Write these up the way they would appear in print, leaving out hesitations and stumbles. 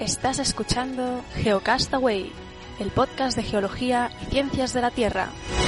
Estás escuchando Geocastaway, el podcast de geología y ciencias de la Tierra.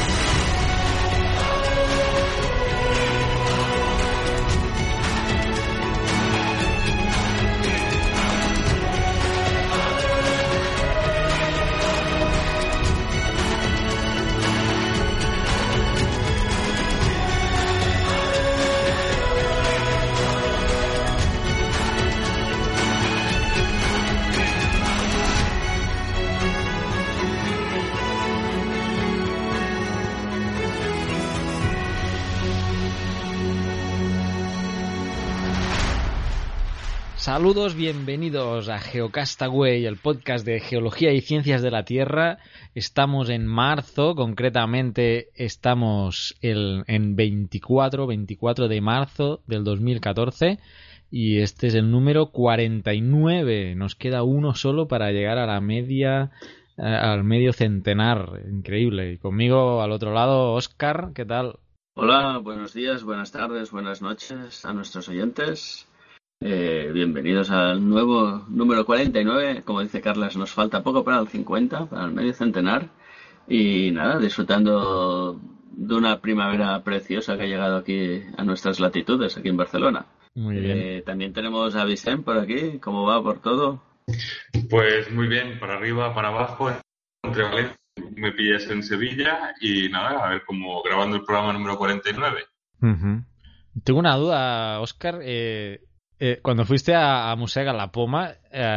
Saludos, bienvenidos a Geocastaway, el podcast de geología y ciencias de la Tierra. Estamos en marzo, concretamente estamos en 24 de marzo del 2014 y este es el número 49. Nos queda uno solo para llegar a la media, al medio centenar. Increíble. Y conmigo al otro lado, Óscar, ¿qué tal? Hola, buenos días, buenas tardes, buenas noches a nuestros oyentes. Bienvenidos al nuevo número 49. Como dice Carlas, nos falta poco para el 50, para el medio centenar. Y nada, disfrutando de una primavera preciosa que ha llegado aquí a nuestras latitudes, aquí en Barcelona. Muy bien. También tenemos a Vicent por aquí. ¿Cómo va por todo? Pues muy bien, para arriba, para abajo, entre Valencia. Me pillas en Sevilla y nada, a ver cómo grabando el programa número 49. Uh-huh. Tengo una duda, Óscar. Cuando fuiste a Musega La Poma,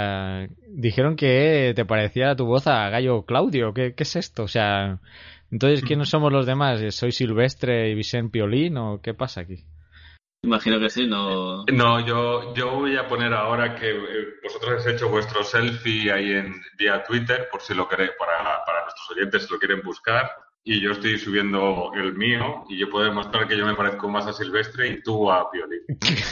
dijeron que te parecía tu voz a Gallo Claudio. ¿Qué es esto? O sea, entonces, ¿quiénes somos los demás? ¿Soy Silvestre y Vicent Piolín o qué pasa aquí? Imagino que sí, ¿no? No, yo voy a poner ahora que vosotros habéis hecho vuestro selfie ahí vía Twitter, por si lo queréis, para nuestros oyentes si lo quieren buscar. Y yo estoy subiendo el mío y yo puedo demostrar que yo me parezco más a Silvestre y tú a Piolín.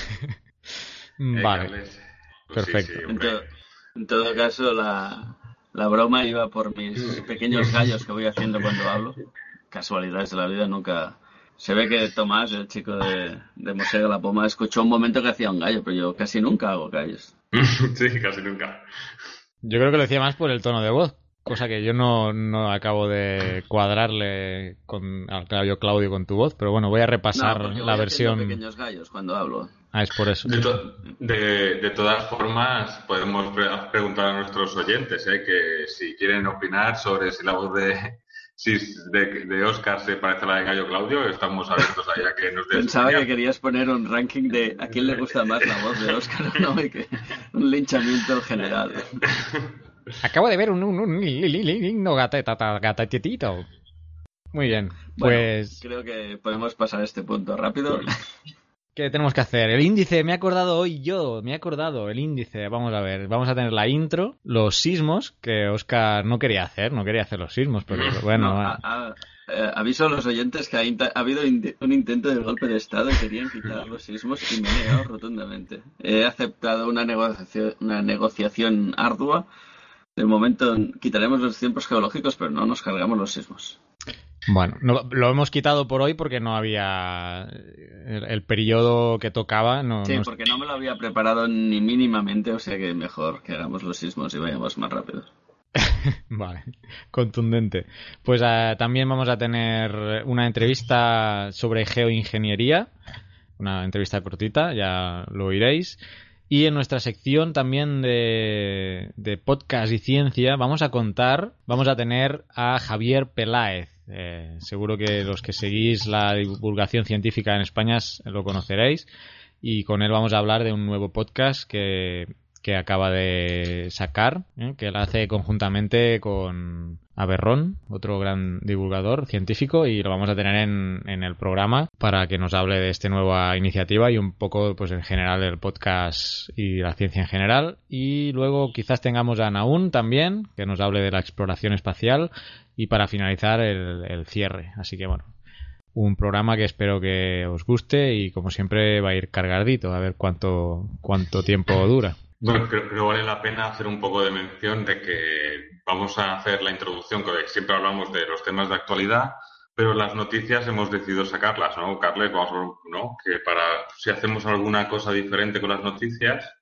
Vale, Carles. perfecto. Sí, en todo caso, la broma iba por mis pequeños gallos que voy haciendo cuando hablo. Casualidades de la vida, nunca... Se ve que Tomás, el chico de Musega La Poma, escuchó un momento que hacía un gallo, pero yo casi nunca hago gallos. Sí, casi nunca. Yo creo que lo decía más por el tono de voz, cosa que yo no acabo de cuadrarle al Gallo Claudio con tu voz, pero bueno, voy a repasar la versión. Pequeños gallos cuando hablo. Ah, es por eso. De todas formas, podemos preguntar a nuestros oyentes que si quieren opinar sobre si la voz de Óscar se parece a la de Gallo Claudio, estamos abiertos a que nos den. Pensaba que querías poner un ranking de a quién le gusta más la voz de Óscar, ¿no? Y que un linchamiento general. Acabo de ver un lindo gatatito. Muy bien, pues... Bueno, creo que podemos pasar a este punto rápido. ¿Qué tenemos que hacer? El índice, me he acordado el índice. Vamos a ver, vamos a tener la intro, los sismos, que Óscar no quería hacer los sismos, pero bueno... Aviso a los oyentes que ha habido un intento de golpe de Estado y querían quitar los sismos y me he negado rotundamente. He aceptado una negociación ardua. De momento quitaremos los tiempos geológicos, pero no nos cargamos los sismos. Bueno, lo hemos quitado por hoy porque no había el periodo que tocaba. Porque no me lo había preparado ni mínimamente, o sea que mejor que hagamos los sismos y vayamos más rápido. Vale, contundente. Pues también vamos a tener una entrevista sobre geoingeniería, una entrevista cortita, ya lo oiréis. Y en nuestra sección también de podcast y ciencia vamos a tener a Javier Peláez. Seguro que los que seguís la divulgación científica en España lo conoceréis, y con él vamos a hablar de un nuevo podcast que acaba de sacar, que él hace conjuntamente con Averrón, otro gran divulgador científico, y lo vamos a tener en el programa para que nos hable de esta nueva iniciativa y un poco, pues en general, del podcast y la ciencia en general. Y luego quizás tengamos a Naún también, que nos hable de la exploración espacial, y para finalizar el cierre. Así que bueno, un programa que espero que os guste y como siempre va a ir cargadito, a ver cuánto tiempo dura. Bueno, creo que vale la pena hacer un poco de mención de que vamos a hacer la introducción, que siempre hablamos de los temas de actualidad, pero las noticias hemos decidido sacarlas, ¿no, Carles? Vamos a ver, ¿no? Que si hacemos alguna cosa diferente con las noticias,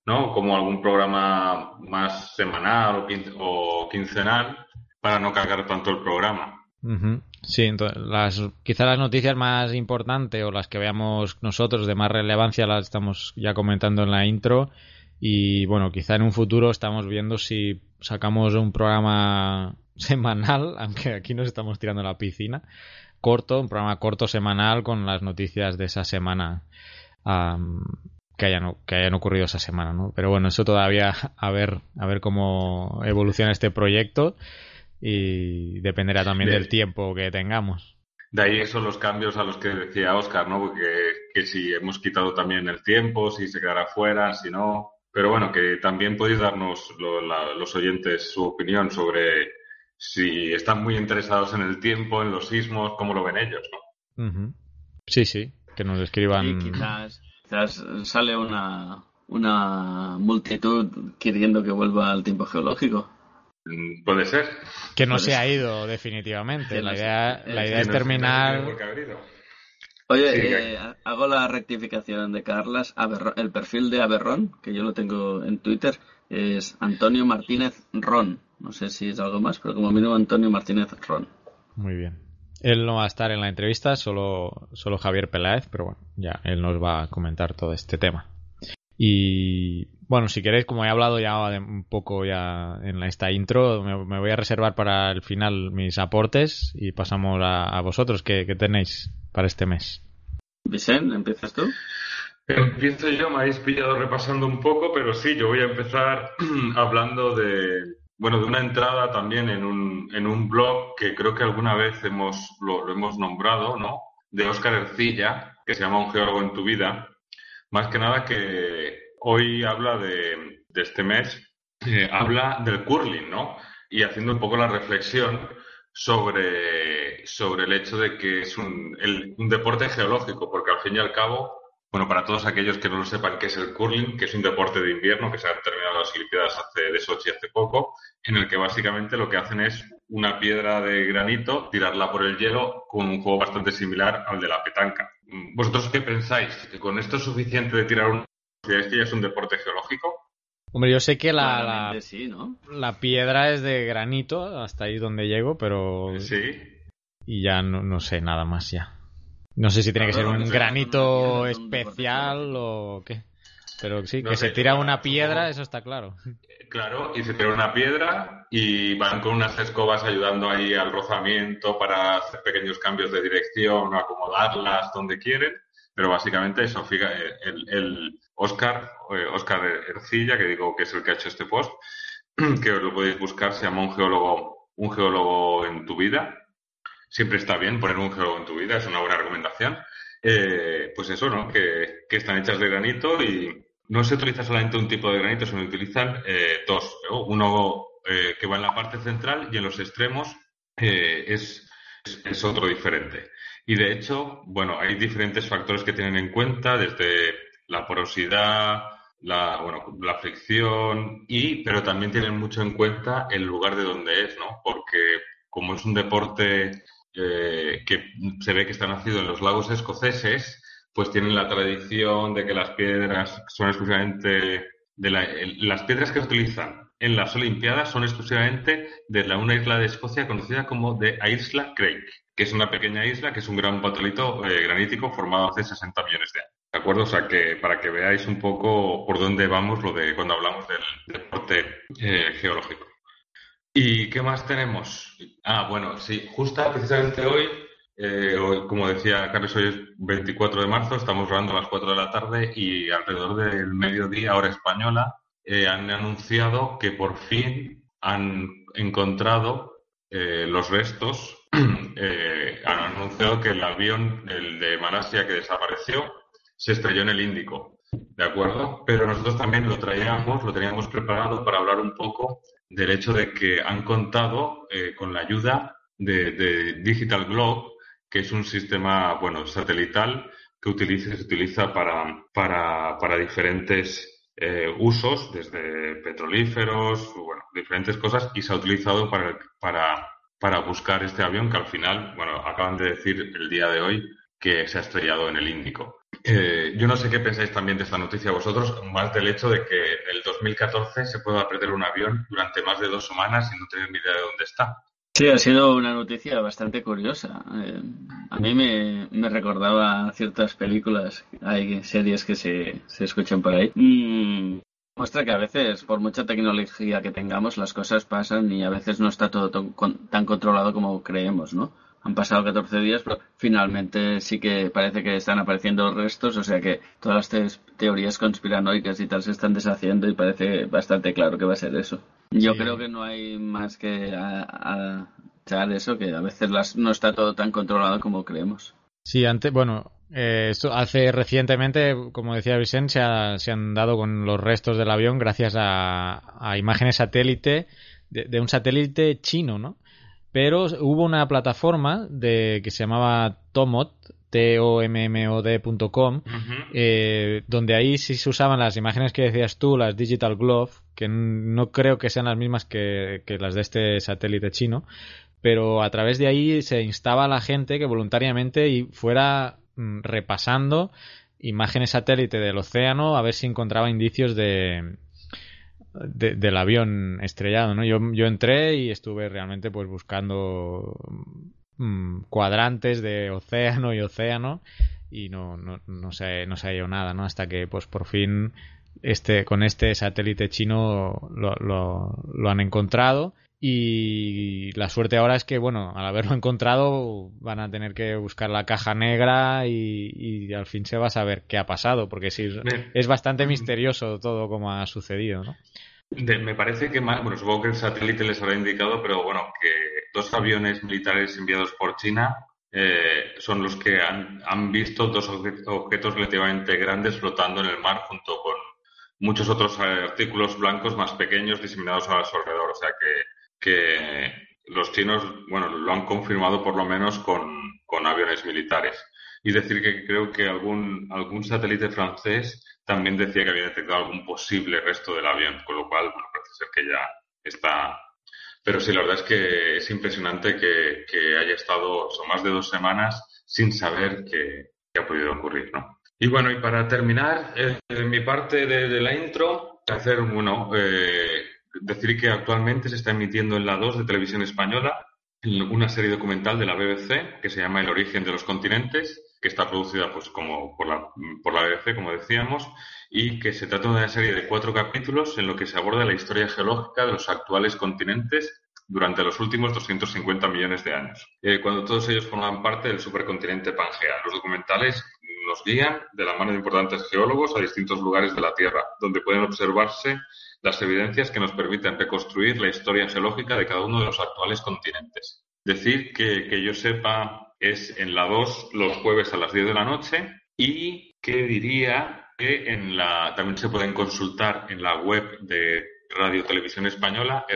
¿no? Como algún programa más semanal o quincenal para no cargar tanto el programa. Uh-huh. Sí, entonces, quizá las noticias más importantes o las que veamos nosotros de más relevancia las estamos ya comentando en la intro y bueno, quizá en un futuro estamos viendo si sacamos un programa semanal, aunque aquí nos estamos tirando a la piscina, un programa corto semanal con las noticias de esa semana que hayan ocurrido esa semana, ¿no? Pero bueno, eso todavía a ver cómo evoluciona este proyecto. Y dependerá también del tiempo que tengamos. De ahí son los cambios a los que decía Óscar, ¿no? Porque que si hemos quitado también el tiempo, si se quedará fuera, si no. Pero bueno, que también podéis darnos los oyentes su opinión sobre si están muy interesados en el tiempo, en los sismos, cómo lo ven ellos, ¿no? Uh-huh. Sí, que nos escriban. Sí, quizás sale una multitud queriendo que vuelva al tiempo geológico. Puede ser. Que no se ha ido definitivamente. La idea es terminar. Oye, hago la rectificación de Carlas. El perfil de Aberrón, que yo lo tengo en Twitter, es Antonio Martínez Ron. No sé si es algo más, pero como mínimo Antonio Martínez Ron. Muy bien. Él no va a estar en la entrevista, solo Javier Peláez, pero bueno, ya él nos va a comentar todo este tema. Y bueno, si queréis, como he hablado ya un poco ya en esta intro, me voy a reservar para el final mis aportes y pasamos a vosotros. ¿Qué tenéis para este mes? Vicente, ¿empiezas tú? Empiezo yo, me habéis pillado repasando un poco, pero sí, yo voy a empezar hablando de una entrada también en un blog que creo que alguna vez lo hemos nombrado, ¿no? De Óscar Ercilla, que se llama Un geólogo en tu vida. Más que nada que hoy habla de este mes, habla del curling, ¿no? Y haciendo un poco la reflexión sobre el hecho de que es un deporte geológico, porque al fin y al cabo, bueno, para todos aquellos que no lo sepan qué es el curling, que es un deporte de invierno, que se han terminado las Olimpiadas de Sochi hace poco, en el que básicamente lo que hacen es una piedra de granito, tirarla por el hielo con un juego bastante similar al de la petanca. ¿Vosotros qué pensáis? ¿Que con esto es suficiente de tirar un... ¿Este ya es un deporte geológico? Hombre, yo sé que sí, ¿no? La piedra es de granito, hasta ahí donde llego, pero... Sí. Y ya no sé nada más ya. No sé si tiene que ser un granito especial o qué. Pero sí, que se tira una piedra, eso está claro. Claro, y se tira una piedra y van con unas escobas ayudando ahí al rozamiento para hacer pequeños cambios de dirección o acomodarlas donde quieren. Pero básicamente eso, fíjate, el Óscar Ercilla, que digo que es el que ha hecho este post, que os lo podéis buscar, se llama Un geólogo en tu vida. Siempre está bien poner un geólogo en tu vida, es una buena recomendación. Pues eso, ¿no? Que están hechas de granito y no se utiliza solamente un tipo de granito, sino que utilizan dos. Uno que va en la parte central y en los extremos es otro diferente. Y de hecho, bueno, hay diferentes factores que tienen en cuenta, desde la porosidad, la fricción, pero también tienen mucho en cuenta el lugar de donde es, ¿no? Porque como es un deporte que se ve que está nacido en los lagos escoceses, pues tienen la tradición de que las piedras son exclusivamente las piedras que utilizan en las Olimpiadas son exclusivamente de una isla de Escocia conocida como de Isla Craig, que es una pequeña isla que es un gran patolito granítico formado hace 60 millones de años. ¿De acuerdo? O sea, que para que veáis un poco por dónde vamos cuando hablamos del deporte geológico. ¿Y qué más tenemos? Bueno, sí, justo precisamente hoy, como decía Carlos, hoy es 24 de marzo, estamos grabando a las 4 de la tarde y alrededor del mediodía, hora española, han anunciado que por fin han encontrado los restos, han anunciado que el avión, el de Malasia que desapareció, se estrelló en el Índico, ¿de acuerdo? Pero nosotros también lo teníamos preparado para hablar un poco del hecho de que han contado con la ayuda de Digital Globe, que es un sistema, satelital que se utiliza para diferentes usos, desde petrolíferos, diferentes cosas, y se ha utilizado para buscar este avión que al final, acaban de decir el día de hoy que se ha estrellado en el Índico. Yo no sé qué pensáis también de esta noticia vosotros, más del hecho de que el 2014 se pueda perder un avión durante más de 2 semanas y no tener ni idea de dónde está. Sí, ha sido una noticia bastante curiosa. A mí me recordaba ciertas películas, hay series que se escuchan por ahí. Muestra que a veces, por mucha tecnología que tengamos, las cosas pasan y a veces no está todo tan controlado como creemos, ¿no? Han pasado 14 días, pero finalmente sí que parece que están apareciendo restos, o sea que todas las teorías conspiranoicas y tal se están deshaciendo y parece bastante claro que va a ser eso. Yo Sí. creo que no hay más que echar eso, que a veces no está todo tan controlado como creemos. Sí, antes, bueno, esto hace recientemente, como decía Vicente, se han dado con los restos del avión gracias a imágenes satélite de un satélite chino, ¿no? Pero hubo una plataforma que se llamaba Tomod, tommod.com, donde ahí sí se usaban las imágenes que decías tú, las Digital Glove, que no creo que sean las mismas que las de este satélite chino, pero a través de ahí se instaba a la gente que voluntariamente fuera repasando imágenes satélite del océano a ver si encontraba indicios del avión estrellado, ¿no? Yo entré y estuve realmente pues buscando cuadrantes de océano y océano y no se halló nada, ¿no? Hasta que pues por fin con este satélite chino lo han encontrado. Y la suerte ahora es que, bueno, al haberlo encontrado van a tener que buscar la caja negra y al fin se va a saber qué ha pasado, porque sí, es bastante misterioso todo como ha sucedido, ¿no? Me parece que, bueno, supongo que el satélite les habrá indicado, pero bueno, que 2 aviones militares enviados por China son los que han visto 2 objetos relativamente grandes flotando en el mar junto con muchos otros artículos blancos más pequeños diseminados a su alrededor. O sea que los chinos, bueno, lo han confirmado por lo menos con aviones militares. Y decir que creo que algún satélite francés también decía que había detectado algún posible resto del avión, con lo cual, bueno, parece ser que ya está. Pero sí, la verdad es que es impresionante que haya estado más de 2 semanas sin saber qué ha podido ocurrir, ¿no? Y bueno, y para terminar mi parte de la intro, decir que actualmente se está emitiendo en la 2 de Televisión Española una serie documental de la BBC que se llama El origen de los continentes, que está producida pues como por la BBC, como decíamos, y que se trata de una serie de 4 capítulos en lo que se aborda la historia geológica de los actuales continentes durante los últimos 250 millones de años, cuando todos ellos forman parte del supercontinente Pangea. Los documentales nos guían de la mano de importantes geólogos a distintos lugares de la Tierra, donde pueden observarse las evidencias que nos permiten reconstruir la historia geológica de cada uno de los actuales continentes. Decir que yo sepa es en la 2 los jueves a las 10 de la noche y que diría que también se pueden consultar en la web de Radio Televisión Española,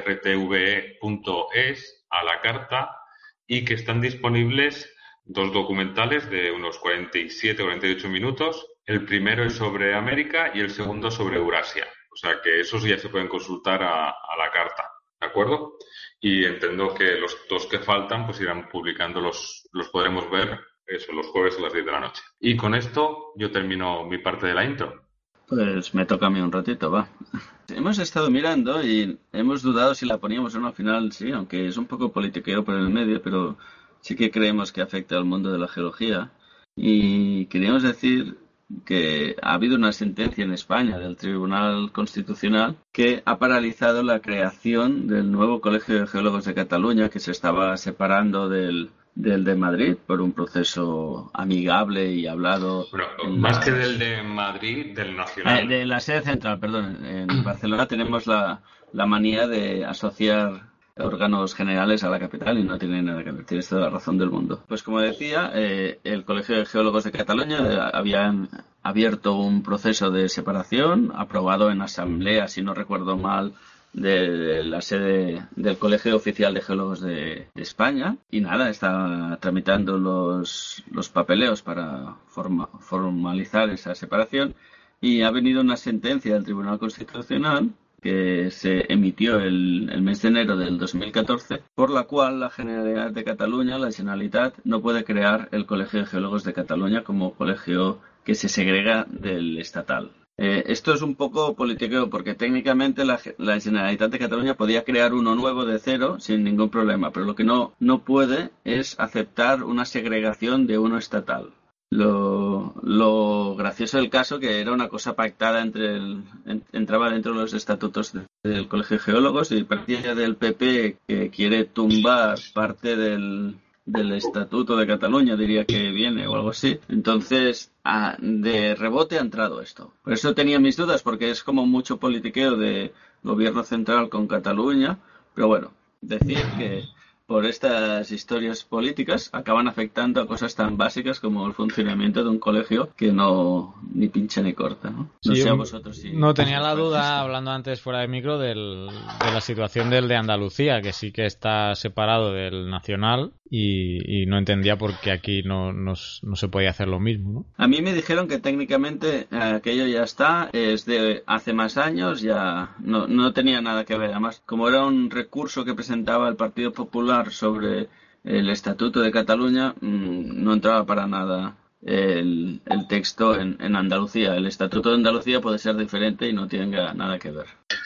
rtve.es, a la carta, y que están disponibles 2 documentales de unos 47-48 minutos. El primero es sobre América y el segundo sobre Eurasia. O sea que esos ya se pueden consultar a la carta, ¿de acuerdo? Y entiendo que los 2 que faltan pues irán publicando, los podremos ver los jueves a las 10 de la noche. Y con esto yo termino mi parte de la intro. Pues me toca a mí un ratito, va. Hemos estado mirando y hemos dudado si la poníamos o no al final, sí, aunque es un poco politiqueo por el medio, pero sí que creemos que afecta al mundo de la geología. Y queríamos decir que ha habido una sentencia en España del Tribunal Constitucional que ha paralizado la creación del nuevo Colegio de Geólogos de Cataluña, que se estaba separando del de Madrid por un proceso amigable y hablado. Bueno, más que del de Madrid, del nacional. De la sede central, perdón. En Barcelona tenemos la manía de asociar órganos generales a la capital y no tiene nada que ver, tienes toda la razón del mundo. Pues como decía, el Colegio de Geólogos de Cataluña habían abierto un proceso de separación aprobado en asamblea, si no recuerdo mal, de la sede del Colegio Oficial de Geólogos de España, y nada, está tramitando los papeleos para formalizar esa separación, y ha venido una sentencia del Tribunal Constitucional que se emitió el mes de enero del 2014, por la cual la Generalitat de Cataluña, la Generalitat, no puede crear el Colegio de Geólogos de Cataluña como colegio que se segrega del estatal. Esto es un poco politiqueo porque técnicamente la Generalitat de Cataluña podía crear uno nuevo de cero sin ningún problema, pero lo que no puede es aceptar una segregación de uno estatal. Lo gracioso del caso que era una cosa pactada entraba dentro de los estatutos del Colegio de Geólogos y partía del PP que quiere tumbar parte del Estatuto de Cataluña, diría que viene o algo así. Entonces, de rebote ha entrado esto. Por eso tenía mis dudas, porque es como mucho politiqueo de gobierno central con Cataluña, pero bueno, decir que por estas historias políticas acaban afectando a cosas tan básicas como el funcionamiento de un colegio que no ni pincha ni corta, ¿no? No Sí, sé a vosotros si... No tenía la duda, hablando antes fuera de micro, de la situación del de Andalucía, que sí que está separado del nacional y no entendía por qué aquí no se podía hacer lo mismo, ¿no? A mí me dijeron que técnicamente aquello ya está, es de hace más años, ya no tenía nada que ver. Además, como era un recurso que presentaba el Partido Popular sobre el Estatuto de Cataluña, no entraba para nada el texto en Andalucía. El Estatuto de Andalucía puede ser diferente y no tiene nada que ver.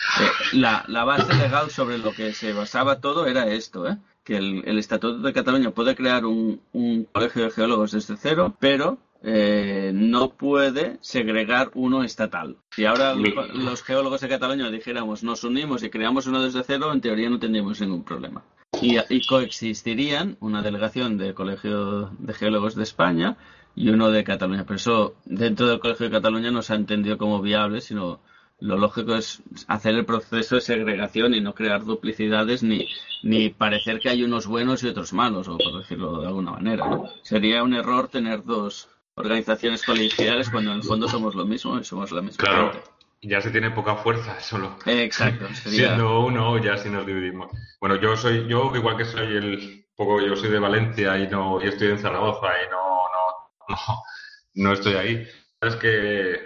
La base legal sobre lo que se basaba todo era esto, que el Estatuto de Cataluña puede crear un colegio de geólogos desde cero, pero no puede segregar uno estatal. Si ahora los geólogos de Cataluña dijéramos nos unimos y creamos uno desde cero, en teoría no tendríamos ningún problema. Y coexistirían una delegación del Colegio de Geólogos de España y uno de Cataluña. Pero eso dentro del Colegio de Cataluña no se ha entendido como viable, sino lo lógico es hacer el proceso de segregación y no crear duplicidades ni parecer que hay unos buenos y otros malos, o por decirlo de alguna manera, ¿no? Sería un error tener dos organizaciones colegiales cuando en el fondo somos lo mismo y somos la misma Claro. gente. Ya se tiene poca fuerza solo. Exacto. Sería... Siendo uno, ya si nos dividimos. Bueno, yo igual que soy yo soy de Valencia y estoy en Zaragoza y no estoy ahí. Es que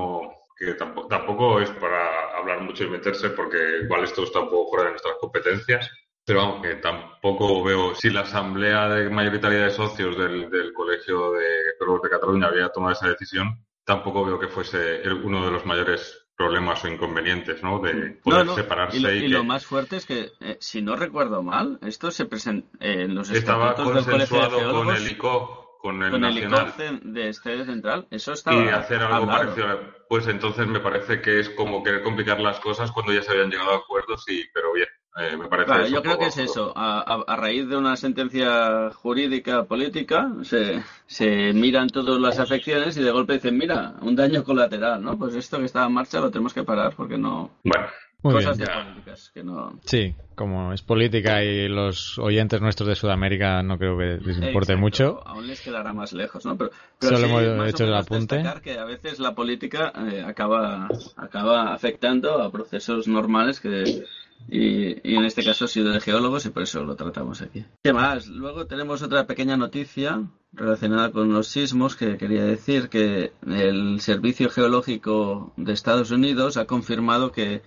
tampoco es para hablar mucho y meterse, porque igual esto está un poco fuera de nuestras competencias. Pero vamos, que tampoco veo, si la asamblea de mayoritaria de socios del Colegio de Geólogos de Cataluña había tomado esa decisión, tampoco veo que fuese uno de los mayores problemas o inconvenientes, ¿no? De poder separarse. Y lo más fuerte es que, si no recuerdo mal, esto se presentó en los estaba estatutos del Colegio de Geólogos con el ICOG, con el Nacional. ICOG de Sede Central. Eso estaba y hacer algo hablado. parecido. Pues entonces me parece que es como querer complicar las cosas cuando ya se habían llegado a acuerdos, pero bien. Me parece Claro, yo creo que es eso. A raíz de una sentencia jurídica política se miran todas las afecciones y de golpe dicen, mira, un daño colateral, ¿no? Pues esto que estaba en marcha lo tenemos que parar porque no... Bueno, cosas de políticas que no... Sí, como es política y los oyentes nuestros de Sudamérica no creo que les importe Exacto. mucho. Aún les quedará más lejos, ¿no? Pero solo sí, hemos hecho el apunte. Destacar que a veces la política acaba afectando a procesos normales y en este caso ha sido de geólogos y por eso lo tratamos aquí. ¿Qué más? Luego tenemos otra pequeña noticia relacionada con los sismos que quería decir que el Servicio Geológico de Estados Unidos ha confirmado que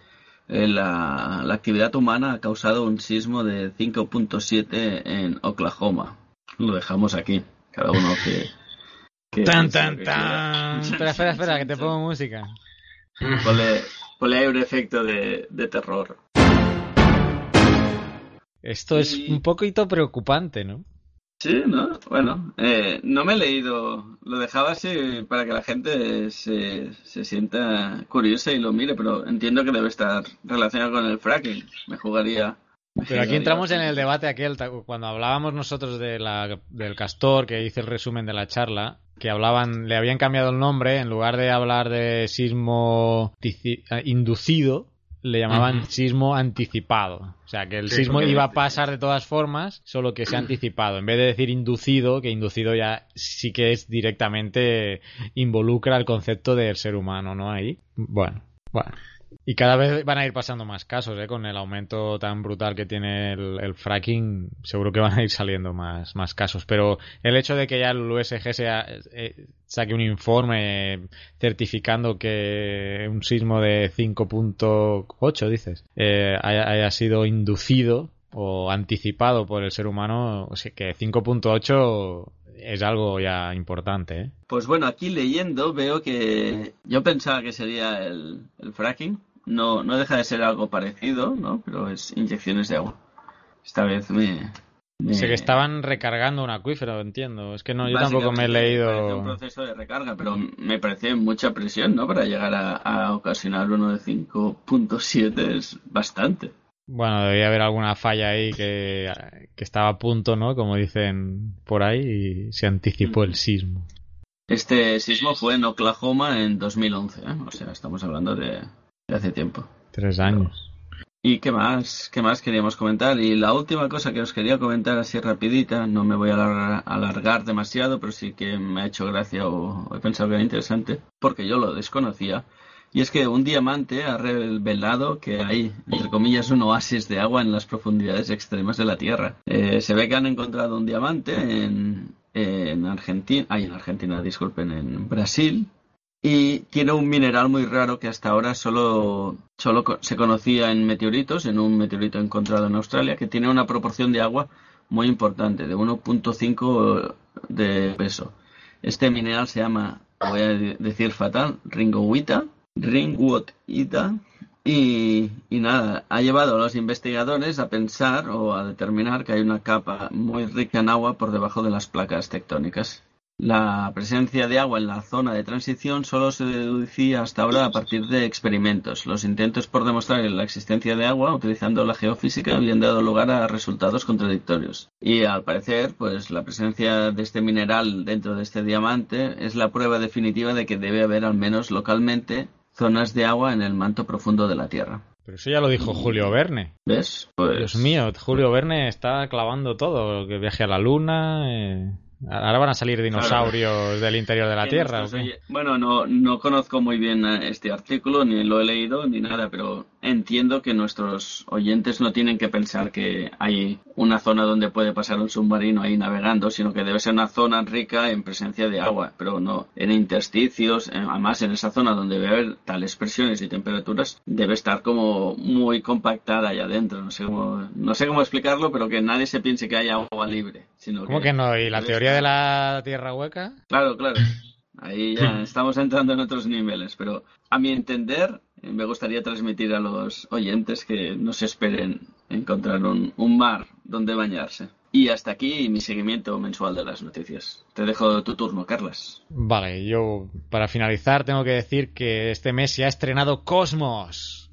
la actividad humana ha causado un sismo de 5.7 en Oklahoma. Lo dejamos aquí. Cada uno que ¡Tan, tan, tan! Espera, que te pongo música. Ponle ahí un efecto de terror. Esto es un poquito preocupante, ¿no? Sí, ¿no? Bueno, no me he leído. Lo dejaba así para que la gente se sienta curiosa y lo mire, pero entiendo que debe estar relacionado con el fracking. Me jugaría... Pero aquí entramos en el debate aquel, cuando hablábamos nosotros del Castor, que hice el resumen de la charla, que le habían cambiado el nombre, en lugar de hablar de sismo inducido, le llamaban sismo anticipado. O sea, que el sismo iba a pasar de todas formas, solo que se ha anticipado. En vez de decir inducido, que inducido ya sí que es directamente involucra el concepto del ser humano, ¿no? Ahí. Bueno. Y cada vez van a ir pasando más casos, con el aumento tan brutal que tiene el fracking, seguro que van a ir saliendo más casos. Pero el hecho de que ya el USG saque un informe certificando que un sismo de 5.8, dices, haya sido inducido o anticipado por el ser humano, o sea, que 5.8 es algo ya importante, ¿eh? Pues bueno, aquí leyendo veo que yo pensaba que sería el fracking. No deja de ser algo parecido, ¿no? Pero es inyecciones de agua. Esta vez me... Sé que estaban recargando un acuífero, entiendo. Es que no, yo tampoco me he Parece leído... un proceso de recarga, pero me parece mucha presión, ¿no? Para llegar a ocasionar uno de 5.7 es bastante. Bueno, debía haber alguna falla ahí que estaba a punto, ¿no? Como dicen por ahí, y se anticipó el sismo. Este sismo fue en Oklahoma en 2011, ¿eh? O sea, estamos hablando de hace tiempo. 3 años. ¿Y qué más queríamos comentar? Y la última cosa que os quería comentar así rapidita, no me voy a alargar demasiado, pero sí que me ha hecho gracia o he pensado que era interesante, porque yo lo desconocía. Y es que un diamante ha revelado que hay, entre comillas, un oasis de agua en las profundidades extremas de la Tierra. Se ve que han encontrado un diamante en Argentina, disculpen, en Brasil. Y tiene un mineral muy raro que hasta ahora solo se conocía en meteoritos, en un meteorito encontrado en Australia, que tiene una proporción de agua muy importante, de 1.5 de peso. Este mineral se llama, voy a decir fatal, ringwoodita, y nada, ha llevado a los investigadores a pensar o a determinar que hay una capa muy rica en agua por debajo de las placas tectónicas. La presencia de agua en la zona de transición solo se deducía hasta ahora a partir de experimentos. Los intentos por demostrar la existencia de agua utilizando la geofísica habían dado lugar a resultados contradictorios. Y al parecer, pues la presencia de este mineral dentro de este diamante es la prueba definitiva de que debe haber al menos localmente zonas de agua en el manto profundo de la Tierra. Pero eso ya lo dijo Julio Verne. ¿Ves? Pues... Dios mío, Julio Verne está clavando todo. Que viaje a la Luna... Ahora van a salir dinosaurios del interior de la Tierra. Bueno, no conozco muy bien este artículo, ni lo he leído, ni nada, pero entiendo que nuestros oyentes no tienen que pensar que hay una zona donde puede pasar un submarino ahí navegando, sino que debe ser una zona rica en presencia de agua, pero no en intersticios. Además, en esa zona donde debe haber tales presiones y temperaturas, debe estar como muy compactada allá adentro. No sé cómo explicarlo, pero que nadie se piense que hay agua libre. ¿Cómo que no? ¿Y la teoría de la Tierra hueca? Claro. Ahí ya estamos entrando en otros niveles, pero a mi entender me gustaría transmitir a los oyentes que no se esperen encontrar un mar donde bañarse. Y hasta aquí mi seguimiento mensual de las noticias. Te dejo tu turno, Carlas. Vale, yo para finalizar tengo que decir que este mes se ha estrenado Cosmos.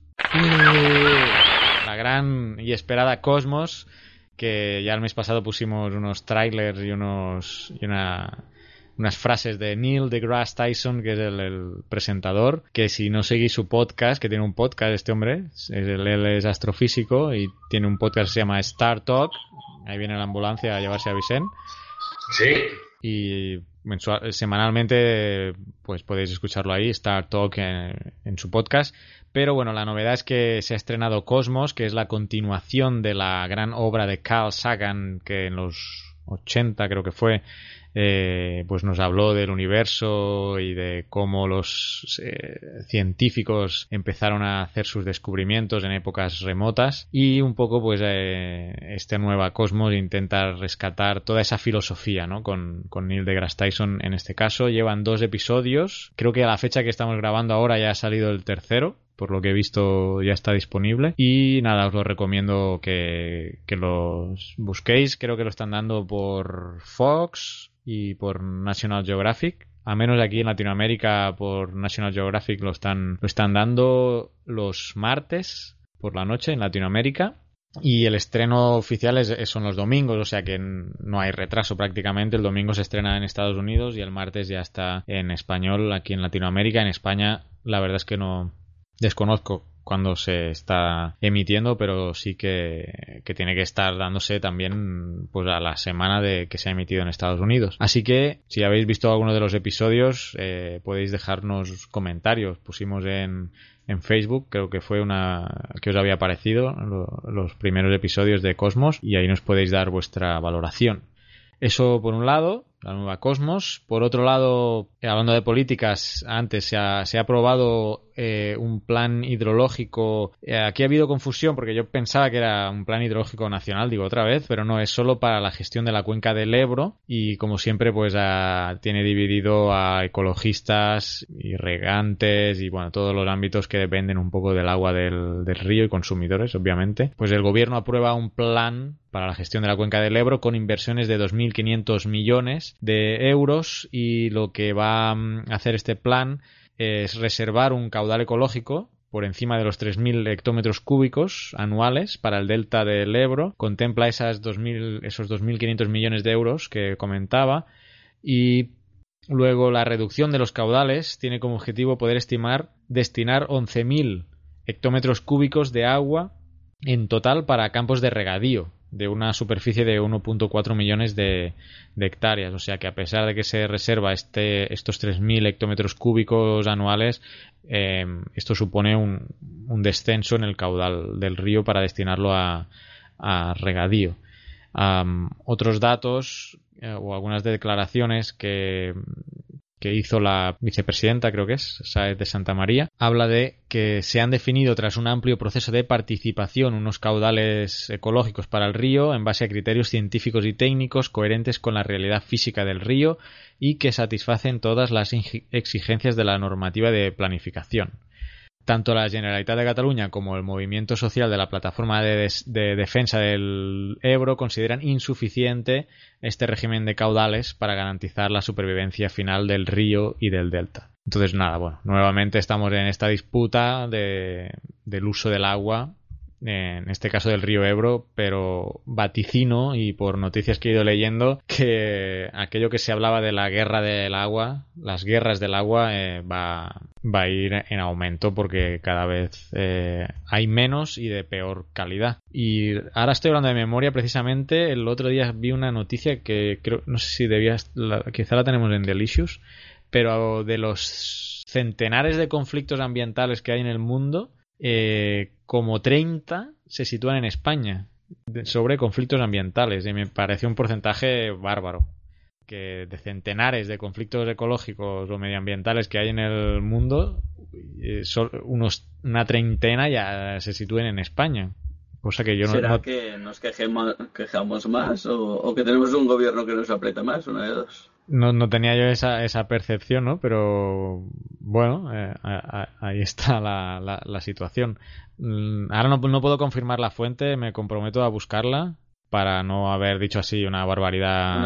La gran y esperada Cosmos, que ya el mes pasado pusimos unos trailers y unas frases de Neil deGrasse Tyson, que es el presentador, que si no seguís su podcast, que tiene un podcast este hombre, él es astrofísico y tiene un podcast que se llama Star Talk, ahí viene la ambulancia a llevarse a Vicent. Sí. Y semanalmente pues podéis escucharlo ahí, Star Talk en su podcast. Pero bueno, la novedad es que se ha estrenado Cosmos, que es la continuación de la gran obra de Carl Sagan, que en los 80 creo que fue, pues nos habló del universo y de cómo los científicos empezaron a hacer sus descubrimientos en épocas remotas, y un poco pues esta nueva Cosmos intenta rescatar toda esa filosofía, ¿no? Con Neil deGrasse Tyson en este caso. Llevan 2 episodios, creo que a la fecha que estamos grabando ahora ya ha salido el tercero, por lo que he visto ya está disponible, y nada, os lo recomiendo que los busquéis. Creo que lo están dando por Fox y por National Geographic, a menos aquí en Latinoamérica por National Geographic lo están dando los martes por la noche en Latinoamérica, y el estreno oficial son los domingos, o sea que no hay retraso prácticamente. El domingo se estrena en Estados Unidos y el martes ya está en español aquí en Latinoamérica. En España la verdad es que no desconozco cuando se está emitiendo, pero sí que tiene que estar dándose también pues a la semana de que se ha emitido en Estados Unidos. Así que si habéis visto alguno de los episodios podéis dejarnos comentarios. Pusimos en Facebook, creo que fue que os había parecido los primeros episodios de Cosmos, y ahí nos podéis dar vuestra valoración. Eso por un lado. la nueva Cosmos. Por otro lado, hablando de políticas, antes se ha aprobado un plan hidrológico. Aquí ha habido confusión porque yo pensaba que era un plan hidrológico nacional, digo otra vez, pero no, es solo para la gestión de la cuenca del Ebro y como siempre pues tiene dividido a ecologistas y regantes y bueno, todos los ámbitos que dependen un poco del agua del río y consumidores, obviamente. Pues el gobierno aprueba un plan para la gestión de la cuenca del Ebro con inversiones de 2.500 millones de euros y lo que va a hacer este plan es reservar un caudal ecológico por encima de los 3.000 hectómetros cúbicos anuales para el delta del Ebro. Contempla esos 2.500 millones de euros que comentaba y luego la reducción de los caudales tiene como objetivo poder destinar 11.000 hectómetros cúbicos de agua en total para campos de regadío de una superficie de 1.4 millones de hectáreas. O sea que a pesar de que se reserva estos 3.000 hectómetros cúbicos anuales, esto supone un descenso en el caudal del río para destinarlo a regadío. Otros datos o algunas declaraciones que hizo la vicepresidenta, creo que es, Sáez de Santamaría, habla de que se han definido tras un amplio proceso de participación unos caudales ecológicos para el río en base a criterios científicos y técnicos coherentes con la realidad física del río y que satisfacen todas las exigencias de la normativa de planificación. Tanto la Generalitat de Cataluña como el movimiento social de la Plataforma de Defensa del Ebro consideran insuficiente este régimen de caudales para garantizar la supervivencia final del río y del delta. Entonces, nada, bueno, nuevamente estamos en esta disputa del uso del agua, en este caso del río Ebro, pero vaticino y por noticias que he ido leyendo que aquello que se hablaba de la guerra del agua, las guerras del agua, va a ir en aumento porque cada vez hay menos y de peor calidad. Y ahora estoy hablando de memoria, precisamente el otro día vi una noticia que creo, no sé si quizá la tenemos en Delicious, pero de los centenares de conflictos ambientales que hay en el mundo, como 30 se sitúan en España sobre conflictos ambientales y me parece un porcentaje bárbaro, que de centenares de conflictos ecológicos o medioambientales que hay en el mundo, una treintena ya se sitúen en España, cosa que yo ¿Será que nos quejamos más o que tenemos un gobierno que nos aprieta más? Una de dos. No tenía yo esa percepción, ¿no? Pero bueno, ahí está la situación. Ahora no puedo confirmar la fuente, me comprometo a buscarla para no haber dicho así una barbaridad,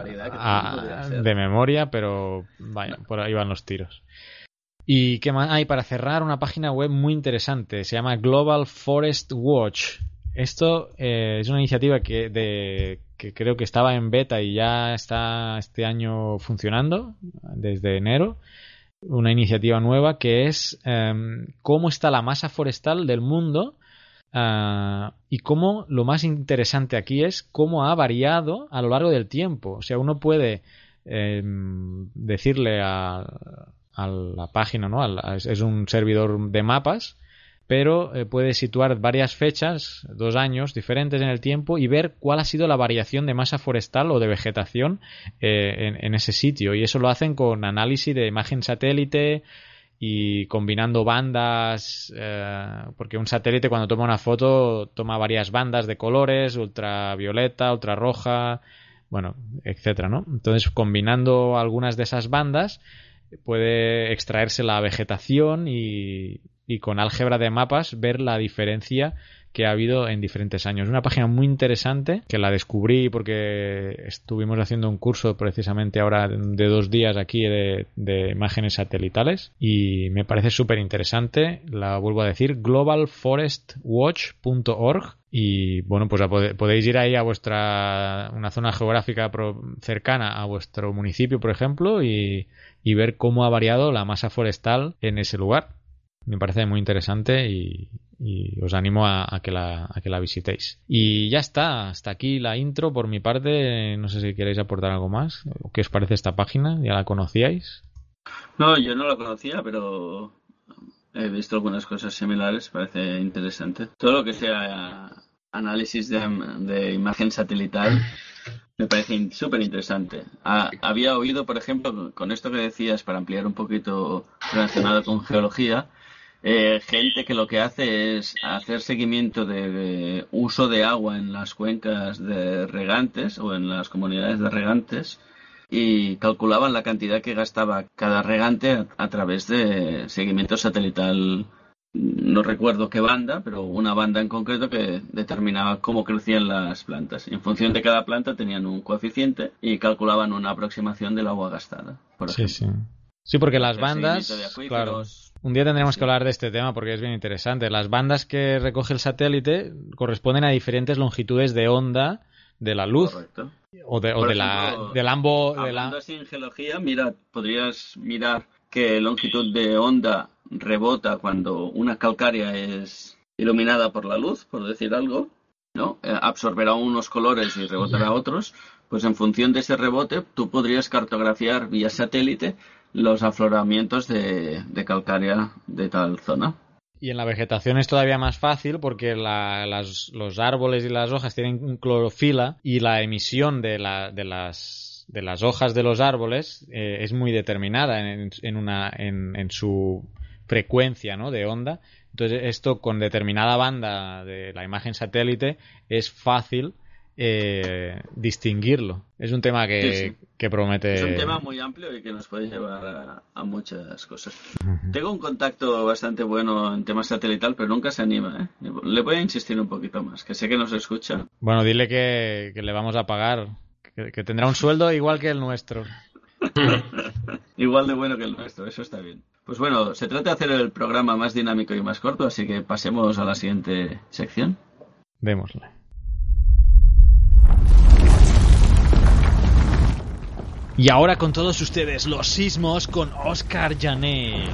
que de memoria, pero vaya, por ahí van los tiros. ¿Y qué más hay? Para cerrar, una página web muy interesante, se llama Global Forest Watch. Esto es una iniciativa que creo que estaba en beta y ya está este año funcionando desde enero. Una iniciativa nueva que es cómo está la masa forestal del mundo y cómo lo más interesante aquí es cómo ha variado a lo largo del tiempo. O sea, uno puede decirle a la página, ¿no? Es un servidor de mapas, pero puede situar varias fechas, 2 años diferentes en el tiempo y ver cuál ha sido la variación de masa forestal o de vegetación en ese sitio. Y eso lo hacen con análisis de imagen satélite y combinando bandas, porque un satélite cuando toma una foto toma varias bandas de colores, ultravioleta, ultrarroja, bueno, etcétera, ¿no? Entonces, combinando algunas de esas bandas puede extraerse la vegetación y con álgebra de mapas ver la diferencia que ha habido en diferentes años. Una página muy interesante que la descubrí porque estuvimos haciendo un curso precisamente ahora de 2 días aquí de imágenes satelitales y me parece súper interesante. La vuelvo a decir, globalforestwatch.org y bueno, pues podéis ir ahí a una zona geográfica cercana a vuestro municipio, por ejemplo, y ver cómo ha variado la masa forestal en ese lugar. Me parece muy interesante y os animo a que la visitéis. Y ya está, hasta aquí la intro por mi parte. No sé si queréis aportar algo más. ¿Qué os parece esta página? ¿Ya la conocíais? No, yo no la conocía, pero he visto algunas cosas similares. Parece interesante. Todo lo que sea análisis de imagen satelital Me parece súper interesante. Había oído, por ejemplo, con esto que decías, para ampliar un poquito relacionado con geología, gente que lo que hace es hacer seguimiento de uso de agua en las cuencas de regantes o en las comunidades de regantes y calculaban la cantidad que gastaba cada regante a través de seguimiento satelital. No recuerdo qué banda, pero una banda en concreto que determinaba cómo crecían las plantas. En función de cada planta tenían un coeficiente y calculaban una aproximación del agua gastada, por ejemplo. Sí. Sí, porque las El bandas, seguimiento de acuíferos. claro, un día tendremos que hablar de este tema porque es bien interesante. Las bandas que recoge el satélite corresponden a diferentes longitudes de onda de la luz. Correcto. Del ambo. Hablando así en geología, mira, podrías mirar qué longitud de onda rebota cuando una calcárea es iluminada por la luz, por decir algo, ¿no? Absorberá unos colores y rebotará otros. Pues en función de ese rebote, tú podrías cartografiar vía satélite los afloramientos de calcárea de tal zona. Y en la vegetación es todavía más fácil porque los árboles y las hojas tienen clorofila y la emisión de las hojas de los árboles es muy determinada en su frecuencia, ¿no?, de onda. Entonces esto con determinada banda de la imagen satélite es fácil distinguirlo. Es un tema que promete. Es un tema muy amplio y que nos puede llevar a muchas cosas. Tengo un contacto bastante bueno en tema satelital, pero nunca se anima, ¿eh? Le voy a insistir un poquito más, que sé que nos escucha. Bueno, dile que le vamos a pagar, que tendrá un sueldo igual que el nuestro. Igual de bueno que el nuestro, eso está bien. Pues bueno, se trata de hacer el programa más dinámico y más corto, así que pasemos a la siguiente sección. Démosle. Y ahora con todos ustedes, los sismos con Óscar Janet.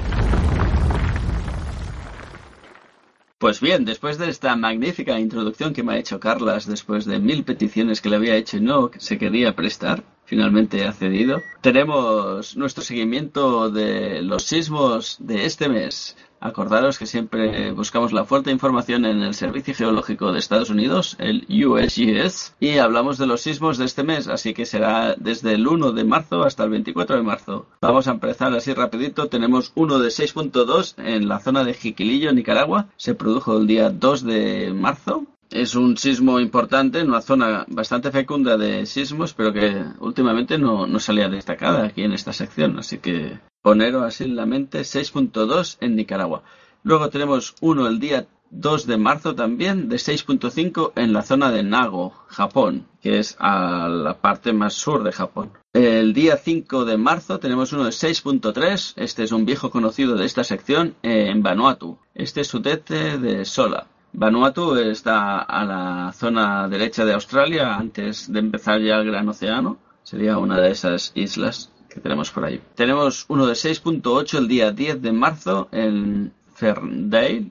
Pues bien, después de esta magnífica introducción que me ha hecho Carlas, después de 1000 peticiones que le había hecho y no se quería prestar, finalmente ha cedido, tenemos nuestro seguimiento de los sismos de este mes. Acordaros que siempre buscamos la fuerte información en el Servicio Geológico de Estados Unidos, el USGS, y hablamos de los sismos de este mes, así que será desde el 1 de marzo hasta el 24 de marzo. Vamos a empezar así rapidito. Tenemos uno de 6.2 en la zona de Jiquilillo, Nicaragua. Se produjo el día 2 de marzo. Es un sismo importante en una zona bastante fecunda de sismos, pero que últimamente no salía destacada aquí en esta sección, así que poneros así en la mente, 6.2 en Nicaragua. Luego tenemos uno el día 2 de marzo también, de 6.5 en la zona de Nago, Japón, que es a la parte más sur de Japón. El día 5 de marzo tenemos uno de 6.3, este es un viejo conocido de esta sección, en Vanuatu. Este es sudeste de Sola. Vanuatu está a la zona derecha de Australia, antes de empezar ya el Gran Océano. Sería una de esas islas que tenemos por ahí. Tenemos uno de 6.8 el día 10 de marzo en Ferndale,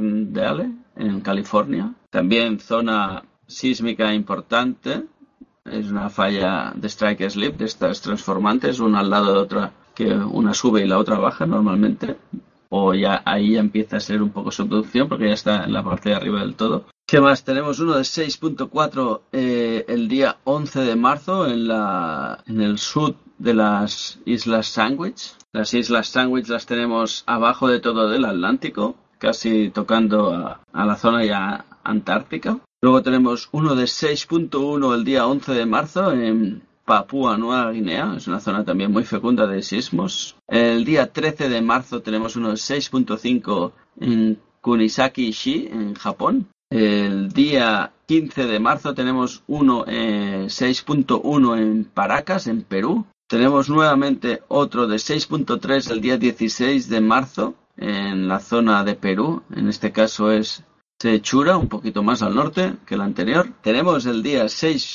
en California. También zona sísmica importante. Es una falla de strike slip, de estas transformantes, una al lado de otra, que una sube y la otra baja normalmente. O ya ahí ya empieza a ser un poco subducción porque ya está en la parte de arriba del todo. ¿Qué más? Tenemos uno de 6.4 el día 11 de marzo en el sur de las Islas Sandwich. Las Islas Sandwich las tenemos abajo de todo del Atlántico, casi tocando a la zona ya antártica. Luego tenemos uno de 6.1 el día 11 de marzo en Papúa Nueva Guinea, es una zona también muy fecunda de sismos. El día 13 de marzo tenemos uno de 6.5 en Kunisaki-shi, en Japón. El día 15 de marzo tenemos uno 6.1 en Paracas, en Perú. Tenemos nuevamente otro de 6.3 el día 16 de marzo en la zona de Perú. En este caso es Sechura, un poquito más al norte que el anterior. Tenemos el día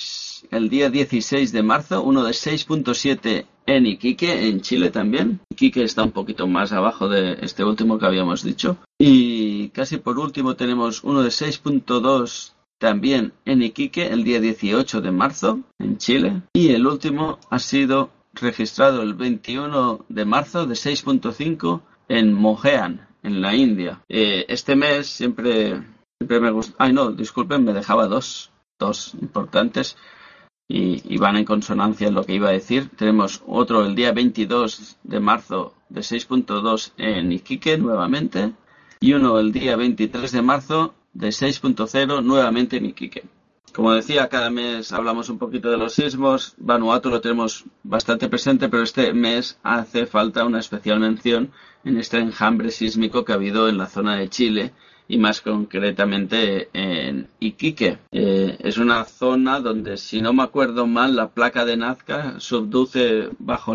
16 de marzo, uno de 6.7 en Iquique, en Chile también. Iquique está un poquito más abajo de este último que habíamos dicho. Y casi por último tenemos uno de 6.2 también en Iquique, el día 18 de marzo, en Chile. Y el último ha sido registrado el 21 de marzo de 6.5 en Mohean, en la India. Este mes siempre me gusta... Ay, no, disculpen, me dejaba dos importantes. y van en consonancia en lo que iba a decir. Tenemos otro el día 22 de marzo de 6.2 en Iquique nuevamente, y uno el día 23 de marzo de 6.0 nuevamente en Iquique. Como decía, cada mes hablamos un poquito de los sismos. Vanuatu lo tenemos bastante presente, pero este mes hace falta una especial mención en este enjambre sísmico que ha habido en la zona de Chile y más concretamente en Iquique. Es una zona donde, si no me acuerdo mal, la placa de Nazca subduce bajo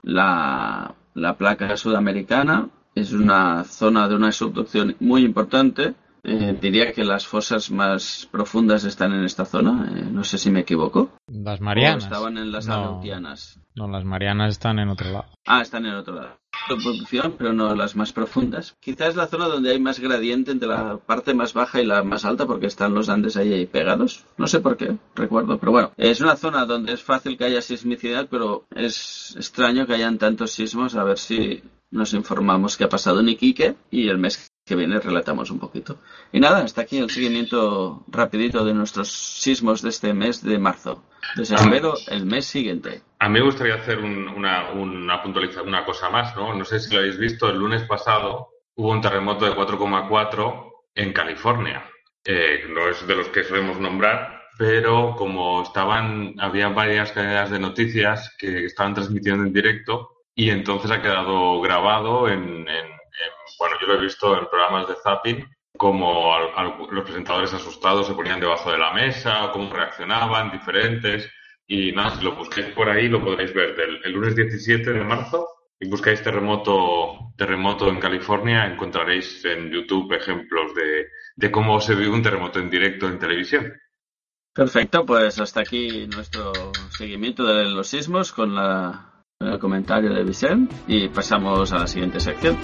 la placa sudamericana. Es una zona de una subducción muy importante. Diría que las fosas más profundas están en esta zona. No sé si me equivoco. Las Marianas. ¿O estaban en las Aleutianas? No, las Marianas están en otro lado. Están en otro lado. Producción, pero no las más profundas. Quizás es la zona donde hay más gradiente entre la parte más baja y la más alta, porque están los Andes ahí pegados. No sé por qué, recuerdo. Pero bueno, es una zona donde es fácil que haya sismicidad, pero es extraño que hayan tantos sismos. A ver si nos informamos qué ha pasado en Iquique y el mes que viene relatamos un poquito. Y nada, hasta aquí el seguimiento rapidito de nuestros sismos de este mes de marzo. Les espero el mes siguiente. A mí me gustaría hacer una puntualización, una cosa más, ¿no? No sé si lo habéis visto, el lunes pasado hubo un terremoto de 4,4 en California. No es de los que solemos nombrar, pero como había varias cadenas de noticias que estaban transmitiendo en directo, y entonces ha quedado grabado bueno, yo lo he visto en programas de zapping, como los presentadores asustados se ponían debajo de la mesa, cómo reaccionaban, diferentes. Y nada, si lo busquáis por ahí lo podréis ver. El lunes 17 de marzo, y buscáis terremoto en California, encontraréis en YouTube ejemplos de cómo se vive un terremoto en directo en televisión. Perfecto, pues hasta aquí nuestro seguimiento de los sismos con el comentario de Vicente, y pasamos a la siguiente sección.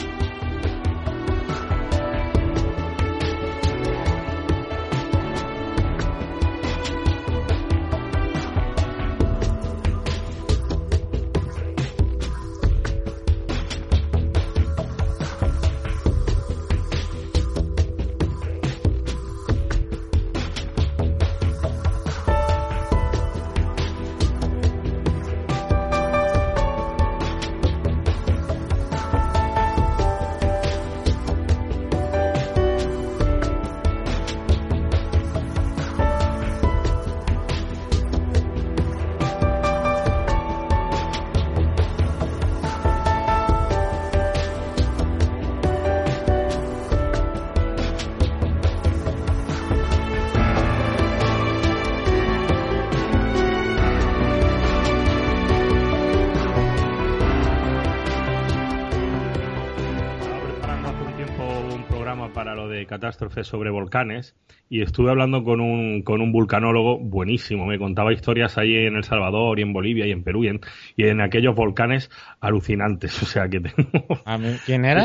Catástrofes sobre volcanes, y estuve hablando con un vulcanólogo buenísimo. Me contaba historias ahí en El Salvador y en Bolivia y en Perú y en aquellos volcanes alucinantes. O sea que tengo... ¿Quién era?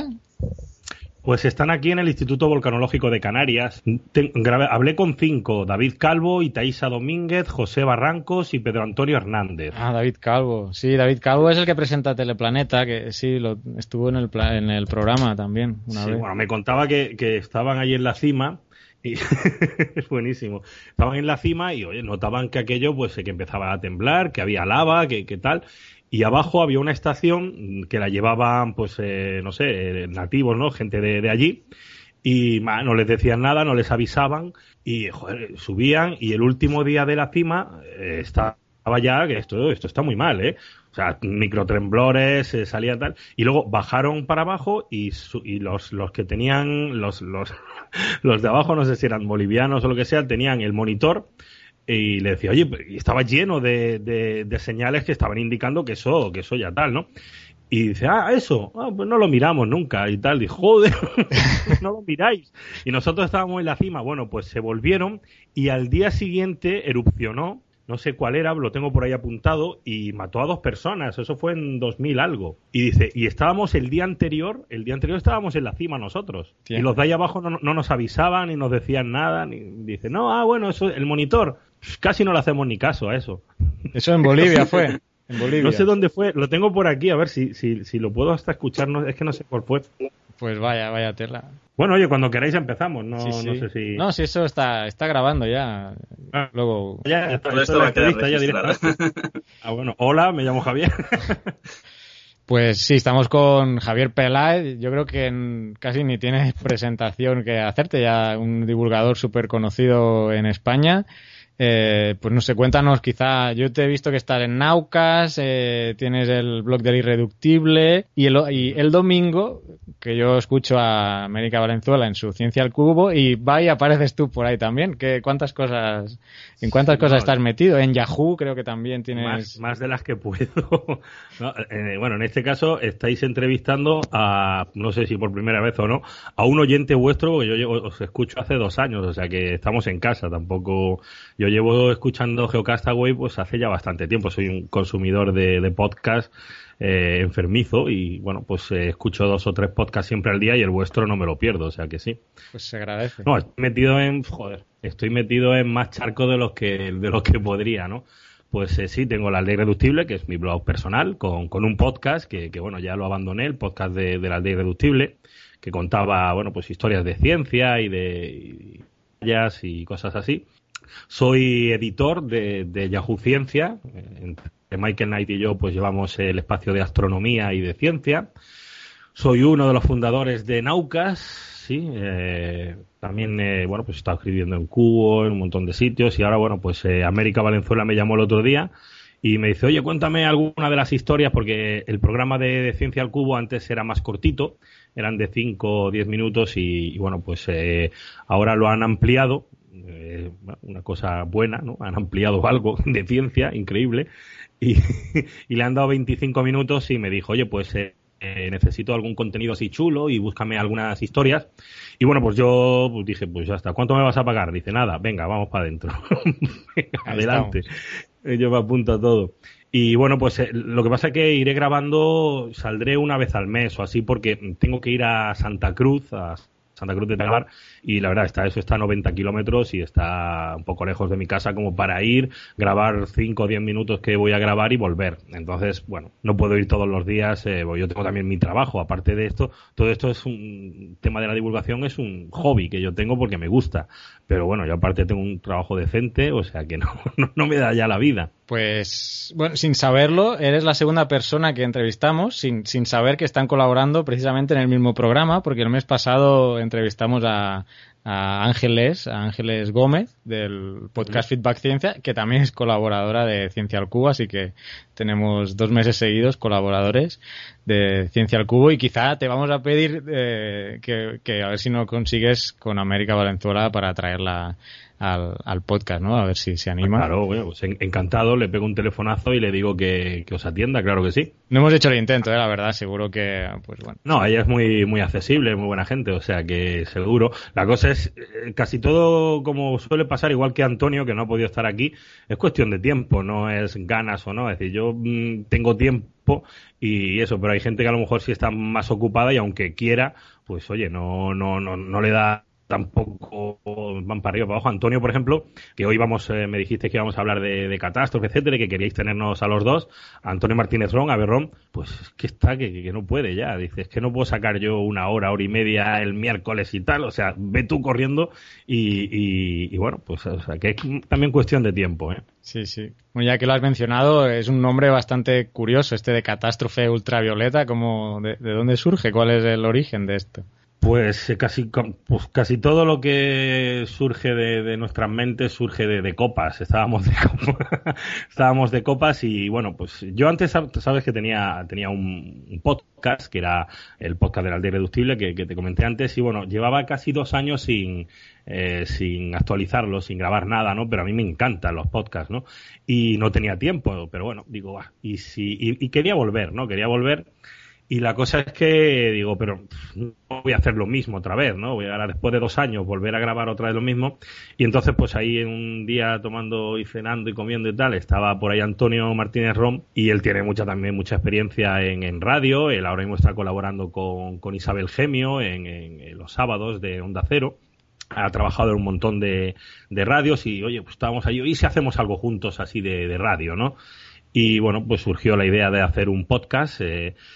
Pues están aquí en el Instituto Volcanológico de Canarias. Hablé con 5: David Calvo, Itaísa Domínguez, José Barrancos y Pedro Antonio Hernández. David Calvo. Sí, David Calvo es el que presenta Teleplaneta, que sí, estuvo en el programa también una vez. Bueno, me contaba que estaban allí en la cima y es buenísimo. Estaban en la cima y, oye, notaban que aquello, pues, que empezaba a temblar, que había lava, que tal... Y abajo había una estación que la llevaban, pues, no sé, nativos, ¿no? Gente de allí. Y no les decían nada, no les avisaban. Y, joder, subían. Y el último día de la cima estaba ya que esto está muy mal, ¿eh? O sea, microtemblores, salían tal. Y luego bajaron para abajo y los que tenían, los de abajo, no sé si eran bolivianos o lo que sea, tenían el monitor. Y le decía, oye, y estaba lleno de señales que estaban indicando que eso ya tal, ¿no? Y dice, eso, pues no lo miramos nunca y tal. Y joder, no lo miráis. Y nosotros estábamos en la cima. Bueno, pues se volvieron y al día siguiente erupcionó, no sé cuál era, lo tengo por ahí apuntado, y mató a 2 personas. Eso fue en 2000 algo. Y dice, y estábamos el día anterior estábamos en la cima nosotros. ¿Qué? Y los de ahí abajo no nos avisaban ni nos decían nada. Dice, no, bueno, eso, el monitor, casi no le hacemos ni caso a eso. Eso en Bolivia fue. En Bolivia. No sé dónde fue, lo tengo por aquí, a ver si lo puedo hasta escuchar, es que no sé cuál fue. Pues vaya tela. Bueno, oye, cuando queráis empezamos, no sí. sé si... No, si eso está grabando ya. Luego... Ya está, Todo esto va a quedar registrado. Bueno, hola, me llamo Javier. Pues sí, estamos con Javier Peláez. Yo creo que casi ni tienes presentación que hacerte, ya un divulgador súper conocido en España. Pues no sé, cuéntanos, quizá, yo te he visto que estás en Naucas, tienes el blog del Irreductible y el domingo, que yo escucho a América Valenzuela en su Ciencia al Cubo, y va y apareces tú por ahí también. ¿En cuántas cosas estás metido? En Yahoo creo que también tienes... Más de las que puedo. No, bueno, en este caso estáis entrevistando a, no sé si por primera vez o no, a un oyente vuestro, que yo os escucho hace 2 años, o sea que estamos en casa, tampoco... Yo llevo escuchando Geocastaway pues hace ya bastante tiempo, soy un consumidor de podcast enfermizo y bueno, pues escucho 2 o 3 podcasts siempre al día y el vuestro no me lo pierdo, o sea que sí. Pues se agradece. No, estoy metido en más charcos de los que podría, ¿no? Pues sí, tengo La Aldea Irreductible, que es mi blog personal, con un podcast que bueno, ya lo abandoné, el podcast de La Aldea Irreductible, que contaba, bueno, pues historias de ciencia y cosas así. Soy editor de Yahoo Ciencia. Entre Michael Knight y yo pues llevamos el espacio de astronomía y de ciencia. Soy uno de los fundadores de Naucas, sí. También, bueno, pues he estado escribiendo en Cubo, en un montón de sitios. Y ahora, bueno, pues América Valenzuela me llamó el otro día y me dice, oye, cuéntame alguna de las historias, porque el programa de Ciencia al Cubo antes era más cortito, eran de 5 o 10 minutos y bueno, pues ahora lo han ampliado. Una cosa buena, ¿no? Han ampliado algo de ciencia, increíble, y le han dado 25 minutos y me dijo, oye, pues necesito algún contenido así chulo y búscame algunas historias. Y bueno, pues yo dije, pues ya está, ¿cuánto me vas a pagar? Dice, nada, venga, vamos para adentro. Venga, adelante. Yo me apunto a todo. Y bueno, pues lo que pasa es que iré grabando, saldré una vez al mes o así, porque tengo que ir a Santa Cruz de Talar, y la verdad eso está a 90 kilómetros y está un poco lejos de mi casa como para ir, grabar 5 o 10 minutos que voy a grabar y volver. Entonces, bueno, no puedo ir todos los días, yo tengo también mi trabajo. Aparte de esto, todo esto es un tema de la divulgación, es un hobby que yo tengo porque me gusta. Pero bueno, yo aparte tengo un trabajo decente, o sea que no me da ya la vida. Pues, bueno, sin saberlo, eres la segunda persona que entrevistamos, sin saber que están colaborando precisamente en el mismo programa, porque el mes pasado entrevistamos a Ángeles Gómez, del podcast Feedback Ciencia, que también es colaboradora de Ciencia al Cubo, así que tenemos 2 meses seguidos colaboradores de Ciencia al Cubo, y quizá te vamos a pedir que a ver si no consigues con América Valenzuela para traerla al podcast, ¿no? A ver si se anima. Claro, bueno, pues encantado, le pego un telefonazo y le digo que os atienda, claro que sí. No hemos hecho el intento, la verdad, seguro que, pues bueno. No, ella es muy, muy accesible, muy buena gente, o sea que seguro. La cosa es, casi todo como suele pasar, igual que Antonio, que no ha podido estar aquí, es cuestión de tiempo, no es ganas o no. Es decir, yo tengo tiempo y eso, pero hay gente que a lo mejor sí está más ocupada y aunque quiera, pues oye, no le da tampoco, van para arriba para abajo. Antonio, por ejemplo, que hoy me dijiste que íbamos a hablar de catástrofe, etcétera, y que queríais tenernos a los dos. Antonio Martínez Ron, a ver, Ron, pues es que está, que no puede ya. Dice, es que no puedo sacar yo 1 hora, hora y media el miércoles y tal. O sea, ve tú corriendo y bueno, pues o sea, que es también cuestión de tiempo, ¿eh? Sí, sí. Bueno, ya que lo has mencionado, es un nombre bastante curioso, este de catástrofe ultravioleta. ¿De dónde surge? ¿Cuál es el origen de esto? Pues casi todo lo que surge de nuestras mentes surge de copas. Estábamos de copas y bueno, pues yo antes, sabes que tenía un podcast que era el podcast de La Aldea Irreductible que te comenté antes, y bueno, llevaba casi 2 años sin actualizarlo, sin grabar nada, ¿no? Pero a mí me encantan los podcasts, ¿no? Y no tenía tiempo, pero bueno, digo, y quería volver, ¿no? Y la cosa es que digo, pero no voy a hacer lo mismo otra vez, ¿no? Voy a, después de 2 años, volver a grabar otra vez lo mismo. Y entonces, pues ahí en un día tomando y cenando y comiendo y tal, estaba por ahí Antonio Martínez Rom, y él tiene mucha experiencia en radio. Él ahora mismo está colaborando con Isabel Gemio en los sábados de Onda Cero. Ha trabajado en un montón de radios y, oye, pues estábamos ahí, ¿y si hacemos algo juntos así de radio, no? Y bueno, pues surgió la idea de hacer un podcast.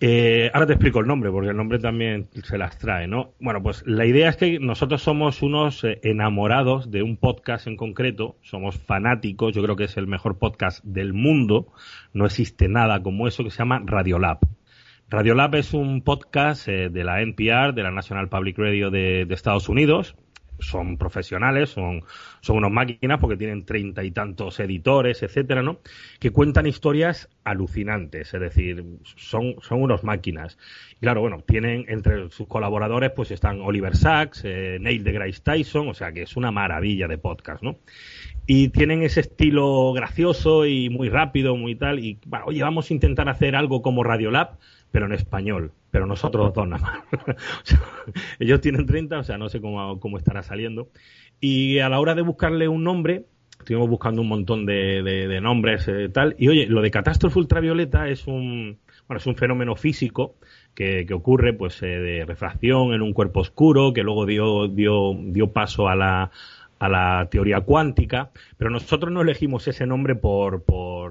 Ahora te explico el nombre, porque el nombre también se las trae, ¿no? Bueno, pues la idea es que nosotros somos unos enamorados de un podcast en concreto, somos fanáticos, yo creo que es el mejor podcast del mundo, no existe nada como eso, que se llama Radiolab. Radiolab es un podcast de la NPR, de la National Public Radio de Estados Unidos. Son profesionales, son unos máquinas porque tienen 30 y tantos editores, etcétera, ¿no? Que cuentan historias alucinantes, es decir, son unos máquinas. Y claro, bueno, tienen entre sus colaboradores pues están Oliver Sacks, Neil deGrasse Tyson, o sea que es una maravilla de podcast, ¿no? Y tienen ese estilo gracioso y muy rápido, muy tal, y bueno, oye, vamos a intentar hacer algo como Radiolab, pero en español, pero nosotros dos nada más. O sea, ellos tienen 30, o sea, no sé cómo estará saliendo. Y a la hora de buscarle un nombre, estuvimos buscando un montón de nombres tal, y oye, lo de catástrofe ultravioleta es un fenómeno físico que ocurre pues de refracción en un cuerpo oscuro, que luego dio paso a la teoría cuántica, pero nosotros no elegimos ese nombre por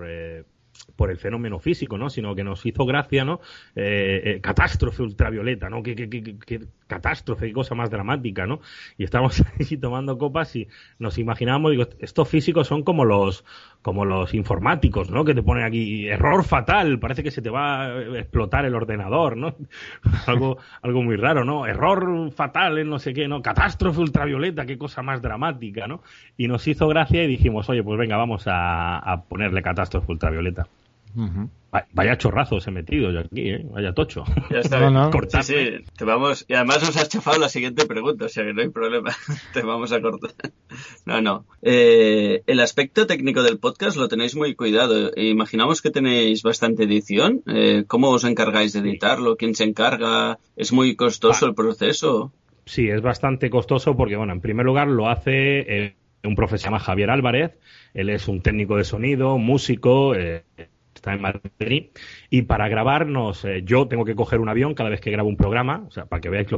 el fenómeno físico, ¿no? Sino que nos hizo gracia, ¿no? Catástrofe ultravioleta, ¿no? ¿Qué catástrofe, qué cosa más dramática, ¿no? Y estábamos ahí tomando copas y nos imaginábamos, digo, estos físicos son como los informáticos, ¿no? Que te ponen aquí error fatal, parece que se te va a explotar el ordenador, ¿no? algo muy raro, ¿no? Error fatal en no sé qué, ¿no? Catástrofe ultravioleta, qué cosa más dramática, ¿no? Y nos hizo gracia y dijimos, oye, pues venga, vamos a ponerle catástrofe ultravioleta. Uh-huh. Vaya chorrazo os he metido yo aquí, vaya tocho. Ya está, no. Sí, sí, te vamos. Y además nos has chafado la siguiente pregunta, o sea que no hay problema, te vamos a cortar. No. El aspecto técnico del podcast lo tenéis muy cuidado. Imaginamos que tenéis bastante edición. ¿Cómo os encargáis de editarlo? ¿Quién se encarga? ¿Es muy costoso el proceso? Sí, es bastante costoso porque, bueno, en primer lugar lo hace un profe que se llama Javier Álvarez. Él es un técnico de sonido, músico. Está en Madrid, y para grabarnos yo tengo que coger un avión cada vez que grabo un programa, o sea, para que veáis lo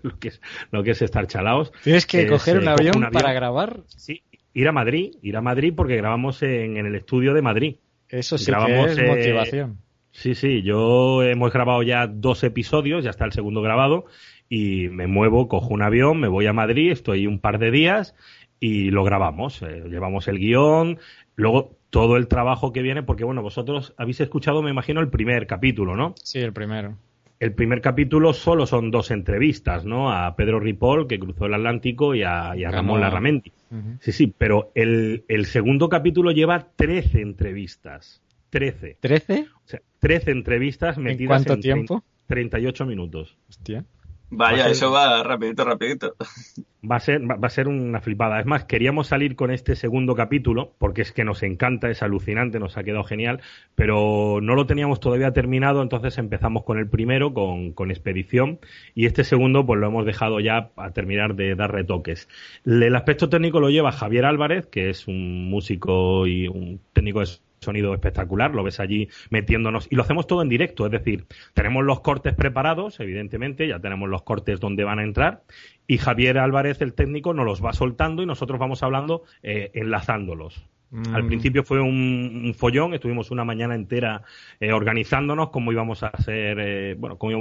que es estar chalaos. ¿Tienes que coger un avión para grabar? Sí, ir a Madrid porque grabamos en el estudio de Madrid. Eso sí que es motivación. Sí, hemos grabado ya 2 episodios, ya está el segundo grabado, y me muevo, cojo un avión, me voy a Madrid, estoy un par de días y lo grabamos, llevamos el guión, luego todo el trabajo que viene, porque bueno, vosotros habéis escuchado, me imagino, el primer capítulo, ¿no? Sí, el primero. El primer capítulo solo son 2 entrevistas, ¿no? A Pedro Ripoll, que cruzó el Atlántico, y a Ramón Larramendi. Uh-huh. Sí, pero el segundo capítulo lleva 13 entrevistas. 13. ¿13? O sea, 13 entrevistas metidas ¿En cuánto tiempo? 38 minutos. Hostia. Vaya, eso va rapidito. Va a ser una flipada. Es más, queríamos salir con este segundo capítulo, porque es que nos encanta, es alucinante, nos ha quedado genial, pero no lo teníamos todavía terminado, entonces empezamos con el primero, con Expedición, y este segundo pues lo hemos dejado ya a terminar de dar retoques. El aspecto técnico lo lleva Javier Álvarez, que es un músico y un técnico de sonido espectacular, lo ves allí metiéndonos, y lo hacemos todo en directo, es decir, tenemos los cortes preparados, evidentemente, ya tenemos los cortes donde van a entrar, y Javier Álvarez, el técnico, nos los va soltando y nosotros vamos hablando enlazándolos. Al principio fue un follón, estuvimos una mañana entera organizándonos cómo íbamos a hacer,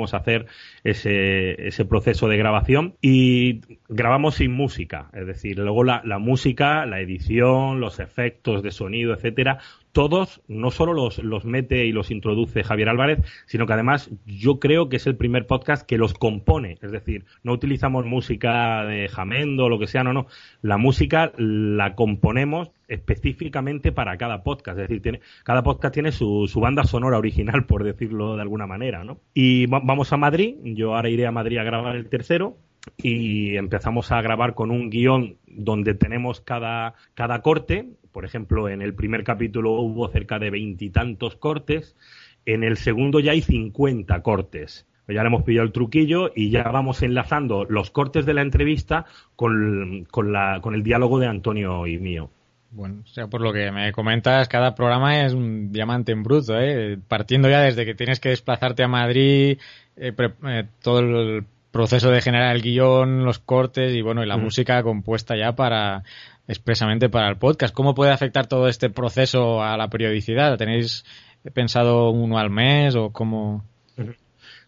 ese proceso de grabación, y grabamos sin música, es decir, luego la música, la edición, los efectos de sonido, etcétera, todos, no solo los mete y los introduce Javier Álvarez, sino que además yo creo que es el primer podcast que los compone, es decir, no utilizamos música de Jamendo o lo que sea, no, la música la componemos específicamente para cada podcast, es decir, cada podcast tiene su banda sonora original, por decirlo de alguna manera, ¿no? Y vamos a Madrid, yo ahora iré a Madrid a grabar el tercero, y empezamos a grabar con un guión donde tenemos cada corte. Por ejemplo, en el primer capítulo hubo cerca de 20 y tantos cortes, en el segundo ya hay 50 cortes. Ya le hemos pillado el truquillo y ya vamos enlazando los cortes de la entrevista con el diálogo de Antonio y mío. Bueno, o sea, por lo que me comentas, cada programa es un diamante en bruto, partiendo ya desde que tienes que desplazarte a Madrid, todo el proceso de generar el guión, los cortes y bueno, y la música compuesta ya expresamente para el podcast. ¿Cómo puede afectar todo este proceso a la periodicidad? ¿Tenéis pensado uno al mes o cómo?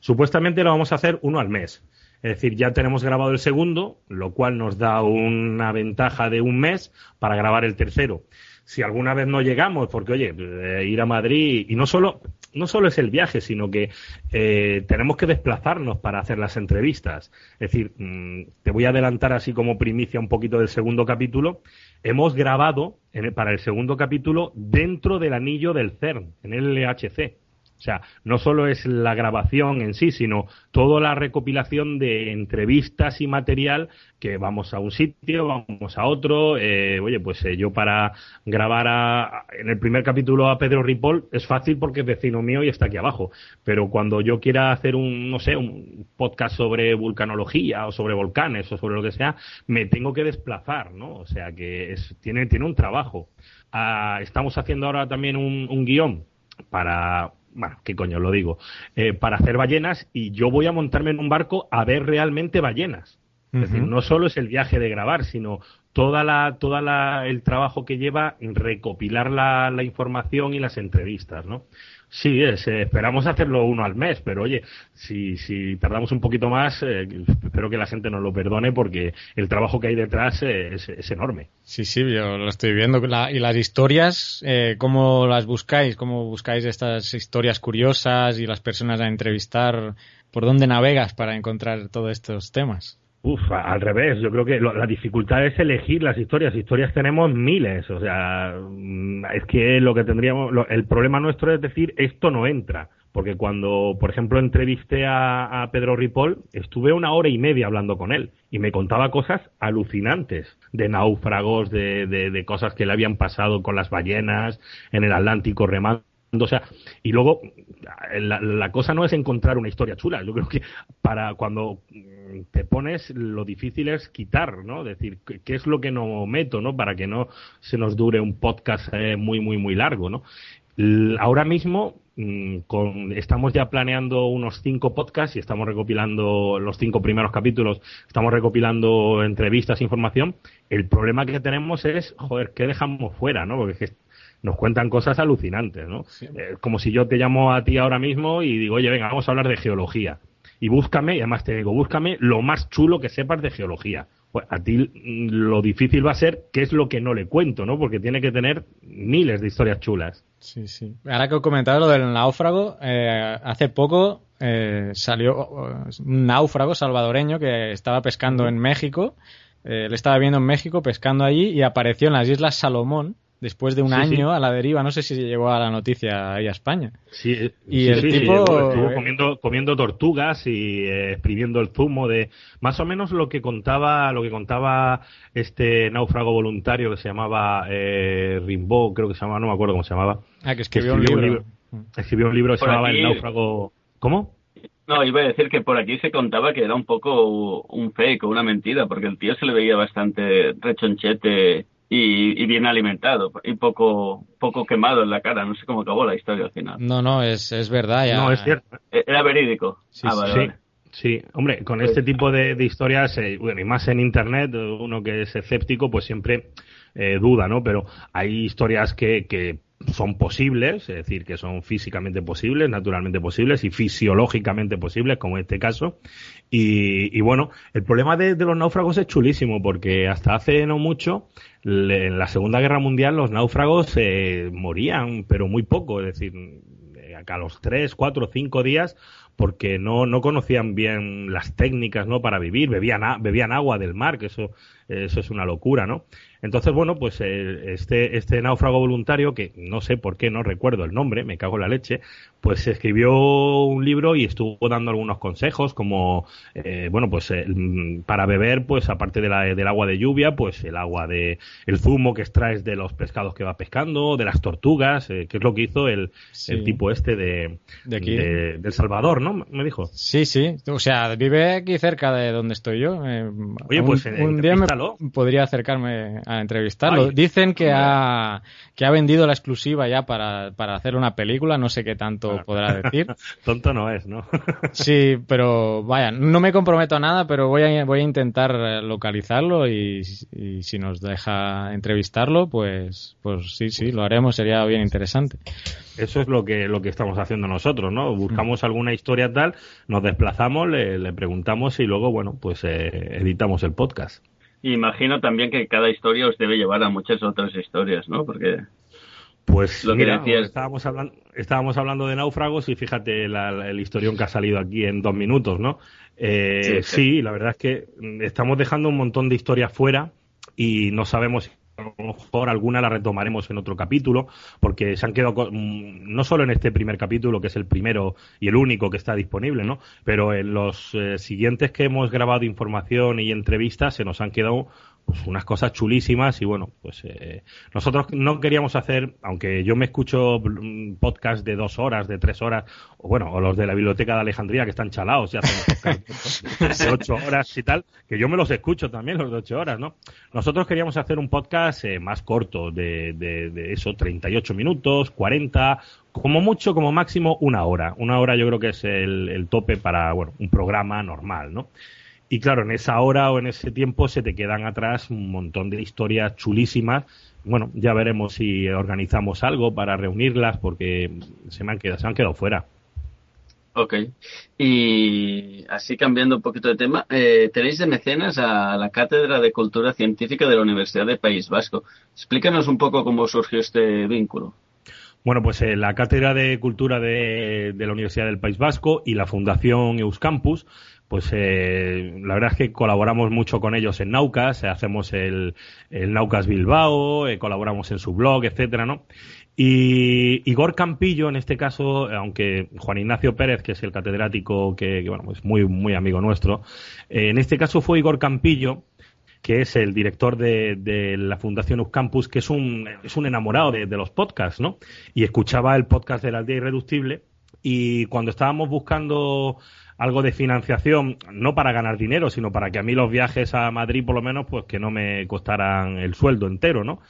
Supuestamente lo vamos a hacer uno al mes. Es decir, ya tenemos grabado el segundo, lo cual nos da una ventaja de un mes para grabar el tercero. Si alguna vez no llegamos, porque oye, ir a Madrid, y no solo es el viaje, sino que tenemos que desplazarnos para hacer las entrevistas. Es decir, te voy a adelantar así como primicia un poquito del segundo capítulo. Hemos grabado para el segundo capítulo dentro del anillo del CERN, en el LHC. O sea, no solo es la grabación en sí, sino toda la recopilación de entrevistas y material que vamos a un sitio, vamos a otro. Yo para grabar en el primer capítulo a Pedro Ripoll es fácil porque es vecino mío y está aquí abajo. Pero cuando yo quiera hacer un podcast sobre vulcanología o sobre volcanes o sobre lo que sea, me tengo que desplazar, ¿no? O sea, que tiene un trabajo. Estamos haciendo ahora también un guión para... Bueno, ¿qué coño lo digo? Para hacer ballenas, y yo voy a montarme en un barco a ver realmente ballenas. Es decir, no solo es el viaje de grabar, sino el trabajo que lleva en recopilar la información y las entrevistas, ¿no? Sí, esperamos hacerlo uno al mes, pero oye, si tardamos un poquito más, espero que la gente nos lo perdone porque el trabajo que hay detrás es enorme. Sí, yo lo estoy viendo. Y las historias, ¿cómo las buscáis? ¿Cómo buscáis estas historias curiosas y las personas a entrevistar? ¿Por dónde navegas para encontrar todos estos temas? Al revés, yo creo que la dificultad es elegir las historias. Historias tenemos miles, o sea, es que el problema nuestro es decir, esto no entra. Porque cuando, por ejemplo, entrevisté a Pedro Ripoll, estuve 1 hora y media hablando con él y me contaba cosas alucinantes de náufragos, de cosas que le habían pasado con las ballenas en el Atlántico remando. O sea, y luego la cosa no es encontrar una historia chula. Yo creo que para cuando te pones, lo difícil es quitar, ¿no? Decir, ¿qué es lo que no meto, ¿no? Para que no se nos dure un podcast muy, muy, muy largo, ¿no? Ahora mismo estamos ya planeando unos 5 podcasts y estamos recopilando los 5 primeros capítulos, estamos recopilando entrevistas, información. El problema que tenemos es, ¿qué dejamos fuera, no? Porque es que nos cuentan cosas alucinantes, ¿no? Sí. Como si yo te llamo a ti ahora mismo y digo, oye, venga, vamos a hablar de geología. Y búscame, y además te digo, búscame lo más chulo que sepas de geología. Pues a ti lo difícil va a ser qué es lo que no le cuento, ¿no? Porque tiene que tener miles de historias chulas. Sí. Ahora que he comentado lo del náufrago, hace poco salió un náufrago salvadoreño que estaba pescando en México. Le estaba viendo en México pescando allí y apareció en las Islas Salomón después de un año a la deriva. No sé si llegó a la noticia ahí a España. Y el tipo estuvo comiendo tortugas y exprimiendo el zumo de más o menos lo que contaba este náufrago voluntario que se llamaba Rimbaud, creo que se llamaba, no me acuerdo cómo se llamaba. Que escribió un libro. Escribió un libro que se llamaba El náufrago. ¿Cómo? No, iba a decir que por aquí se contaba que era un poco un fake o una mentira, porque el tío se le veía bastante rechonchete y bien alimentado y poco quemado en la cara. No sé cómo acabó la historia al final. No, es verdad. Ya. No, es cierto. Era verídico. Vale. Sí, hombre, con este tipo de historias, y más en Internet, uno que es escéptico, pues siempre duda, ¿no? Pero hay historias que son posibles, es decir, que son físicamente posibles, naturalmente posibles y fisiológicamente posibles, como en este caso. Y bueno, el problema de los náufragos es chulísimo, porque hasta hace no mucho, en la Segunda Guerra Mundial, los náufragos morían, pero muy poco, es decir, a los 3, 4, 5 días, porque no conocían bien las técnicas, ¿no? Para vivir, bebían agua del mar, que eso es una locura, ¿no? Entonces, bueno, pues este náufrago voluntario, que no sé por qué, no recuerdo el nombre, me cago en la leche, pues escribió un libro y estuvo dando algunos consejos, como, para beber, pues aparte del agua de lluvia, pues el zumo que extraes de los pescados que va pescando, de las tortugas, que es lo que hizo el tipo de aquí, de El Salvador, ¿no? Me dijo. Sí, o sea, vive aquí cerca de donde estoy yo. Oye, pues un día me podría acercarme a entrevistarlo. Ay, Dicen que ha vendido la exclusiva ya para hacer una película, no sé qué tanto podrá decir. Tonto no es, ¿no? Sí, pero vaya, no me comprometo a nada, pero voy a intentar localizarlo y si nos deja entrevistarlo, pues sí, lo haremos, sería bien interesante. Eso es lo que estamos haciendo nosotros, ¿no? Buscamos alguna historia tal, nos desplazamos, le preguntamos y luego, bueno, pues editamos el podcast. Imagino también que cada historia os debe llevar a muchas otras historias, ¿no? Porque pues lo que mira, decías... estábamos hablando de náufragos y fíjate el historión que ha salido aquí en 2 minutos, ¿no? Sí, la verdad es que estamos dejando un montón de historias fuera y no sabemos, a lo mejor alguna la retomaremos en otro capítulo, porque se han quedado no solo en este primer capítulo, que es el primero y el único que está disponible, ¿no? Pero en los siguientes que hemos grabado información y entrevistas se nos han quedado pues unas cosas chulísimas y bueno, pues nosotros no queríamos hacer, aunque yo me escucho podcast de 2 horas, de 3 horas, o los de la Biblioteca de Alejandría que están chalados y hacen podcast de 8 horas y tal, que yo me los escucho también los de 8 horas, ¿no? Nosotros queríamos hacer un podcast más corto, de eso, 38 minutos, 40, como mucho, como máximo, 1 hora. 1 hora yo creo que es el tope para, bueno, un programa normal, ¿no? Y claro, en esa hora o en ese tiempo se te quedan atrás un montón de historias chulísimas. Bueno, ya veremos si organizamos algo para reunirlas porque se han quedado fuera. Ok. Y así cambiando un poquito de tema, tenéis de mecenas a la Cátedra de Cultura Científica de la Universidad del País Vasco. Explícanos un poco cómo surgió este vínculo. Bueno, pues la Cátedra de Cultura de la Universidad del País Vasco y la Fundación Euskampus, pues la verdad es que colaboramos mucho con ellos en Naucas, hacemos el Naucas Bilbao, colaboramos en su blog, etcétera, ¿no? Y Igor Campillo, en este caso, aunque Juan Ignacio Pérez, que es el catedrático que bueno, es muy, muy amigo nuestro, en este caso fue Igor Campillo, que es el director de la Fundación Euskampus, que es un enamorado de los podcasts, ¿no? Y escuchaba el podcast de La Aldea Irreductible y cuando estábamos buscando algo de financiación, no para ganar dinero, sino para que a mí los viajes a Madrid, por lo menos, pues que no me costaran el sueldo entero, ¿no?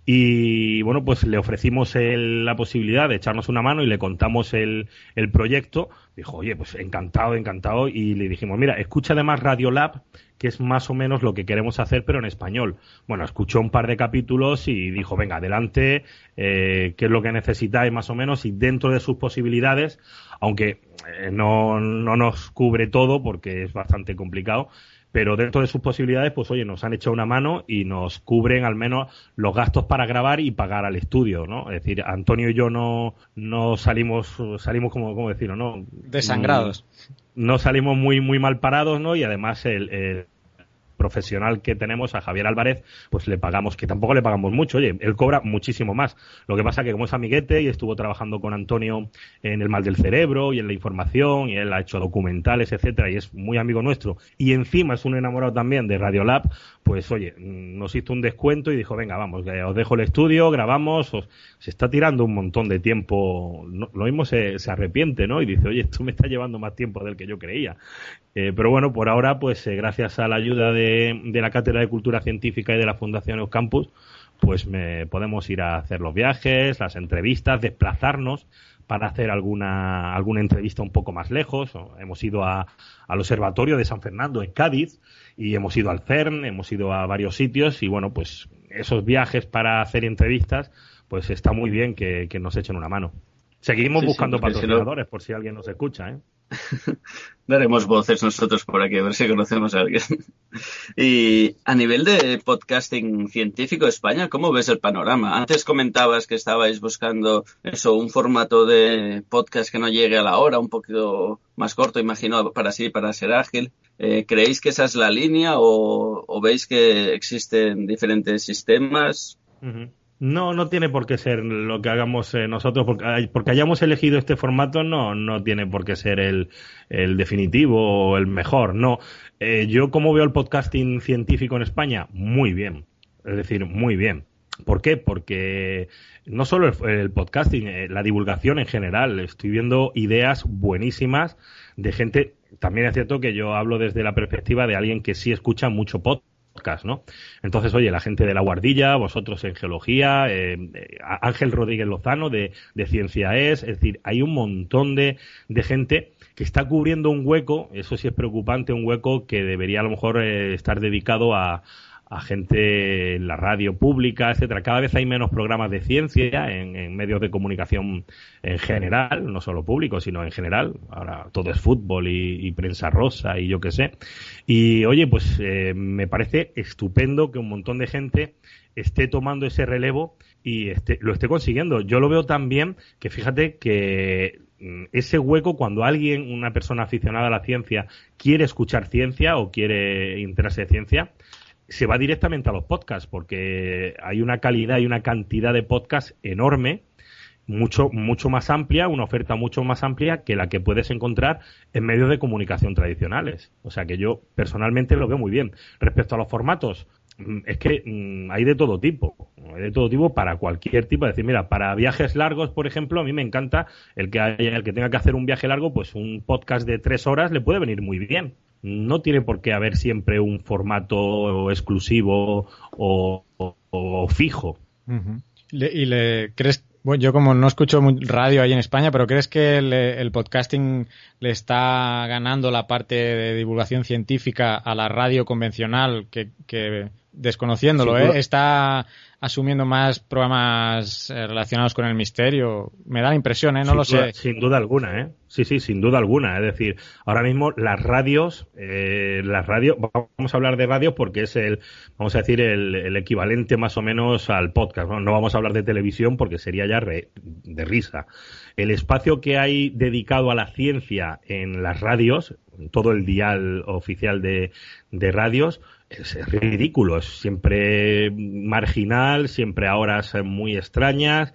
Y bueno, pues le ofrecimos la posibilidad de echarnos una mano y le contamos el proyecto. Dijo, oye, pues encantado, y le dijimos, mira, escucha además Radiolab, que es más o menos lo que queremos hacer, pero en español. Bueno, escuchó un par de capítulos y dijo, venga, adelante, qué es lo que necesitáis más o menos, y dentro de sus posibilidades, aunque no nos cubre todo porque es bastante complicado, pero dentro de sus posibilidades, pues oye, nos han echado una mano y nos cubren al menos los gastos para grabar y pagar al estudio, ¿no? Es decir, Antonio y yo no salimos ¿cómo decirlo, no? Desangrados. No salimos muy, muy mal parados, ¿no? Y además el profesional que tenemos, a Javier Álvarez, pues le pagamos, que tampoco le pagamos mucho, oye, él cobra muchísimo más. Lo que pasa que como es amiguete y estuvo trabajando con Antonio en El Mal del Cerebro y en la información, y él ha hecho documentales, etcétera, y es muy amigo nuestro, y encima es un enamorado también de Radiolab, pues oye, nos hizo un descuento y dijo, venga, vamos, os dejo el estudio, grabamos, se está tirando un montón de tiempo, lo mismo se arrepiente, ¿no? Y dice, oye, esto me está llevando más tiempo del que yo creía. Pero bueno, por ahora, pues gracias a la ayuda de la Cátedra de Cultura Científica y de la Fundación Euskampus, pues podemos ir a hacer los viajes, las entrevistas, desplazarnos para hacer alguna entrevista un poco más lejos. Hemos ido al Observatorio de San Fernando en Cádiz y hemos ido al CERN, hemos ido a varios sitios y bueno, pues esos viajes para hacer entrevistas, pues está muy bien que nos echen una mano. Seguimos buscando patrocinadores, por si alguien nos escucha, ¿eh? Daremos voces nosotros por aquí, a ver si conocemos a alguien. Y a nivel de podcasting científico de España, ¿cómo ves el panorama? Antes comentabas que estabais buscando un formato de podcast que no llegue a la hora, un poquito más corto, imagino, para ser ágil. ¿Creéis que esa es la línea o veis que existen diferentes sistemas? Uh-huh. No tiene por qué ser lo que hagamos nosotros, porque hayamos elegido este formato, no tiene por qué ser el definitivo o el mejor, no. Yo, ¿cómo veo el podcasting científico en España? Muy bien, es decir, muy bien. ¿Por qué? Porque no solo el podcasting, la divulgación en general, estoy viendo ideas buenísimas de gente. También es cierto que yo hablo desde la perspectiva de alguien que sí escucha mucho podcast, podcast, ¿no? Entonces, oye, la gente de La Guardilla, vosotros en Geología, Ángel Rodríguez Lozano de Ciencia es decir, hay un montón de gente que está cubriendo un hueco, eso sí es preocupante, un hueco que debería a lo mejor estar dedicado a gente en la radio pública, etcétera. Cada vez hay menos programas de ciencia en medios de comunicación en general, no solo públicos, sino en general. Ahora todo es fútbol y prensa rosa y yo qué sé. Y oye, pues me parece estupendo que un montón de gente esté tomando ese relevo y lo esté consiguiendo. Yo lo veo también que fíjate que ese hueco, cuando alguien, una persona aficionada a la ciencia, quiere escuchar ciencia o quiere enterarse de ciencia, se va directamente a los podcasts, porque hay una calidad y una cantidad de podcasts enorme, mucho más amplia, una oferta mucho más amplia que la que puedes encontrar en medios de comunicación tradicionales. O sea que yo personalmente lo veo muy bien. Respecto a los formatos, es que hay de todo tipo para cualquier tipo. Es decir, mira, para viajes largos, por ejemplo, a mí me encanta el que tenga que hacer un viaje largo, pues un podcast de 3 horas le puede venir muy bien. No tiene por qué haber siempre un formato exclusivo o fijo. Uh-huh. ¿Crees? Bueno, yo como no escucho radio ahí en España, pero ¿crees que el podcasting le está ganando la parte de divulgación científica a la radio convencional que desconociéndolo, está asumiendo más programas relacionados con el misterio? Me da la impresión, no lo sé. Sin duda alguna, Sí, sin duda alguna. Es decir, ahora mismo las radios, vamos a hablar de radio porque es vamos a decir, el equivalente más o menos al podcast, ¿no? No vamos a hablar de televisión porque sería ya de risa. El espacio que hay dedicado a la ciencia en las radios, todo el dial oficial de radios, es ridículo, es siempre marginal, siempre a horas muy extrañas,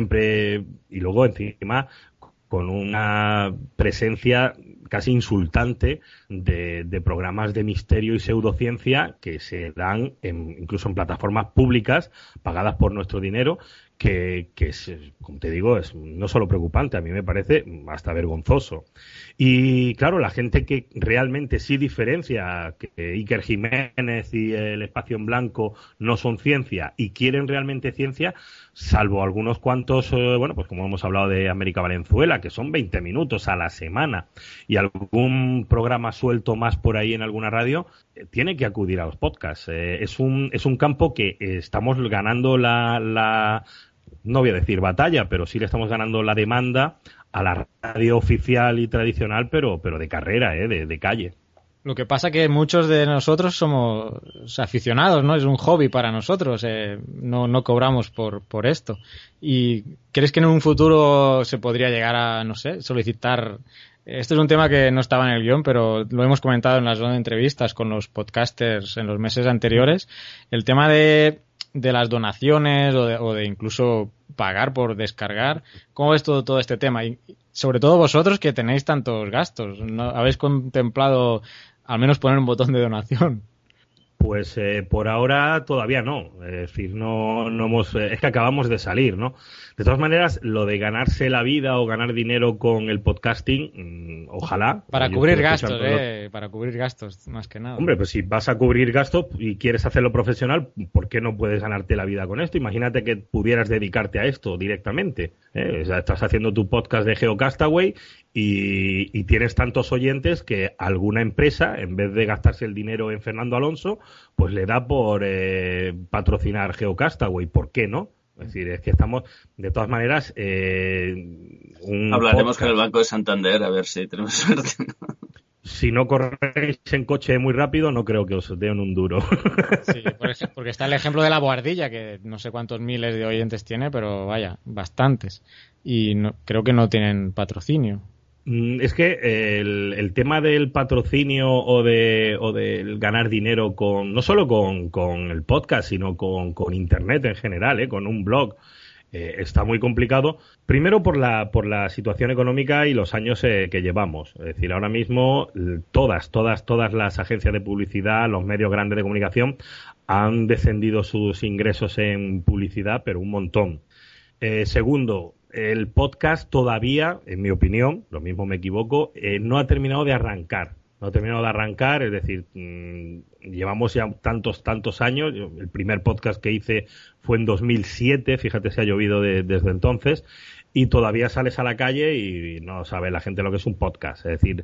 y luego encima con una presencia casi insultante de programas de misterio y pseudociencia que se dan incluso en plataformas públicas pagadas por nuestro dinero, que es, como te digo, es no solo preocupante, a mí me parece hasta vergonzoso. Y claro, la gente que realmente sí diferencia que Iker Jiménez y el Espacio en Blanco no son ciencia y quieren realmente ciencia, salvo algunos cuantos, pues como hemos hablado de América Valenzuela, que son 20 minutos a la semana, y algún programa suelto más por ahí en alguna radio, tiene que acudir a los podcasts. Es un campo que estamos ganando no voy a decir batalla, pero sí le estamos ganando la demanda a la radio oficial y tradicional, pero de carrera, de calle. Lo que pasa que muchos de nosotros somos aficionados, ¿no? Es un hobby para nosotros, no cobramos por esto. ¿Y crees que en un futuro se podría llegar a, no sé, solicitar? Esto es un tema que no estaba en el guión, pero lo hemos comentado en las entrevistas con los podcasters en los meses anteriores. El tema de las donaciones o de incluso pagar por descargar. ¿Cómo ves todo este tema? Y sobre todo vosotros que tenéis tantos gastos, ¿no? ¿Habéis contemplado al menos poner un botón de donación? Pues por ahora todavía no. Es decir, no hemos, es que acabamos de salir, ¿no? De todas maneras, lo de ganarse la vida o ganar dinero con el podcasting, ojalá. Para cubrir gastos, para cubrir gastos, más que nada. Hombre, pues si vas a cubrir gastos y quieres hacerlo profesional, ¿por qué no puedes ganarte la vida con esto? Imagínate que pudieras dedicarte a esto directamente. O sea, estás haciendo tu podcast de GeoCastaway y tienes tantos oyentes que alguna empresa, en vez de gastarse el dinero en Fernando Alonso, pues le da por patrocinar GeoCastaway. ¿Por qué no? Es decir, es que estamos, de todas maneras, hablaremos con el Banco de Santander a ver si tenemos suerte. Si no corréis en coche muy rápido, no creo que os den un duro. Sí, porque está el ejemplo de La Guardilla, que no sé cuántos miles de oyentes tiene, pero vaya, bastantes. Y creo que no tienen patrocinio. Es que el tema del patrocinio o del ganar dinero no solo con el podcast, sino con internet en general, con un blog, está muy complicado. Primero por la situación económica y los años que llevamos. Es decir, ahora mismo todas las agencias de publicidad, los medios grandes de comunicación han descendido sus ingresos en publicidad, pero un montón. Segundo, el podcast todavía, en mi opinión, lo mismo me equivoco, no ha terminado de arrancar. Es decir, llevamos ya tantos años. El primer podcast que hice fue en 2007, fíjate si ha llovido desde entonces, y todavía sales a la calle y no sabe la gente lo que es un podcast. Es decir,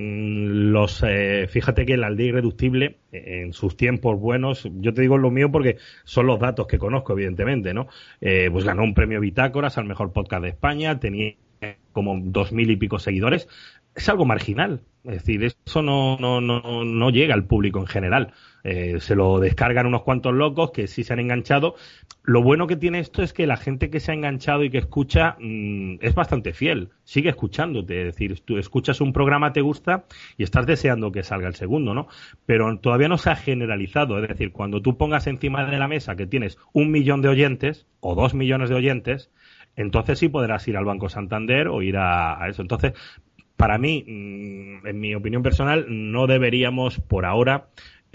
fíjate que La Aldea Irreductible, en sus tiempos buenos, yo te digo lo mío porque son los datos que conozco, evidentemente, ¿no? Pues ganó un premio Bitácoras al mejor podcast de España, tenía como 2000 y pico seguidores. Es algo marginal, es decir, eso no llega al público en general. Se lo descargan unos cuantos locos que sí se han enganchado. Lo bueno que tiene esto es que la gente que se ha enganchado y que escucha es bastante fiel, sigue escuchándote. Es decir, tú escuchas un programa, te gusta y estás deseando que salga el segundo, ¿no? Pero todavía no se ha generalizado. Es decir, cuando tú pongas encima de la mesa que tienes 1 millón de oyentes o 2 millones de oyentes, entonces sí podrás ir al Banco Santander o ir a eso. Entonces, para mí, en mi opinión personal, no deberíamos por ahora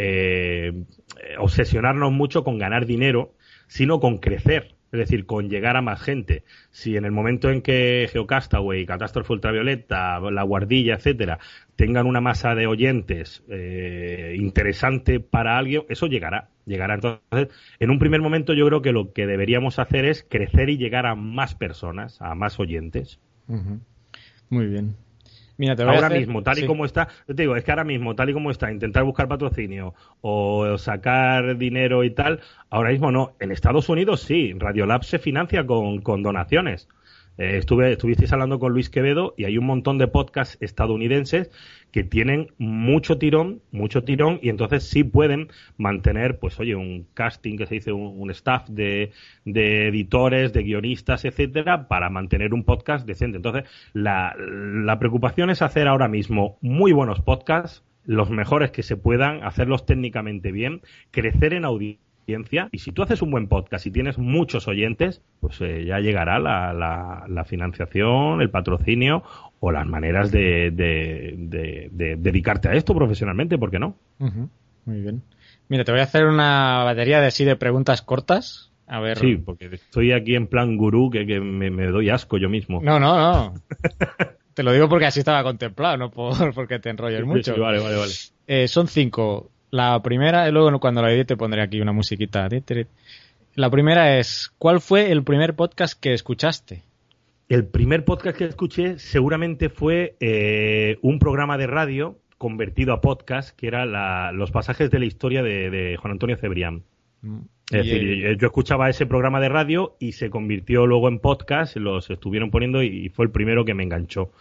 obsesionarnos mucho con ganar dinero, sino con crecer, es decir, con llegar a más gente. Si en el momento en que Geocastaway, Catástrofe Ultravioleta, La Guardilla, etcétera, tengan una masa de oyentes interesante para alguien, eso llegará. Entonces, en un primer momento yo creo que lo que deberíamos hacer es crecer y llegar a más personas, a más oyentes. Uh-huh. Muy bien. Mira, ahora mismo, tal y como está, yo te digo, es que ahora mismo, tal y como está, intentar buscar patrocinio o sacar dinero y tal, ahora mismo no. En Estados Unidos sí, Radiolab se financia con donaciones. Estuvisteis hablando con Luis Quevedo y hay un montón de podcasts estadounidenses que tienen mucho tirón y entonces sí pueden mantener, pues oye, un casting que se dice, un staff de editores, de guionistas, etcétera, para mantener un podcast decente. Entonces, la preocupación es hacer ahora mismo muy buenos podcasts, los mejores que se puedan, hacerlos técnicamente bien, crecer en audiencia. Y si tú haces un buen podcast y tienes muchos oyentes, pues ya llegará la financiación, el patrocinio o las maneras de dedicarte a esto profesionalmente, ¿por qué no? Uh-huh. Muy bien. Mira, te voy a hacer una batería de preguntas cortas. A ver. Sí, porque estoy aquí en plan gurú que me doy asco yo mismo. No. Te lo digo porque así estaba contemplado, no porque te enrolles mucho. Sí, vale. Son 5. La primera, y luego cuando la edite pondré aquí una musiquita. La primera es, ¿cuál fue el primer podcast que escuchaste? El primer podcast que escuché seguramente fue un programa de radio convertido a podcast, que era los pasajes de la historia de Juan Antonio Cebrián. Es decir, yo escuchaba ese programa de radio y se convirtió luego en podcast, los estuvieron poniendo y fue el primero que me enganchó.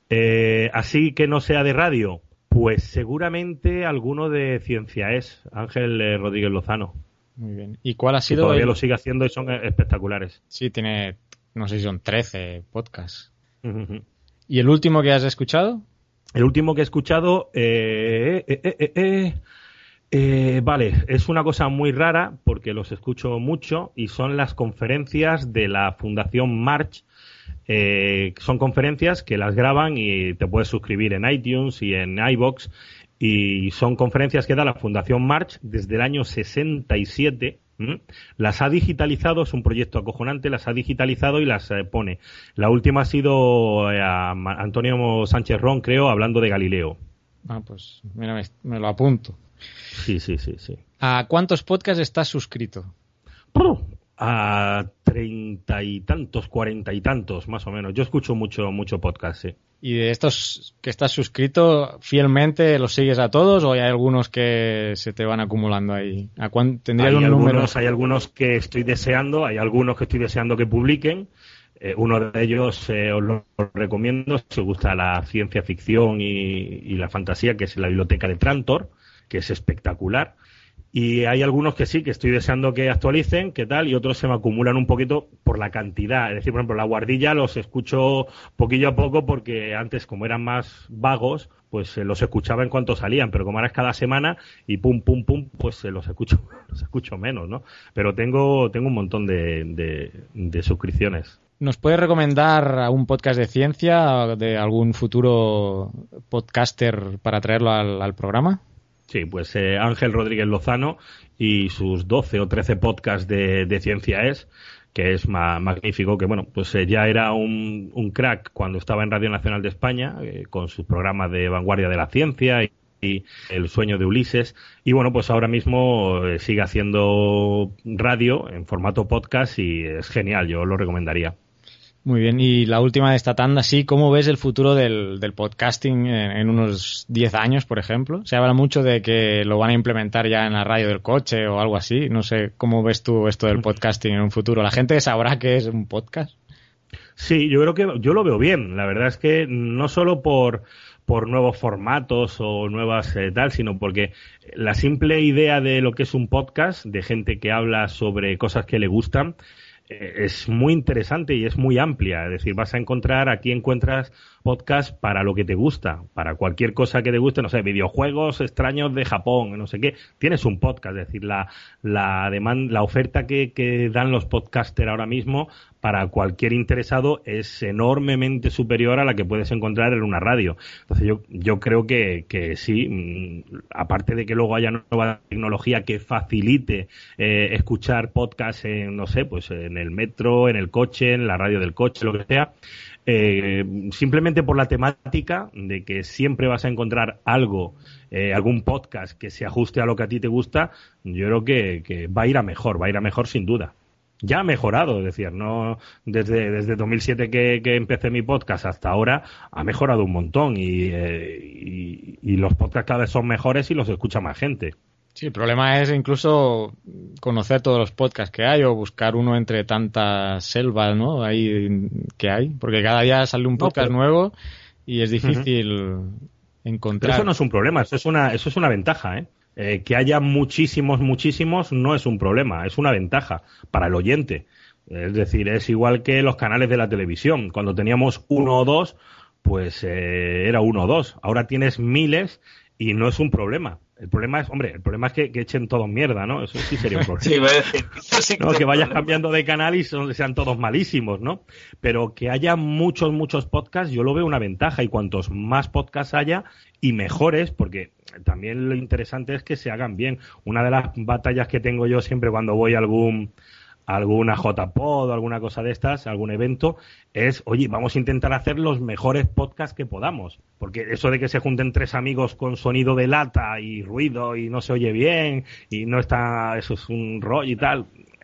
Así que no sea de radio, pues seguramente alguno de Ciencia Es, Ángel Rodríguez Lozano. Muy bien. ¿Y cuál ha sido? Todavía lo sigue haciendo y son espectaculares. Sí, tiene, no sé si son 13 podcasts. Uh-huh. ¿Y el último que has escuchado? El último que he escuchado, vale, es una cosa muy rara porque los escucho mucho y son las conferencias de la Fundación March. Son conferencias que las graban y te puedes suscribir en iTunes y en iVoox, y son conferencias que da la Fundación March desde el año 67. Las ha digitalizado, es un proyecto acojonante, las ha digitalizado y las pone. La última ha sido a Antonio Sánchez Ron, creo, hablando de Galileo. Pues mira, me lo apunto. Sí. ¿A cuántos podcasts estás suscrito? A 30 y tantos, 40 y tantos, más o menos. Yo escucho mucho podcast, sí. ¿Y de estos que estás suscrito, fielmente los sigues a todos o hay algunos que se te van acumulando ahí? ¿Tendrías un número? Hay algunos que estoy deseando, que publiquen. Uno de ellos os lo recomiendo, si os gusta la ciencia ficción y la fantasía, que es la Biblioteca de Trantor, que es espectacular. Y hay algunos que sí, que estoy deseando que actualicen, ¿qué tal? Y otros se me acumulan un poquito por la cantidad. Es decir, por ejemplo, La Guardilla los escucho poquillo a poco porque antes, como eran más vagos, pues los escuchaba en cuanto salían. Pero como ahora es cada semana y pum, pues los escucho menos, ¿no? Pero tengo un montón de suscripciones. ¿Nos puedes recomendar a un podcast de ciencia de algún futuro podcaster para traerlo al programa? Sí, pues Ángel Rodríguez Lozano y sus 12 o 13 podcasts de Ciencia Es, que es magnífico, que bueno, pues ya era un crack cuando estaba en Radio Nacional de España, con sus programas de vanguardia de la ciencia El sueño de Ulises, y bueno, pues ahora mismo sigue haciendo radio en formato podcast y es genial, yo lo recomendaría. Muy bien, y la última de esta tanda, sí, ¿cómo ves el futuro del podcasting en unos 10 años, por ejemplo? Se habla mucho de que lo van a implementar ya en la radio del coche o algo así, no sé, ¿cómo ves tú esto del podcasting en un futuro? ¿La gente sabrá qué es un podcast? Sí, yo creo que yo lo veo bien, la verdad es que no solo por nuevos formatos o nuevas tal, sino porque la simple idea de lo que es un podcast, de gente que habla sobre cosas que le gustan, es muy interesante y es muy amplia. Es decir, aquí encuentras podcast para lo que te gusta, para cualquier cosa que te guste, no sé, videojuegos extraños de Japón, no sé qué. Tienes un podcast, es decir, la oferta que dan los podcasters ahora mismo para cualquier interesado es enormemente superior a la que puedes encontrar en una radio. Entonces yo creo que sí, aparte de que luego haya nueva tecnología que facilite escuchar podcasts no sé, pues en el metro, en el coche, en la radio del coche, lo que sea, simplemente por la temática de que siempre vas a encontrar algún podcast que se ajuste a lo que a ti te gusta, yo creo que va a ir a mejor sin duda. Ya ha mejorado, es decir, no desde 2007 que empecé mi podcast hasta ahora ha mejorado un montón y los podcasts cada vez son mejores y los escucha más gente. Sí, el problema es incluso conocer todos los podcasts que hay o buscar uno entre tantas selvas, ¿no? Ahí que hay, porque cada día sale un podcast nuevo y es difícil encontrar. Pero eso no es un problema, eso es una ventaja, ¿eh? Que haya muchísimos no es un problema, es una ventaja para el oyente. Es decir, es igual que los canales de la televisión. Cuando teníamos 1 o 2, pues era 1 o 2. Ahora tienes miles y no es un problema. El problema es que echen todos mierda, ¿no? Eso sí sería un problema. Sí, voy a decir, eso sí que no, es que vayas problema. cambiando de canal y sean todos malísimos, ¿no? Pero que haya muchos podcasts, yo lo veo una ventaja. Y cuantos más podcasts haya y mejores, porque también lo interesante es que se hagan bien. Una de las batallas que tengo yo siempre cuando voy a alguna JPod o alguna cosa de estas, algún evento, es, oye, vamos a intentar hacer los mejores podcasts que podamos, porque eso de que se junten 3 amigos con sonido de lata y ruido y no se oye bien y no está, eso es un rollo y tal.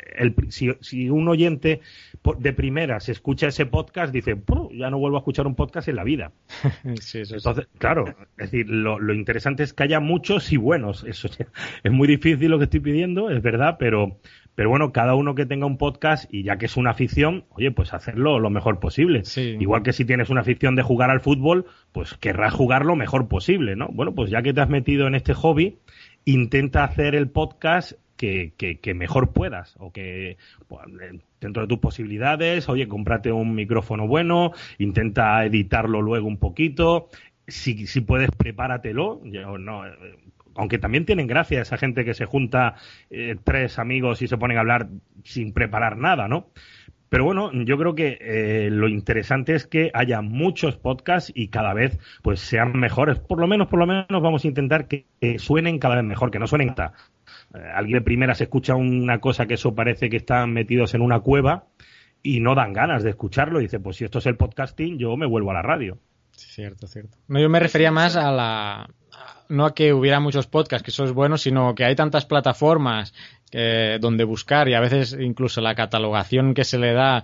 Si un oyente de primeras escucha ese podcast, dice, ya no vuelvo a escuchar un podcast en la vida. Sí, eso Entonces, claro, es decir, lo interesante es que haya muchos y buenos. Eso es muy difícil lo que estoy pidiendo, es verdad, pero bueno, cada uno que tenga un podcast y ya que es una afición, oye, pues hacerlo lo mejor posible. Sí. Igual que si tienes una afición de jugar al fútbol, pues querrás jugar lo mejor posible, ¿no? Bueno, pues ya que te has metido en este hobby, intenta hacer el podcast que mejor puedas o que pues, dentro de tus posibilidades, oye, cómprate un micrófono bueno, intenta editarlo luego un poquito, si puedes prepáratelo, aunque también tienen gracia esa gente que se junta 3 amigos y se ponen a hablar sin preparar nada, ¿no? Pero bueno, yo creo que lo interesante es que haya muchos podcasts y cada vez pues sean mejores. Por lo menos vamos a intentar que suenen cada vez mejor, que no suenen nada. Alguien de primera se escucha una cosa que eso parece que están metidos en una cueva y no dan ganas de escucharlo. Y dice, pues si esto es el podcasting, yo me vuelvo a la radio. Cierto. No, yo me refería más no a que hubiera muchos podcasts, que eso es bueno, sino que hay tantas plataformas donde buscar y a veces incluso la catalogación que se le da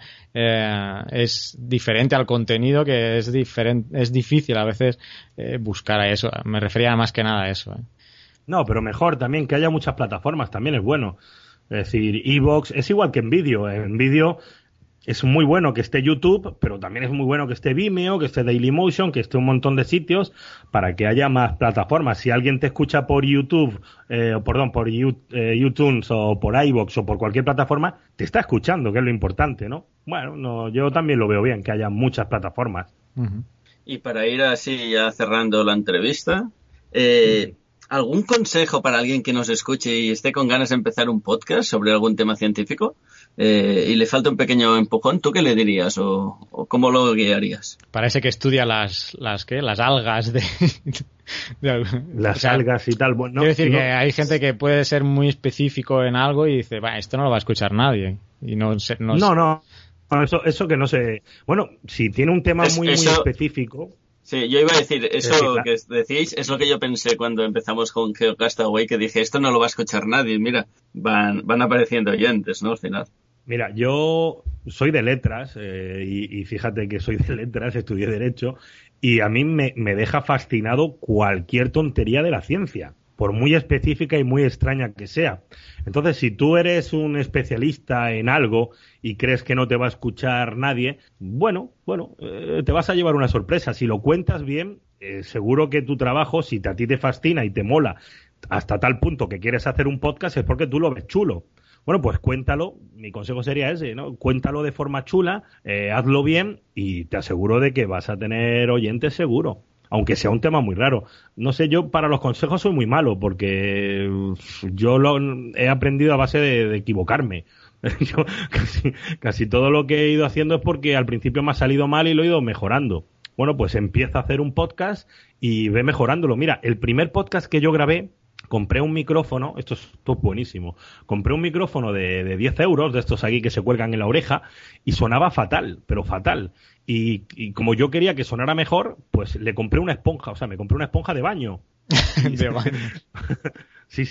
es diferente al contenido, que es difícil a veces buscar a eso. Me refería más que nada a eso. No, pero mejor también que haya muchas plataformas, también es bueno. Es decir, iVoox es igual que en vídeo. En vídeo es muy bueno que esté YouTube, pero también es muy bueno que esté Vimeo, que esté Dailymotion, que esté un montón de sitios para que haya más plataformas. Si alguien te escucha por YouTube, por YouTube o por iVoox o por cualquier plataforma, te está escuchando, que es lo importante, ¿no? Bueno, no, yo también lo veo bien, que haya muchas plataformas. Uh-huh. Y para ir así ya cerrando la entrevista, ¿algún consejo para alguien que nos escuche y esté con ganas de empezar un podcast sobre algún tema científico y le falta un pequeño empujón? ¿Tú qué le dirías o cómo lo guiarías? Parece que estudia las algas las algas y tal. Bueno, quiero decir que hay gente que puede ser muy específico en algo y dice, esto no lo va a escuchar nadie. Y no. Bueno, eso que no sé. Bueno, si tiene un tema muy específico. Sí, yo iba a decir, eso que decíais es lo que yo pensé cuando empezamos con GeoCastaway, que dije, esto no lo va a escuchar nadie, mira, van apareciendo oyentes, ¿no? Al final. Mira, yo soy de letras, y fíjate que soy de letras, estudié Derecho, y a mí me deja fascinado cualquier tontería de la ciencia, por muy específica y muy extraña que sea. Entonces, si tú eres un especialista en algo y crees que no te va a escuchar nadie, bueno, te vas a llevar una sorpresa. Si lo cuentas bien, seguro que tu trabajo, si a ti te fascina y te mola hasta tal punto que quieres hacer un podcast, es porque tú lo ves chulo. Bueno, pues cuéntalo, mi consejo sería ese, ¿no? Cuéntalo de forma chula, hazlo bien y te aseguro de que vas a tener oyentes seguro. Aunque sea un tema muy raro. No sé, yo para los consejos soy muy malo, porque yo he aprendido a base de equivocarme. Yo casi todo lo que he ido haciendo es porque al principio me ha salido mal y lo he ido mejorando. Bueno, pues empieza a hacer un podcast y ve mejorándolo. Mira, el primer podcast que yo grabé, compré un micrófono, esto es buenísimo, compré un micrófono de 10 euros, de estos aquí que se cuelgan en la oreja, y sonaba fatal, pero fatal. Y como yo quería que sonara mejor, pues le compré una esponja, o sea, me compré una esponja de baño. De baño. Sí,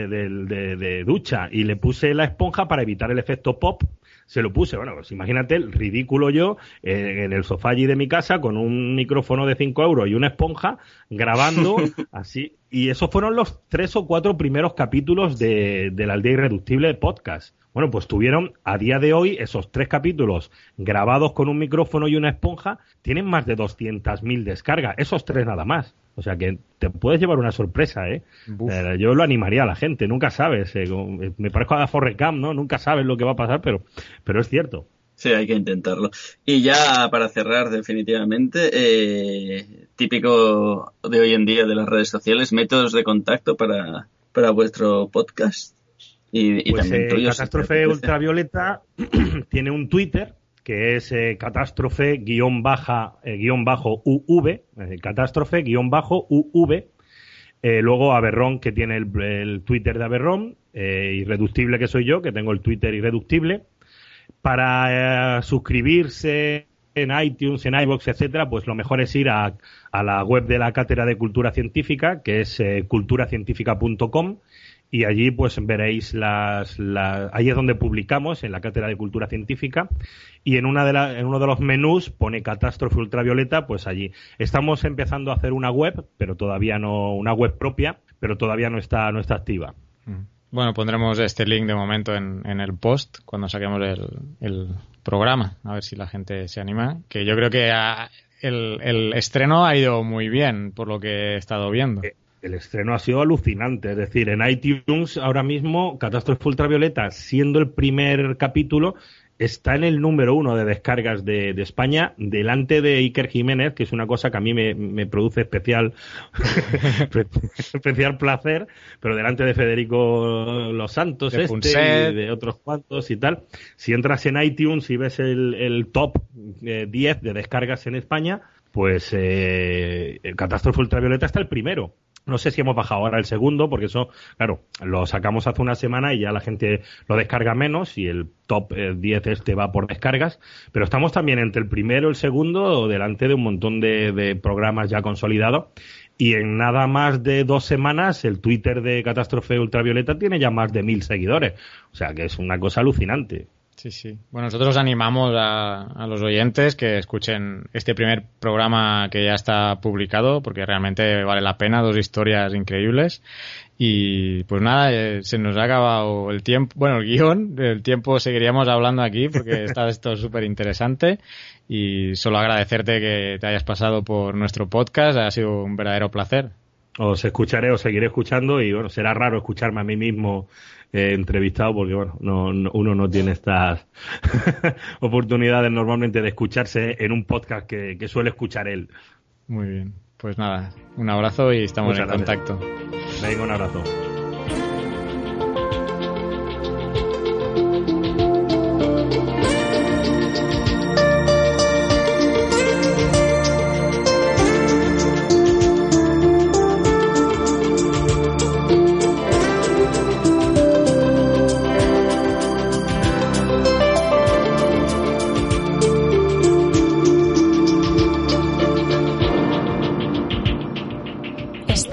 de ducha. Y le puse la esponja para evitar el efecto pop. Se lo puse, bueno, pues imagínate el ridículo yo en el sofá allí de mi casa con un micrófono de 5 euros y una esponja grabando así. Y esos fueron los 3 o 4 primeros capítulos de La Aldea Irreductible podcast. Bueno, pues tuvieron a día de hoy esos 3 capítulos grabados con un micrófono y una esponja, tienen más de 200.000 descargas, esos 3 nada más. O sea que te puedes llevar una sorpresa, ¿eh? Yo lo animaría a la gente, nunca sabes. Me parezco a Forrest Gump, ¿no? Nunca sabes lo que va a pasar, pero es cierto. Sí, hay que intentarlo. Y ya para cerrar definitivamente, típico de hoy en día de las redes sociales, métodos de contacto para vuestro podcast. Y pues también tuyo, Catástrofe Ultravioleta tiene un Twitter que es catástrofe-UV, catástrofe-UV. Luego Aberrón, que tiene el Twitter de Aberrón, Irreductible, que soy yo, que tengo el Twitter Irreductible. Para suscribirse en iTunes, en iVoox, etcétera, pues lo mejor es ir a la web de la Cátedra de Cultura Científica, que es culturacientifica.com. Y allí pues veréis ahí es donde publicamos, en la Cátedra de Cultura Científica, y en uno de los menús pone Catástrofe Ultravioleta, pues allí. Estamos empezando a hacer una web, pero todavía no, una web propia, pero todavía no está activa. Bueno, pondremos este link de momento en el post cuando saquemos el programa, a ver si la gente se anima, que yo creo que el estreno ha ido muy bien, por lo que he estado viendo. El estreno ha sido alucinante, es decir, en iTunes ahora mismo Catástrofe Ultravioleta, siendo el primer capítulo, está en el número 1 de descargas de España, delante de Iker Jiménez, que es una cosa que a mí me produce especial placer, pero delante de Federico Los Santos, y de otros cuantos y tal. Si entras en iTunes y ves el top 10 de descargas en España, pues Catástrofe Ultravioleta está el primero. No sé si hemos bajado ahora el segundo, porque eso, claro, lo sacamos hace una semana y ya la gente lo descarga menos y el top 10 va por descargas, pero estamos también entre el primero y el segundo, delante de un montón de programas ya consolidados, y en nada más de 2 semanas el Twitter de Catástrofe Ultravioleta tiene ya más de 1.000 seguidores, o sea que es una cosa alucinante. Sí, sí. Bueno, nosotros animamos a los oyentes que escuchen este primer programa que ya está publicado, porque realmente vale la pena, 2 historias increíbles. Y pues nada, se nos ha acabado el tiempo, bueno, el guión, el tiempo seguiríamos hablando aquí porque está esto súper interesante. Y solo agradecerte que te hayas pasado por nuestro podcast, ha sido un verdadero placer. Os escucharé, os seguiré escuchando y bueno, será raro escucharme a mí mismo entrevistado porque bueno, uno no tiene estas oportunidades normalmente de escucharse en un podcast que suele escuchar él. Muy bien, pues nada, un abrazo y estamos en contacto. Venga, un abrazo.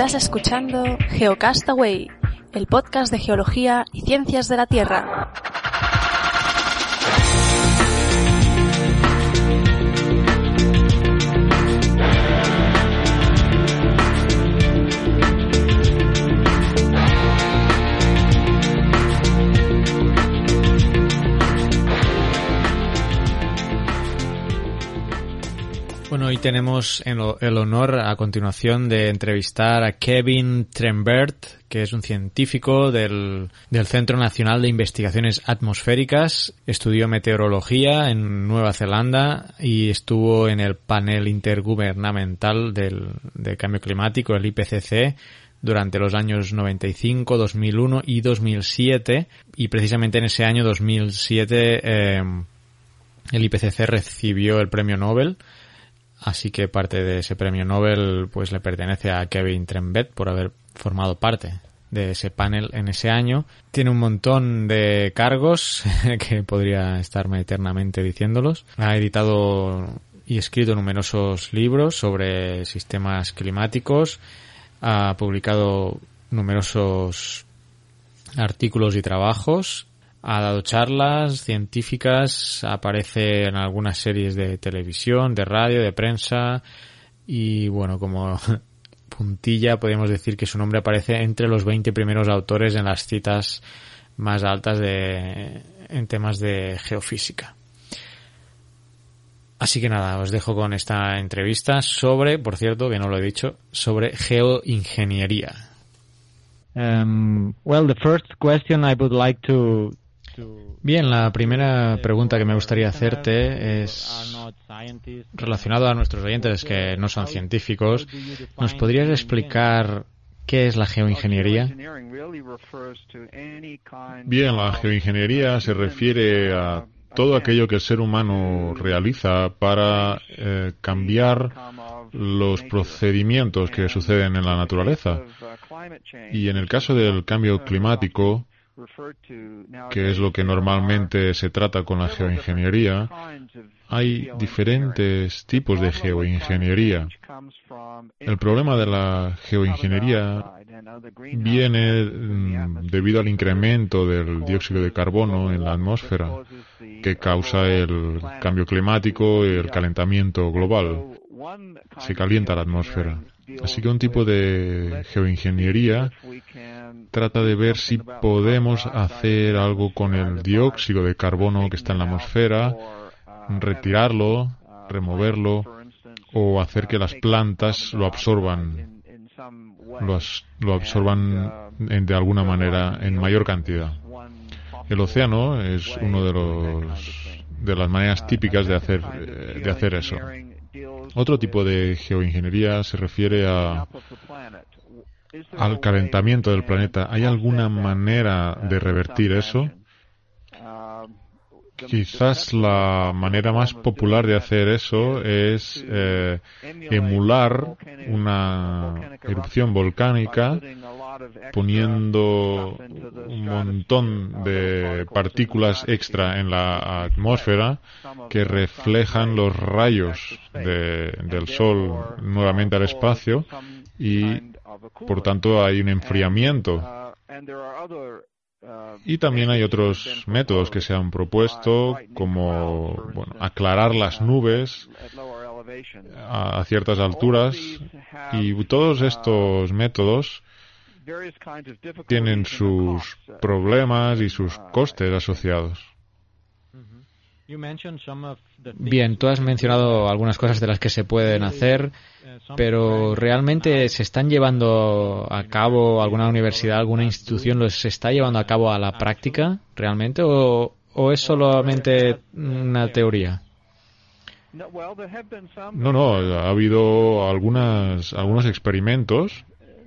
Estás escuchando Geocastaway, el podcast de geología y ciencias de la Tierra. Bueno, hoy tenemos el honor a continuación de entrevistar a Kevin Trembert, que es un científico del Centro Nacional de Investigaciones Atmosféricas. Estudió meteorología en Nueva Zelanda y estuvo en el panel intergubernamental de cambio climático, el IPCC, durante los años 95, 2001 y 2007. Y precisamente en ese año 2007 el IPCC recibió el premio Nobel. Así que parte de ese premio Nobel pues le pertenece a Kevin Trembert por haber formado parte de ese panel en ese año. Tiene un montón de cargos que podría estarme eternamente diciéndolos. Ha editado y escrito numerosos libros sobre sistemas climáticos. Ha publicado numerosos artículos y trabajos. Ha dado charlas científicas, aparece en algunas series de televisión, de radio, de prensa y bueno, como puntilla podríamos decir que su nombre aparece entre los 20 primeros autores en las citas más altas en temas de geofísica. Así que nada, os dejo con esta entrevista sobre, por cierto, que no lo he dicho, sobre geoingeniería. Well, the first question I would like to Bien, la primera pregunta que me gustaría hacerte es relacionado a nuestros oyentes que no son científicos. ¿Nos podrías explicar qué es la geoingeniería? Bien, la geoingeniería se refiere a todo aquello que el ser humano realiza para cambiar los procedimientos que suceden en la naturaleza. Y en el caso del cambio climático, que es lo que normalmente se trata con la geoingeniería, hay diferentes tipos de geoingeniería. El problema de la geoingeniería viene debido al incremento del dióxido de carbono en la atmósfera, que causa el cambio climático y el calentamiento global. Se calienta la atmósfera. Así que un tipo de geoingeniería trata de ver si podemos hacer algo con el dióxido de carbono que está en la atmósfera, retirarlo, removerlo o hacer que las plantas lo absorban de alguna manera en mayor cantidad. El océano es uno de las maneras típicas de hacer eso. Otro tipo de geoingeniería se refiere al calentamiento del planeta. ¿Hay alguna manera de revertir eso? Quizás la manera más popular de hacer eso es emular una erupción volcánica poniendo un montón de partículas extra en la atmósfera que reflejan los rayos del Sol nuevamente al espacio y por tanto hay un enfriamiento. Y también hay otros métodos que se han propuesto, como aclarar las nubes a ciertas alturas, y todos estos métodos tienen sus problemas y sus costes asociados. Bien, tú has mencionado algunas cosas de las que se pueden hacer, pero ¿realmente se están llevando a cabo, alguna universidad, alguna institución los está llevando a cabo a la práctica realmente o es solamente una teoría? No, ha habido algunos experimentos.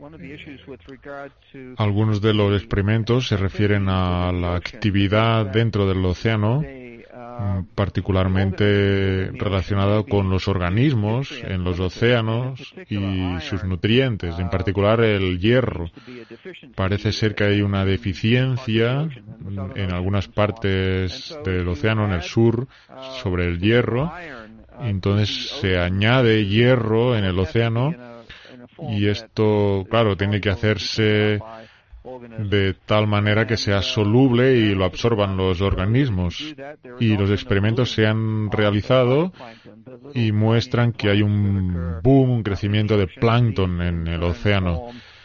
Algunos de los experimentos se refieren a la actividad dentro del océano, particularmente relacionada con los organismos en los océanos y sus nutrientes, en particular el hierro. Parece ser que hay una deficiencia en algunas partes del océano, en el sur, sobre el hierro. Entonces se añade hierro en el océano Y esto, claro, tiene que hacerse de tal manera que sea soluble y lo absorban los organismos. Y los experimentos se han realizado y muestran que hay un boom, un crecimiento de plancton en el océano.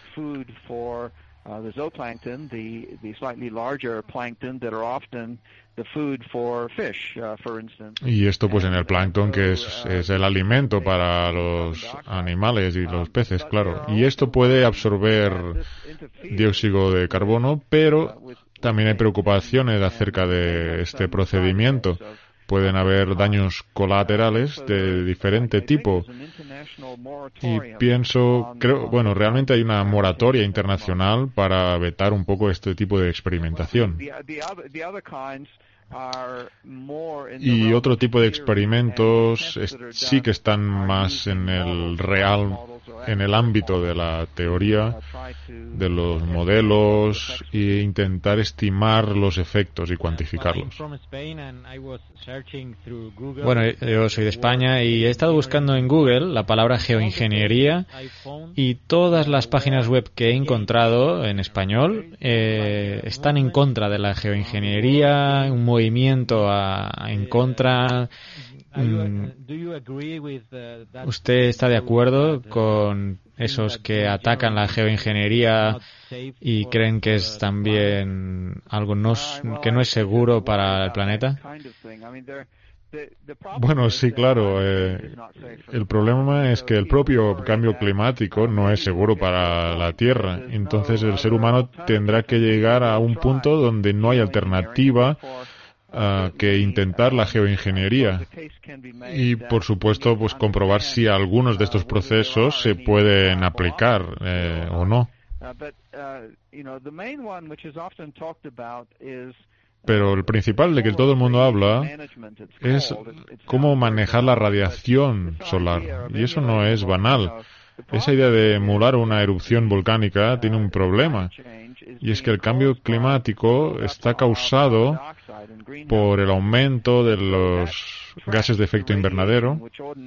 The zooplankton, the slightly larger plankton that are often the food for fish, for instance. Y esto pues en el plancton, que es el alimento para los animales y los peces, claro. Y esto puede absorber dióxido de carbono, pero también hay preocupaciones acerca de este procedimiento. Pueden haber daños colaterales de diferente tipo. Y creo, realmente hay una moratoria internacional para vetar un poco este tipo de experimentación. Y otro tipo de experimentos sí que están más en el ámbito de la teoría, de los modelos, e intentar estimar los efectos y cuantificarlos. Bueno, yo soy de España y he estado buscando en Google la palabra geoingeniería y todas las páginas web que he encontrado en español están en contra de la geoingeniería, un movimiento en contra. ¿Usted está de acuerdo con esos que atacan la geoingeniería y creen que es también algo que no es seguro para el planeta? Bueno, sí, claro. El problema es que el propio cambio climático no es seguro para la Tierra. Entonces el ser humano tendrá que llegar a un punto donde no hay alternativa que intentar la geoingeniería y, por supuesto, pues comprobar si algunos de estos procesos se pueden aplicar o no. Pero el principal de que todo el mundo habla es cómo manejar la radiación solar, y eso no es banal. Esa idea de emular una erupción volcánica tiene un problema, y es que el cambio climático está causado por el aumento de los gases de efecto invernadero,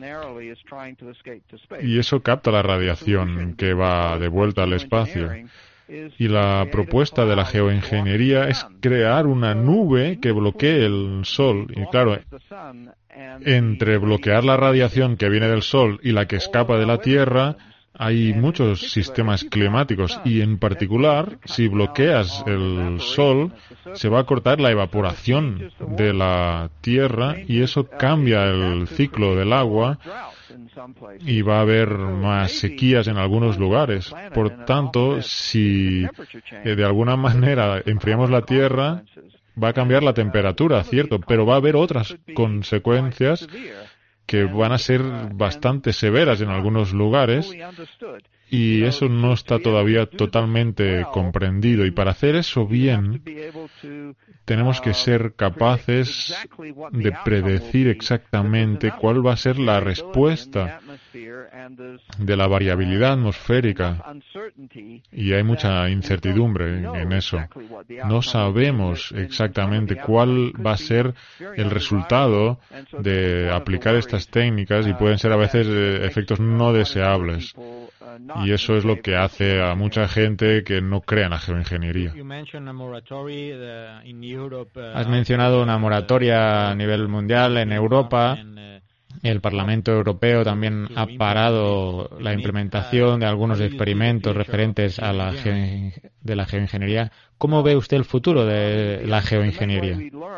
y eso capta la radiación que va de vuelta al espacio. Y la propuesta de la geoingeniería es crear una nube que bloquee el Sol. Y claro, entre bloquear la radiación que viene del Sol y la que escapa de la Tierra, hay muchos sistemas climáticos y, en particular, si bloqueas el Sol, se va a cortar la evaporación de la Tierra y eso cambia el ciclo del agua y va a haber más sequías en algunos lugares. Por tanto, si de alguna manera enfriamos la Tierra, va a cambiar la temperatura, cierto, pero va a haber otras consecuencias que van a ser bastante severas en algunos lugares y eso no está todavía totalmente comprendido. Y para hacer eso bien, tenemos que ser capaces de predecir exactamente cuál va a ser la respuesta de la variabilidad atmosférica. Y hay mucha incertidumbre en eso. No sabemos exactamente cuál va a ser el resultado de aplicar estas técnicas y pueden ser a veces efectos no deseables. Y eso es lo que hace a mucha gente que no crea en la geoingeniería. Has mencionado una moratoria a nivel mundial en Europa. El Parlamento Europeo también ha parado la implementación de algunos experimentos referentes a la geoingeniería. ¿Cómo ve usted el futuro de la geoingeniería?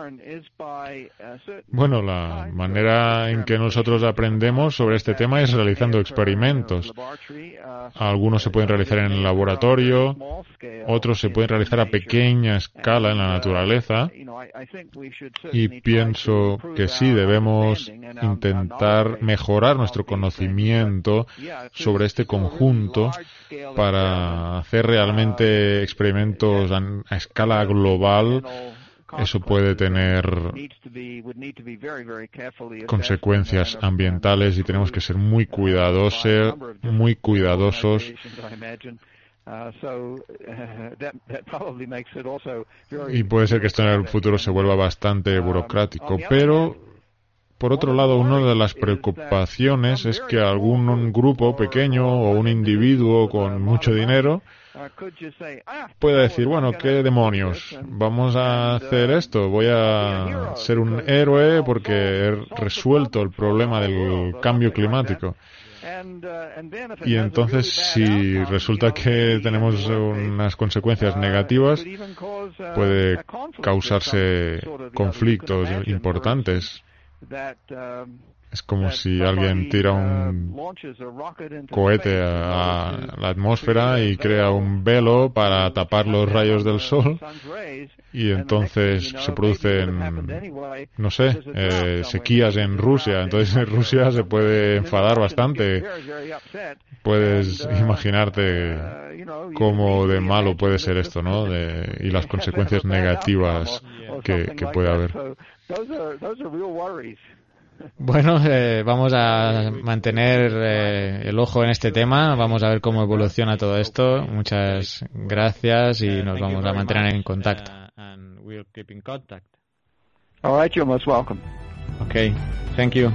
Bueno, la manera en que nosotros aprendemos sobre este tema es realizando experimentos. Algunos se pueden realizar en el laboratorio, otros se pueden realizar a pequeña escala en la naturaleza, y pienso que sí debemos intentar mejorar nuestro conocimiento sobre este conjunto para hacer realmente experimentos a escala global. Eso puede tener consecuencias ambientales y tenemos que ser muy cuidadosos. Y puede ser que esto en el futuro se vuelva bastante burocrático, pero por otro lado, una de las preocupaciones es que algún grupo pequeño o un individuo con mucho dinero pueda decir, bueno, ¿qué demonios? Vamos a hacer esto, voy a ser un héroe porque he resuelto el problema del cambio climático. Y entonces, si resulta que tenemos unas consecuencias negativas, puede causarse conflictos importantes. Es como si alguien tira un cohete a la atmósfera y crea un velo para tapar los rayos del sol, y entonces se producen, no sé, sequías en Rusia. Entonces Rusia se puede enfadar bastante. Puedes imaginarte cómo de malo puede ser esto, ¿no? Y las consecuencias negativas que puede haber. Bueno, vamos a mantener el ojo en este tema, vamos a ver cómo evoluciona todo esto. Muchas gracias y nos vamos a mantener en contacto. All right, you're most welcome. Okay, thank you.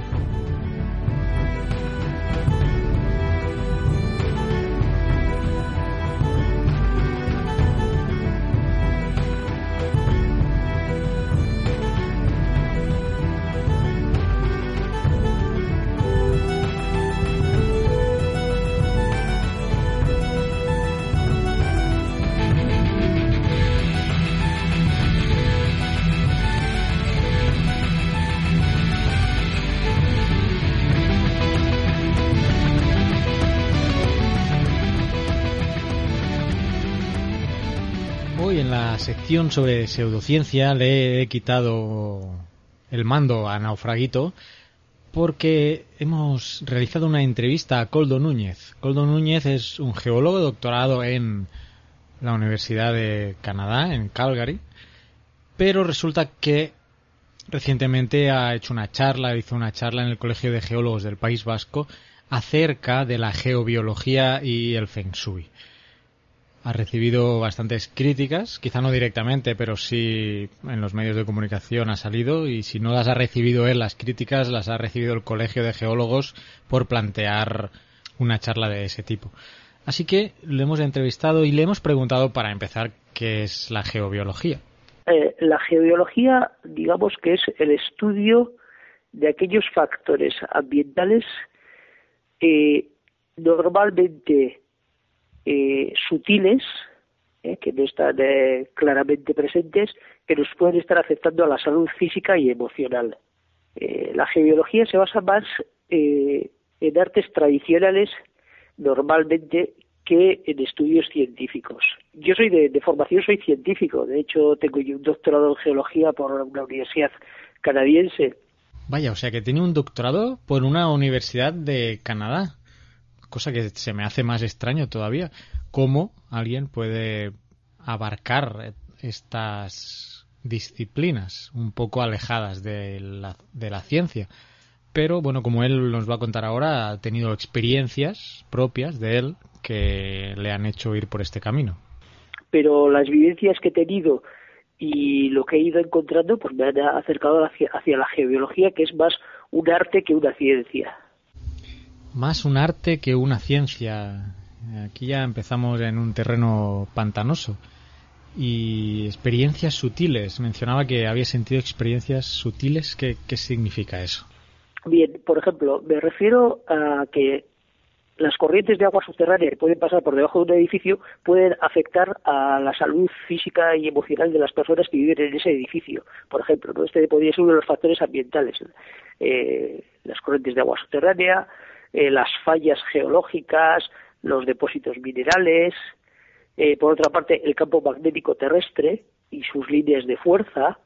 Hoy en la sección sobre pseudociencia le he quitado el mando a Naufraguito porque hemos realizado una entrevista a Koldo Núñez. Koldo Núñez es un geólogo doctorado en la Universidad de Canadá, en Calgary, pero resulta que recientemente hizo una charla en el Colegio de Geólogos del País Vasco acerca de la geobiología y el Feng Shui. Ha recibido bastantes críticas, quizá no directamente, pero sí en los medios de comunicación ha salido, y si no las ha recibido él, las críticas las ha recibido el Colegio de Geólogos por plantear una charla de ese tipo. Así que le hemos entrevistado y le hemos preguntado, para empezar, ¿qué es la geobiología? La geobiología, digamos que es el estudio de aquellos factores ambientales normalmente sutiles, que no están claramente presentes, que nos pueden estar afectando a la salud física y emocional. La geobiología se basa más en artes tradicionales normalmente que en estudios científicos. Yo soy de formación, soy científico. De hecho, tengo un doctorado en geología por una universidad canadiense. Vaya, o sea que tiene un doctorado por una universidad de Canadá. Cosa que se me hace más extraño todavía. ¿Cómo alguien puede abarcar estas disciplinas un poco alejadas de la ciencia? Pero, bueno, como él nos va a contar ahora, ha tenido experiencias propias de él que le han hecho ir por este camino. Pero las vivencias que he tenido y lo que he ido encontrando, pues me han acercado hacia la geobiología, que es más un arte que una ciencia. Más un arte que una ciencia. Aquí ya empezamos en un terreno pantanoso. Y experiencias sutiles. Mencionaba que había sentido experiencias sutiles. ¿Qué significa eso? Bien, por ejemplo, me refiero a que las corrientes de agua subterránea que pueden pasar por debajo de un edificio pueden afectar a la salud física y emocional de las personas que viven en ese edificio. Por ejemplo, ¿no? Este podría ser uno de los factores ambientales. Las corrientes de agua subterránea, las fallas geológicas, los depósitos minerales, por otra parte el campo magnético terrestre y sus líneas de fuerza,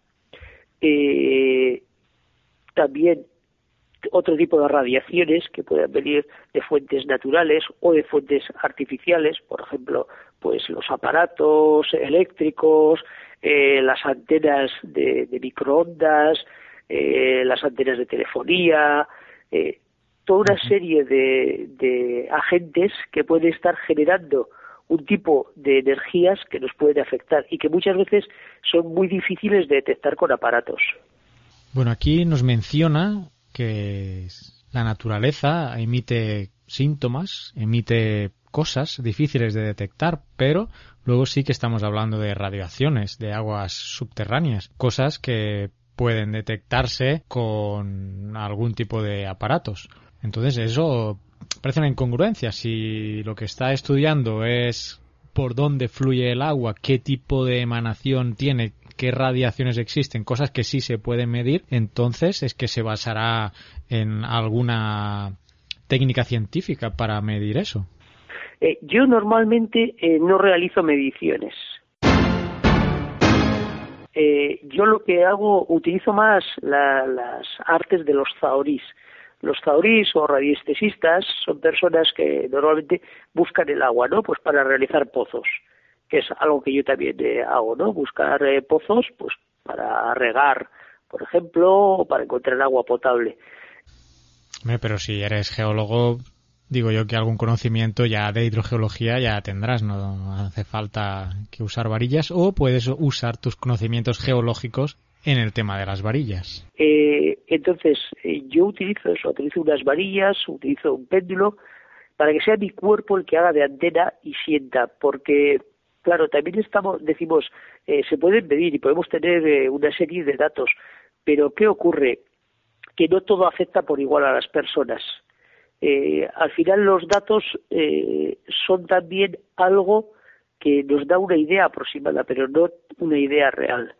también otro tipo de radiaciones que puedan venir de fuentes naturales o de fuentes artificiales, por ejemplo, pues los aparatos eléctricos, las antenas de microondas, las antenas de telefonía, toda una serie de agentes que pueden estar generando un tipo de energías que nos pueden afectar y que muchas veces son muy difíciles de detectar con aparatos. Bueno, aquí nos menciona que la naturaleza emite síntomas, emite cosas difíciles de detectar, pero luego sí que estamos hablando de radiaciones, de aguas subterráneas, cosas que pueden detectarse con algún tipo de aparatos. Entonces eso parece una incongruencia. Si lo que está estudiando es por dónde fluye el agua, qué tipo de emanación tiene, qué radiaciones existen, cosas que sí se pueden medir, entonces es que se basará en alguna técnica científica para medir eso. Yo normalmente no realizo mediciones. Yo lo que hago, utilizo más las artes de los zaorís. Los zaorís o radiestesistas son personas que normalmente buscan el agua, ¿no? Pues para realizar pozos, que es algo que yo también hago, ¿no? Buscar pozos, pues para regar, por ejemplo, o para encontrar agua potable. Pero si eres geólogo, digo yo que algún conocimiento ya de hidrogeología ya tendrás, no hace falta que usar varillas, o puedes usar tus conocimientos geológicos en el tema de las varillas. Entonces, yo utilizo unas varillas, utilizo un péndulo, para que sea mi cuerpo el que haga de antena y sienta, porque, claro, también decimos, se pueden medir y podemos tener una serie de datos, pero ¿qué ocurre? Que no todo afecta por igual a las personas. Al final los datos son también algo que nos da una idea aproximada, pero no una idea real.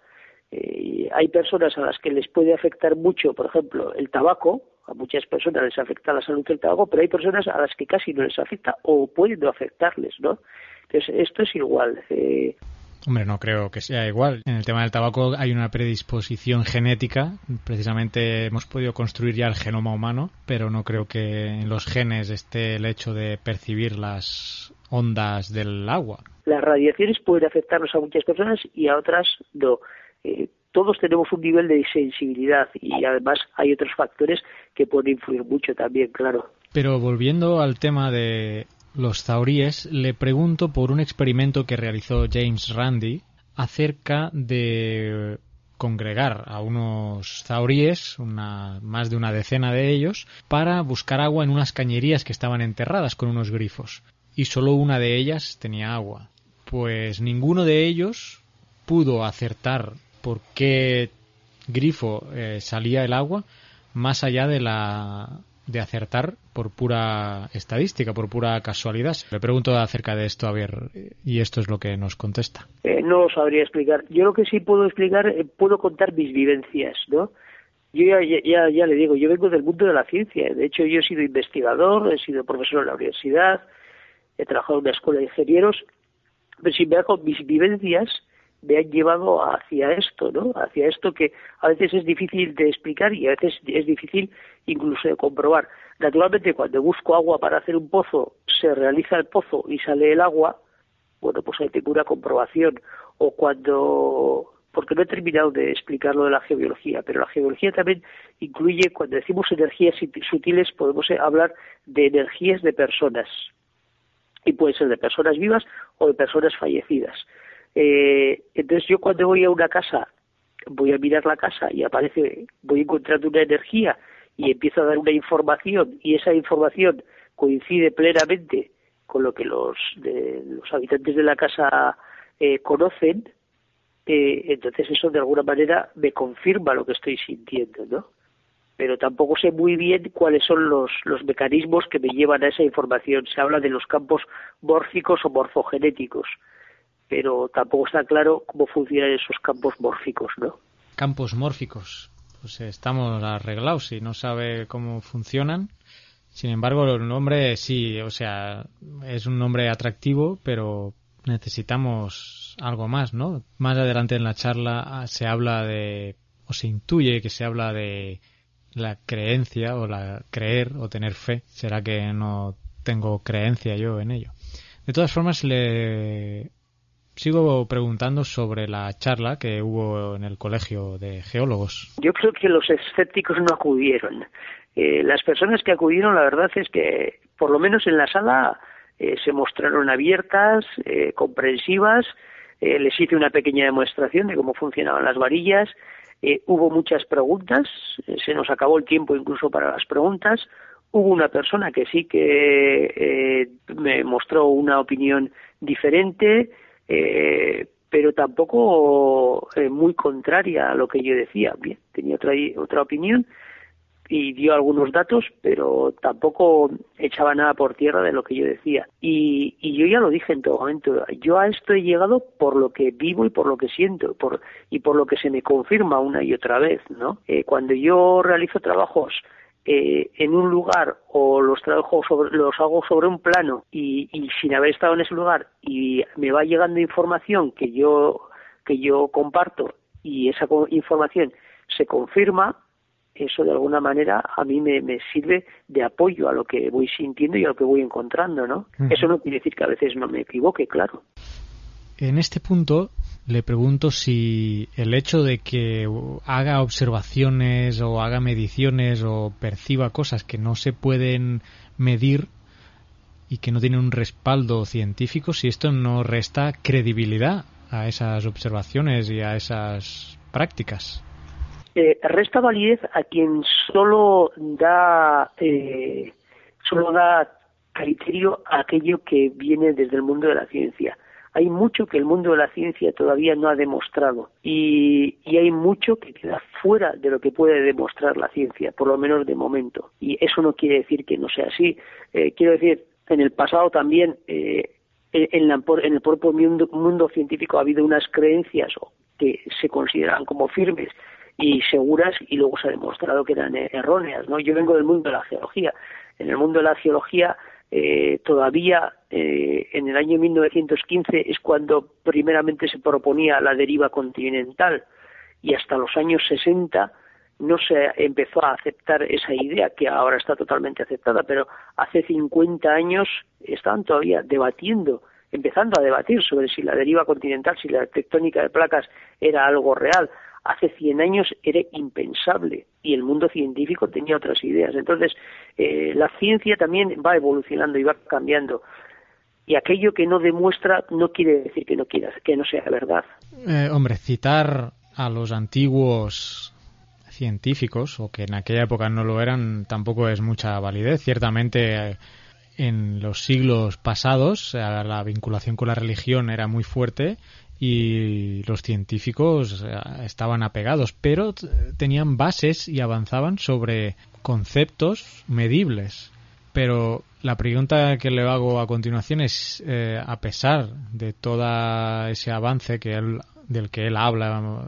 Hay personas a las que les puede afectar mucho, por ejemplo, el tabaco. A muchas personas les afecta la salud del tabaco, pero hay personas a las que casi no les afecta o puede no afectarles, ¿no? Entonces, esto es igual. Hombre, no creo que sea igual. En el tema del tabaco hay una predisposición genética. Precisamente hemos podido construir ya el genoma humano, pero no creo que en los genes esté el hecho de percibir las ondas del agua. Las radiaciones pueden afectarnos a muchas personas y a otras no. Todos tenemos un nivel de sensibilidad y además hay otros factores que pueden influir mucho también, claro. Pero volviendo al tema de los zahoríes, le pregunto por un experimento que realizó James Randi acerca de congregar a unos zahoríes, más de una decena de ellos, para buscar agua en unas cañerías que estaban enterradas con unos grifos. Y solo una de ellas tenía agua. Pues ninguno de ellos pudo acertar por qué grifo salía el agua, más allá de acertar por pura estadística, por pura casualidad. Le pregunto acerca de esto, a ver, y esto es lo que nos contesta. No lo sabría explicar. Yo lo que sí puedo explicar, puedo contar mis vivencias, ¿no? Yo ya le digo, yo vengo del mundo de la ciencia. De hecho, yo he sido investigador, he sido profesor en la universidad, he trabajado en una escuela de ingenieros, pero sin embargo, mis vivencias me han llevado hacia esto, ¿no? Hacia esto que a veces es difícil de explicar y a veces es difícil incluso de comprobar. Naturalmente, cuando busco agua para hacer un pozo, se realiza el pozo y sale el agua, bueno, pues ahí tengo una comprobación. O porque no he terminado de explicar lo de la geobiología, pero la geobiología también incluye, cuando decimos energías sutiles, podemos hablar de energías de personas. Y pueden ser de personas vivas o de personas fallecidas. Entonces yo cuando voy a una casa, voy a mirar la casa y voy encontrando una energía y empiezo a dar una información y esa información coincide plenamente con lo que los habitantes de la casa conocen, entonces eso de alguna manera me confirma lo que estoy sintiendo, ¿no? Pero tampoco sé muy bien cuáles son los mecanismos que me llevan a esa información. Se habla de los campos mórficos o morfogenéticos, pero tampoco está claro cómo funcionan esos campos mórficos, ¿no? Campos mórficos, pues estamos arreglados si no sabe cómo funcionan. Sin embargo, el nombre sí, o sea, es un nombre atractivo, pero necesitamos algo más, ¿no? Más adelante en la charla se habla o se intuye que se habla de la creencia o creer o tener fe. ¿Será que no tengo creencia yo en ello? De todas formas, le sigo preguntando sobre la charla que hubo en el Colegio de Geólogos. Yo creo que los escépticos no acudieron. Las personas que acudieron, la verdad es que, por lo menos en la sala, se mostraron abiertas, comprensivas. Les hice una pequeña demostración de cómo funcionaban las varillas. Hubo muchas preguntas, se nos acabó el tiempo incluso para las preguntas. Hubo una persona que sí que me mostró una opinión diferente, pero tampoco muy contraria a lo que yo decía. Bien, tenía otra opinión y dio algunos datos, pero tampoco echaba nada por tierra de lo que yo decía. Y yo ya lo dije en todo momento, yo a esto he llegado por lo que vivo y por lo que siento, y por lo que se me confirma una y otra vez, ¿no? Cuando yo realizo trabajos en un lugar o los hago sobre un plano y sin haber estado en ese lugar y me va llegando información que yo comparto y esa información se confirma, eso de alguna manera a mí me sirve de apoyo a lo que voy sintiendo y a lo que voy encontrando, ¿no? Eso no quiere decir que a veces no me equivoque, claro. En este punto le pregunto si el hecho de que haga observaciones o haga mediciones o perciba cosas que no se pueden medir y que no tienen un respaldo científico, si esto no resta credibilidad a esas observaciones y a esas prácticas. Resta validez a quien solo da criterio a aquello que viene desde el mundo de la ciencia. Hay mucho que el mundo de la ciencia todavía no ha demostrado y hay mucho que queda fuera de lo que puede demostrar la ciencia, por lo menos de momento. Y eso no quiere decir que no sea así. Quiero decir, en el pasado también, en el propio mundo científico ha habido unas creencias que se consideran como firmes y seguras y luego se ha demostrado que eran erróneas, ¿no? Yo vengo del mundo de la geología. En el mundo de la geología todavía en el año 1915 es cuando primeramente se proponía la deriva continental y hasta los años 60 no se empezó a aceptar esa idea, que ahora está totalmente aceptada, pero hace 50 años estaban todavía empezando a debatir sobre si la deriva continental, si la tectónica de placas era algo real. Hace 100 años era impensable y el mundo científico tenía otras ideas. Entonces, la ciencia también va evolucionando y va cambiando. Y aquello que no demuestra no quiere decir que no sea verdad. Hombre, citar a los antiguos científicos, o que en aquella época no lo eran, tampoco es mucha validez. Ciertamente, en los siglos pasados, la vinculación con la religión era muy fuerte y los científicos estaban apegados, pero tenían bases y avanzaban sobre conceptos medibles. Pero la pregunta que le hago a continuación es, a pesar de todo ese avance del que él habla,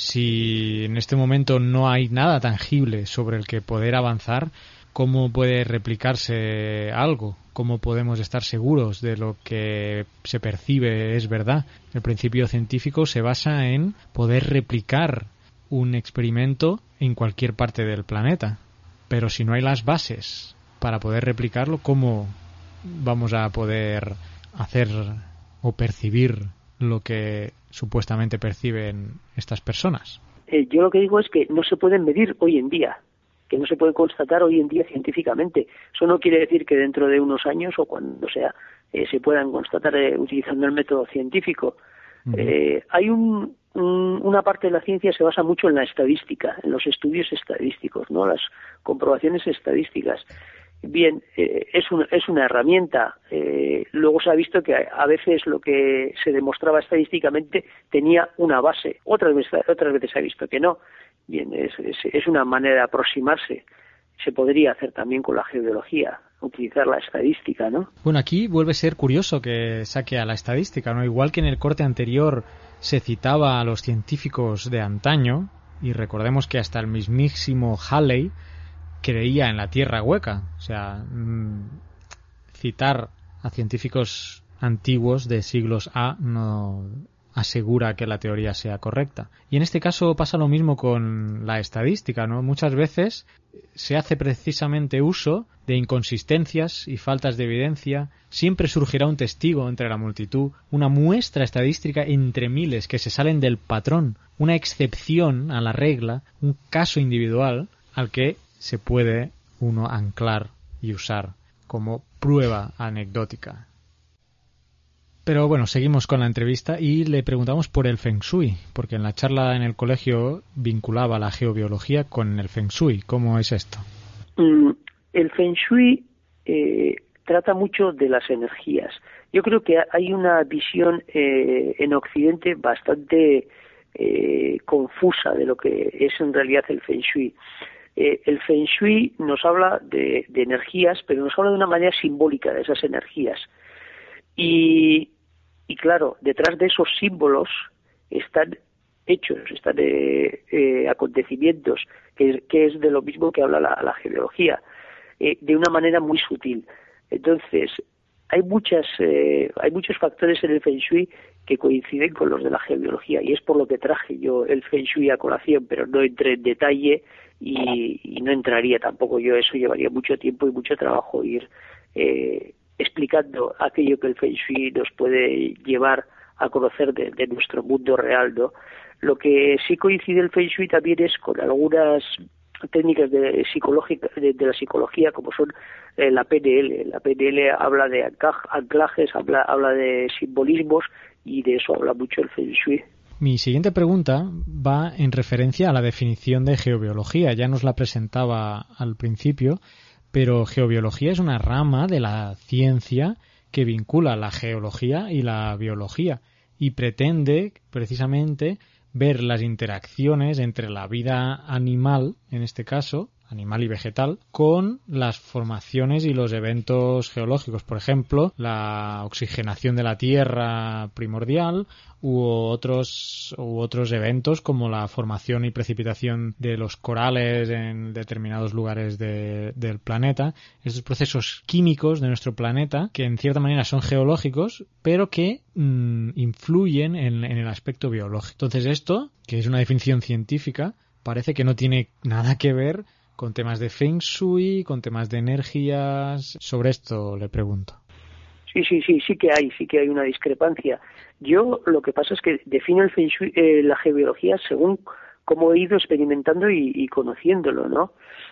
si en este momento no hay nada tangible sobre el que poder avanzar, ¿cómo puede replicarse algo? ¿Cómo podemos estar seguros de lo que se percibe es verdad? El principio científico se basa en poder replicar un experimento en cualquier parte del planeta. Pero si no hay las bases para poder replicarlo, ¿cómo vamos a poder hacer o percibir lo que supuestamente perciben estas personas? Yo lo que digo es que no se pueden medir hoy en día, que no se puede constatar hoy en día científicamente. Eso no quiere decir que dentro de unos años o cuando sea se puedan constatar utilizando el método científico. Hay una parte de la ciencia se basa mucho en la estadística, en los estudios estadísticos, ¿no? Las comprobaciones estadísticas. Bien, es una herramienta. Luego se ha visto que a veces lo que se demostraba estadísticamente tenía una base. Otras veces se ha visto que no. Bien, es una manera de aproximarse. Se podría hacer también con la geología, utilizar la estadística, ¿no? Bueno, aquí vuelve a ser curioso que saque a la estadística, ¿no? Igual que en el corte anterior se citaba a los científicos de antaño, y recordemos que hasta el mismísimo Halley creía en la Tierra hueca. O sea, citar a científicos antiguos de siglos A no asegura que la teoría sea correcta. Y en este caso pasa lo mismo con la estadística, ¿no? Muchas veces se hace precisamente uso de inconsistencias y faltas de evidencia. Siempre surgirá un testigo entre la multitud, una muestra estadística entre miles que se salen del patrón, una excepción a la regla, un caso individual al que se puede uno anclar y usar como prueba anecdótica. Pero bueno, seguimos con la entrevista y le preguntamos por el Feng Shui, porque en la charla en el colegio vinculaba la geobiología con el Feng Shui. ¿Cómo es esto? El Feng Shui trata mucho de las energías. Yo creo que hay una visión en Occidente bastante confusa de lo que es en realidad el Feng Shui. El Feng Shui nos habla de energías, pero nos habla de una manera simbólica de esas energías. Y claro, detrás de esos símbolos están hechos, están acontecimientos, que es de lo mismo que habla la geología, de una manera muy sutil. Entonces, hay muchos factores en el Feng Shui que coinciden con los de la geobiología, y es por lo que traje yo el Feng Shui a colación, pero no entré en detalle y no entraría tampoco yo, eso llevaría mucho tiempo y mucho trabajo ir explicando aquello que el Feng Shui nos puede llevar a conocer de nuestro mundo real, ¿no? Lo que sí coincide el Feng Shui también es con algunas técnicas de la psicología, como son la PNL. La PNL habla de anclajes, habla de simbolismos, y de eso habla mucho el Feng Shui. Mi siguiente pregunta va en referencia a la definición de geobiología. Ya nos la presentaba al principio, pero geobiología es una rama de la ciencia que vincula la geología y la biología y pretende precisamente ver las interacciones entre la vida animal, en este caso, animal y vegetal, con las formaciones y los eventos geológicos. Por ejemplo, la oxigenación de la tierra primordial u otros eventos como la formación y precipitación de los corales en determinados lugares del planeta. Estos procesos químicos de nuestro planeta que en cierta manera son geológicos, pero que influyen en el aspecto biológico. Entonces esto, que es una definición científica, parece que no tiene nada que ver con temas de Feng Shui, con temas de energías. Sobre esto le pregunto. Sí que hay una discrepancia. Yo lo que pasa es que defino el Feng Shui, la geobiología, según cómo he ido experimentando y conociéndolo, ¿no?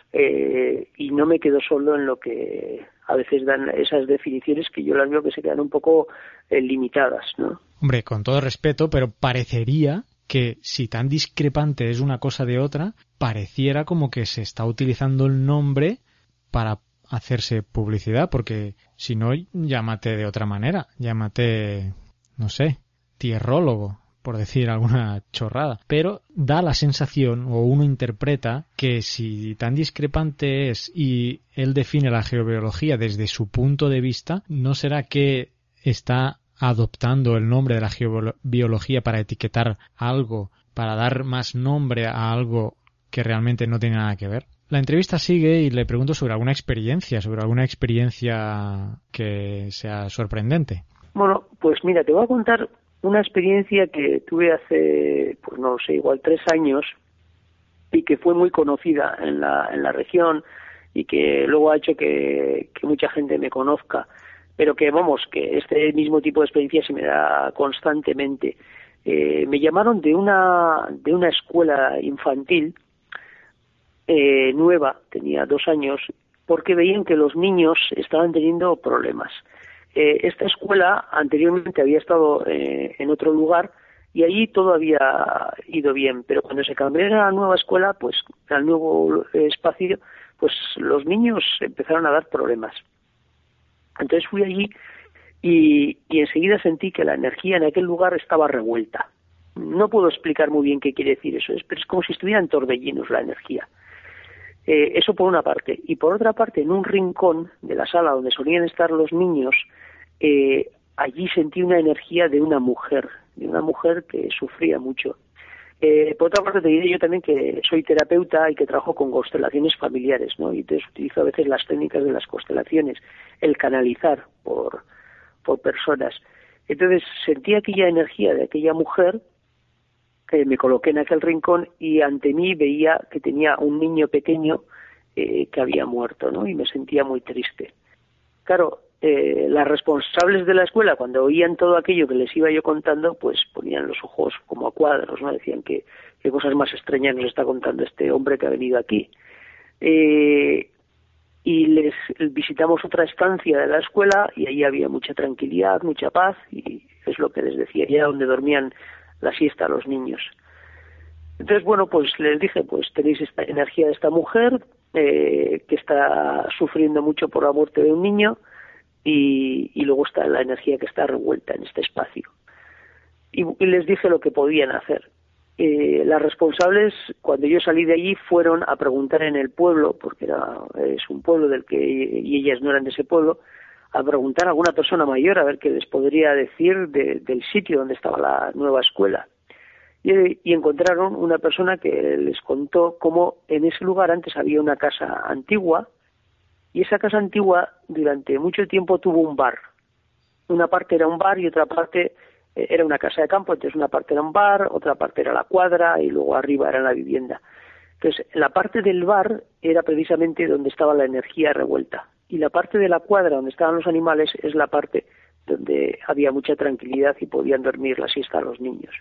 Y no me quedo solo en lo que a veces dan esas definiciones, que yo las veo que se quedan un poco limitadas, ¿no? Hombre, con todo respeto, pero parecería que si tan discrepante es una cosa de otra, pareciera como que se está utilizando el nombre para hacerse publicidad, porque si no, llámate de otra manera, llámate, no sé, tierrólogo, por decir alguna chorrada. Pero da la sensación, o uno interpreta, que si tan discrepante es y él define la geobiología desde su punto de vista, ¿no será que está adoptando el nombre de la geobiología para etiquetar algo, para dar más nombre a algo que realmente no tiene nada que ver? La entrevista sigue y le pregunto sobre alguna experiencia que sea sorprendente. Bueno, pues mira, te voy a contar una experiencia que tuve hace, pues no sé, igual 3 años, y que fue muy conocida en la región, y que luego ha hecho que mucha gente me conozca, pero que que este mismo tipo de experiencia se me da constantemente. Me llamaron de una escuela infantil nueva, tenía 2 años, porque veían que los niños estaban teniendo problemas. Esta escuela anteriormente había estado en otro lugar y allí todo había ido bien, pero cuando se cambió a la nueva escuela, pues al nuevo espacio, pues los niños empezaron a dar problemas. Entonces fui allí y enseguida sentí que la energía en aquel lugar estaba revuelta. No puedo explicar muy bien qué quiere decir eso, pero es como si estuvieran torbellinos la energía. Eso por una parte. Y por otra parte, en un rincón de la sala donde solían estar los niños, allí sentí una energía de una mujer que sufría mucho. Por otra parte, te diré yo también que soy terapeuta y que trabajo con constelaciones familiares, ¿no? Y entonces utilizo a veces las técnicas de las constelaciones, el canalizar por personas. Entonces sentí aquella energía de aquella mujer, me coloqué en aquel rincón y ante mí veía que tenía un niño pequeño que había muerto, ¿no? Y me sentía muy triste. Claro, las responsables de la escuela, cuando oían todo aquello que les iba yo contando, pues ponían los ojos como a cuadros, ¿no? Decían que qué cosas más extrañas nos está contando este hombre que ha venido aquí. Y les visitamos otra estancia de la escuela y ahí había mucha tranquilidad, mucha paz, y es lo que les decía, y era donde dormían la siesta los niños. Entonces, bueno, pues les dije, pues tenéis esta energía de esta mujer que está sufriendo mucho por la muerte de un niño, y luego está la energía que está revuelta en este espacio. Y les dije lo que podían hacer. Las responsables, cuando yo salí de allí, fueron a preguntar en el pueblo, porque es un pueblo y ellas no eran de ese pueblo, a preguntar a alguna persona mayor a ver qué les podría decir del sitio donde estaba la nueva escuela. Y encontraron una persona que les contó cómo en ese lugar antes había una casa antigua, y esa casa antigua durante mucho tiempo tuvo un bar. Una parte era un bar y otra parte era una casa de campo. Entonces una parte era un bar, otra parte era la cuadra y luego arriba era la vivienda. Entonces la parte del bar era precisamente donde estaba la energía revuelta, y la parte de la cuadra donde estaban los animales es la parte donde había mucha tranquilidad y podían dormir la siesta los niños.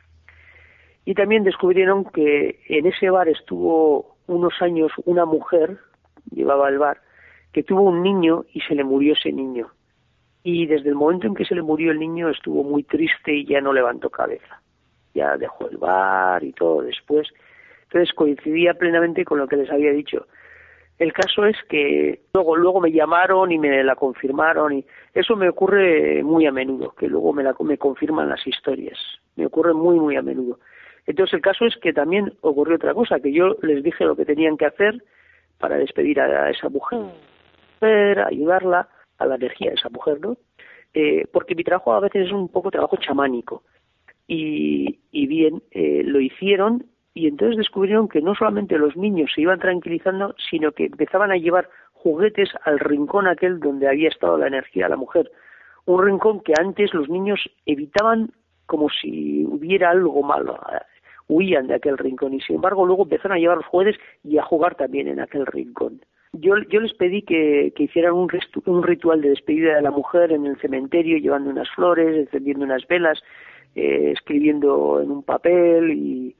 Y también descubrieron que en ese bar estuvo unos años una mujer, llevaba el bar, que tuvo un niño y se le murió ese niño. Y desde el momento en que se le murió el niño estuvo muy triste y ya no levantó cabeza. Ya dejó el bar y todo después. Entonces coincidía plenamente con lo que les había dicho. El caso es que luego me llamaron y me la confirmaron, y eso me ocurre muy a menudo, que luego me confirman las historias. Me ocurre muy, muy a menudo. Entonces el caso es que también ocurrió otra cosa, que yo les dije lo que tenían que hacer para despedir a esa mujer, ayudarla a la energía de esa mujer, ¿no? Porque mi trabajo a veces es un poco trabajo chamánico. Y bien, lo hicieron, y entonces descubrieron que no solamente los niños se iban tranquilizando, sino que empezaban a llevar juguetes al rincón aquel donde había estado la energía de la mujer. Un rincón que antes los niños evitaban como si hubiera algo malo, huían de aquel rincón, y sin embargo luego empezaron a llevar los juguetes y a jugar también en aquel rincón. Yo les pedí que hicieran un ritual de despedida de la mujer en el cementerio, llevando unas flores, encendiendo unas velas, escribiendo en un papel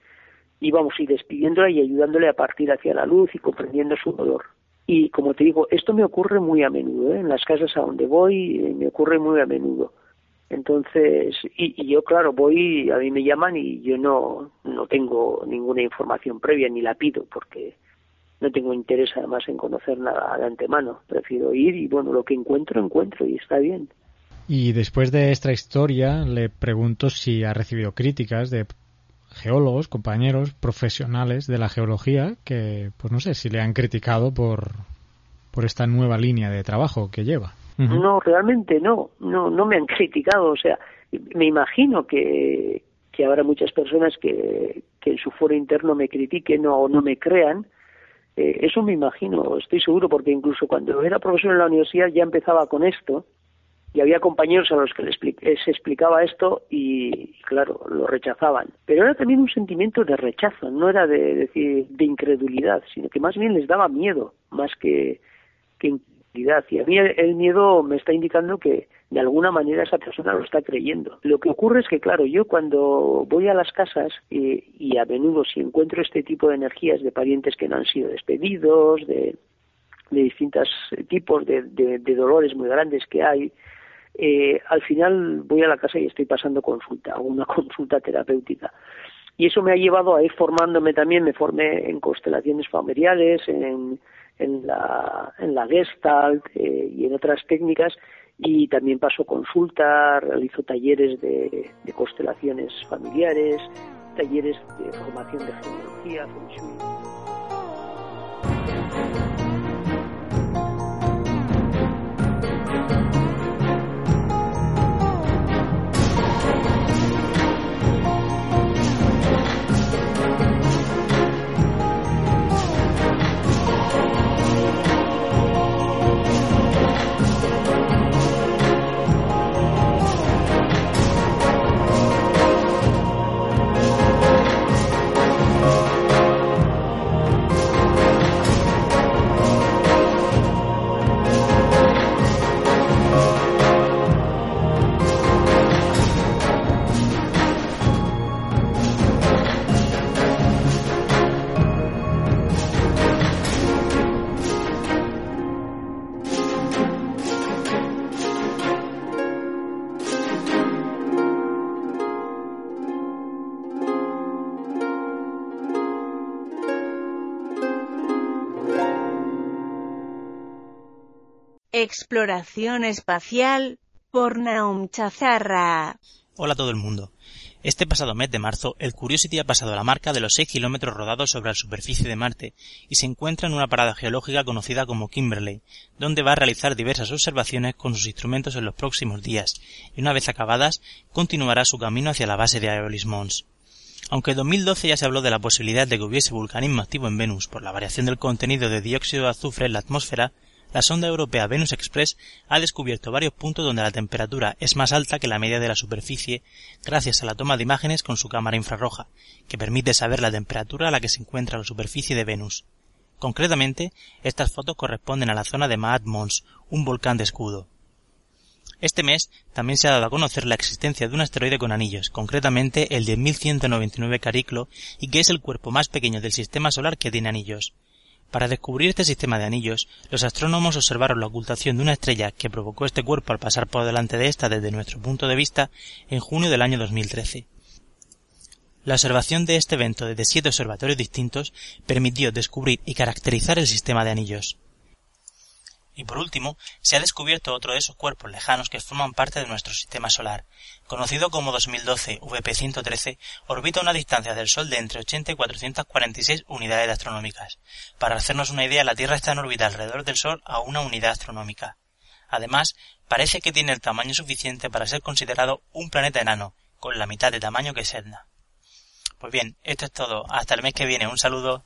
y vamos, y despidiéndola y ayudándole a partir hacia la luz y comprendiendo su dolor. Y como te digo, esto me ocurre muy a menudo, en las casas a donde voy me ocurre muy a menudo. Entonces, y yo, claro, voy, a mí me llaman y yo no tengo ninguna información previa ni la pido, porque no tengo interés además en conocer nada de antemano. Prefiero ir y, bueno, lo que encuentro y está bien. Y después de esta historia le pregunto si ha recibido críticas de geólogos, compañeros, profesionales de la geología que, pues no sé, si le han criticado por esta nueva línea de trabajo que lleva. No, realmente no me han criticado. O sea, me imagino que habrá muchas personas que en su foro interno me critiquen o no me crean. Eso me imagino, estoy seguro, porque incluso cuando era profesor en la universidad ya empezaba con esto, y había compañeros a los que se explicaba esto y claro, lo rechazaban. Pero era también un sentimiento de rechazo, no era de incredulidad, sino que más bien les daba miedo, más que incredulidad. Y a mí el miedo me está indicando que de alguna manera esa persona lo está creyendo. Lo que ocurre es que, claro, yo cuando voy a las casas y a menudo si encuentro este tipo de energías de parientes que no han sido despedidos, de distintos tipos de dolores muy grandes que hay, al final voy a la casa y estoy pasando consulta, una consulta terapéutica. Y eso me ha llevado a ir formándome también. Me formé en constelaciones familiares, en la Gestalt y en otras técnicas, y también paso consulta, realizo talleres de constelaciones familiares, talleres de formación de geología, Feng Shui. Exploración espacial por Naum Chazarra. Hola a todo el mundo. Este pasado mes de marzo, el Curiosity ha pasado la marca de los 6 kilómetros rodados sobre la superficie de Marte y se encuentra en una parada geológica conocida como Kimberley, donde va a realizar diversas observaciones con sus instrumentos en los próximos días, y una vez acabadas, continuará su camino hacia la base de Aeolis Mons. Aunque en 2012 ya se habló de la posibilidad de que hubiese vulcanismo activo en Venus por la variación del contenido de dióxido de azufre en la atmósfera, la sonda europea Venus Express ha descubierto varios puntos donde la temperatura es más alta que la media de la superficie gracias a la toma de imágenes con su cámara infrarroja, que permite saber la temperatura a la que se encuentra la superficie de Venus. Concretamente, estas fotos corresponden a la zona de Maat Mons, un volcán de escudo. Este mes también se ha dado a conocer la existencia de un asteroide con anillos, concretamente el 10.199 Cariclo, y que es el cuerpo más pequeño del sistema solar que tiene anillos. Para descubrir este sistema de anillos, los astrónomos observaron la ocultación de una estrella que provocó este cuerpo al pasar por delante de esta desde nuestro punto de vista en junio del año 2013. La observación de este evento desde 7 observatorios distintos permitió descubrir y caracterizar el sistema de anillos. Y por último, se ha descubierto otro de esos cuerpos lejanos que forman parte de nuestro sistema solar. Conocido como 2012 VP113, orbita a una distancia del Sol de entre 80 y 446 unidades astronómicas. Para hacernos una idea, la Tierra está en órbita alrededor del Sol a una unidad astronómica. Además, parece que tiene el tamaño suficiente para ser considerado un planeta enano, con la mitad de tamaño que Sedna. Pues bien, esto es todo. Hasta el mes que viene. Un saludo.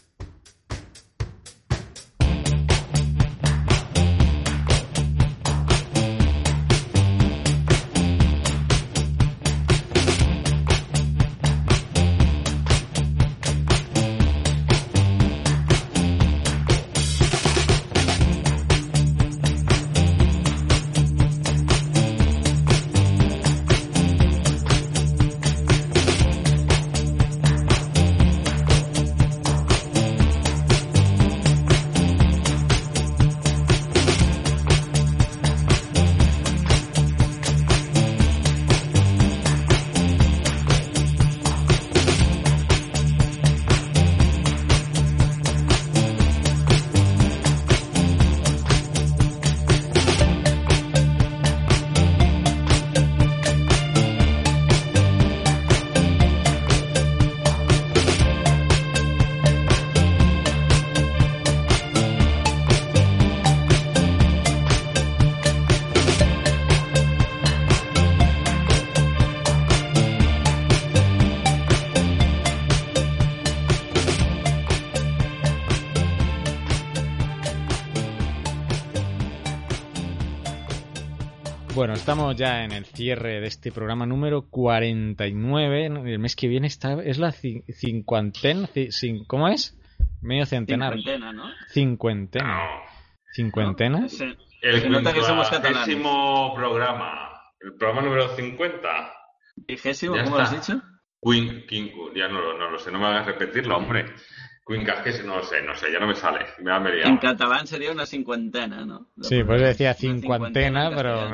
Bueno, estamos ya en el cierre de este programa número 49. El mes que viene es la cincuentena. ¿Cómo es? Medio centenar. Cincuentena, ¿no? ¿Cincuentena? ¿No? El nota que somos catalanes. 50º programa. El programa número 50. ¿Vigésimo? ¿Cómo lo has dicho? Ya no lo sé, no me hagas repetirlo, hombre. No sé, ya no me sale. Me ha mediado. En catalán sería una cincuentena, ¿no? Sí, pues decía cincuentena, pero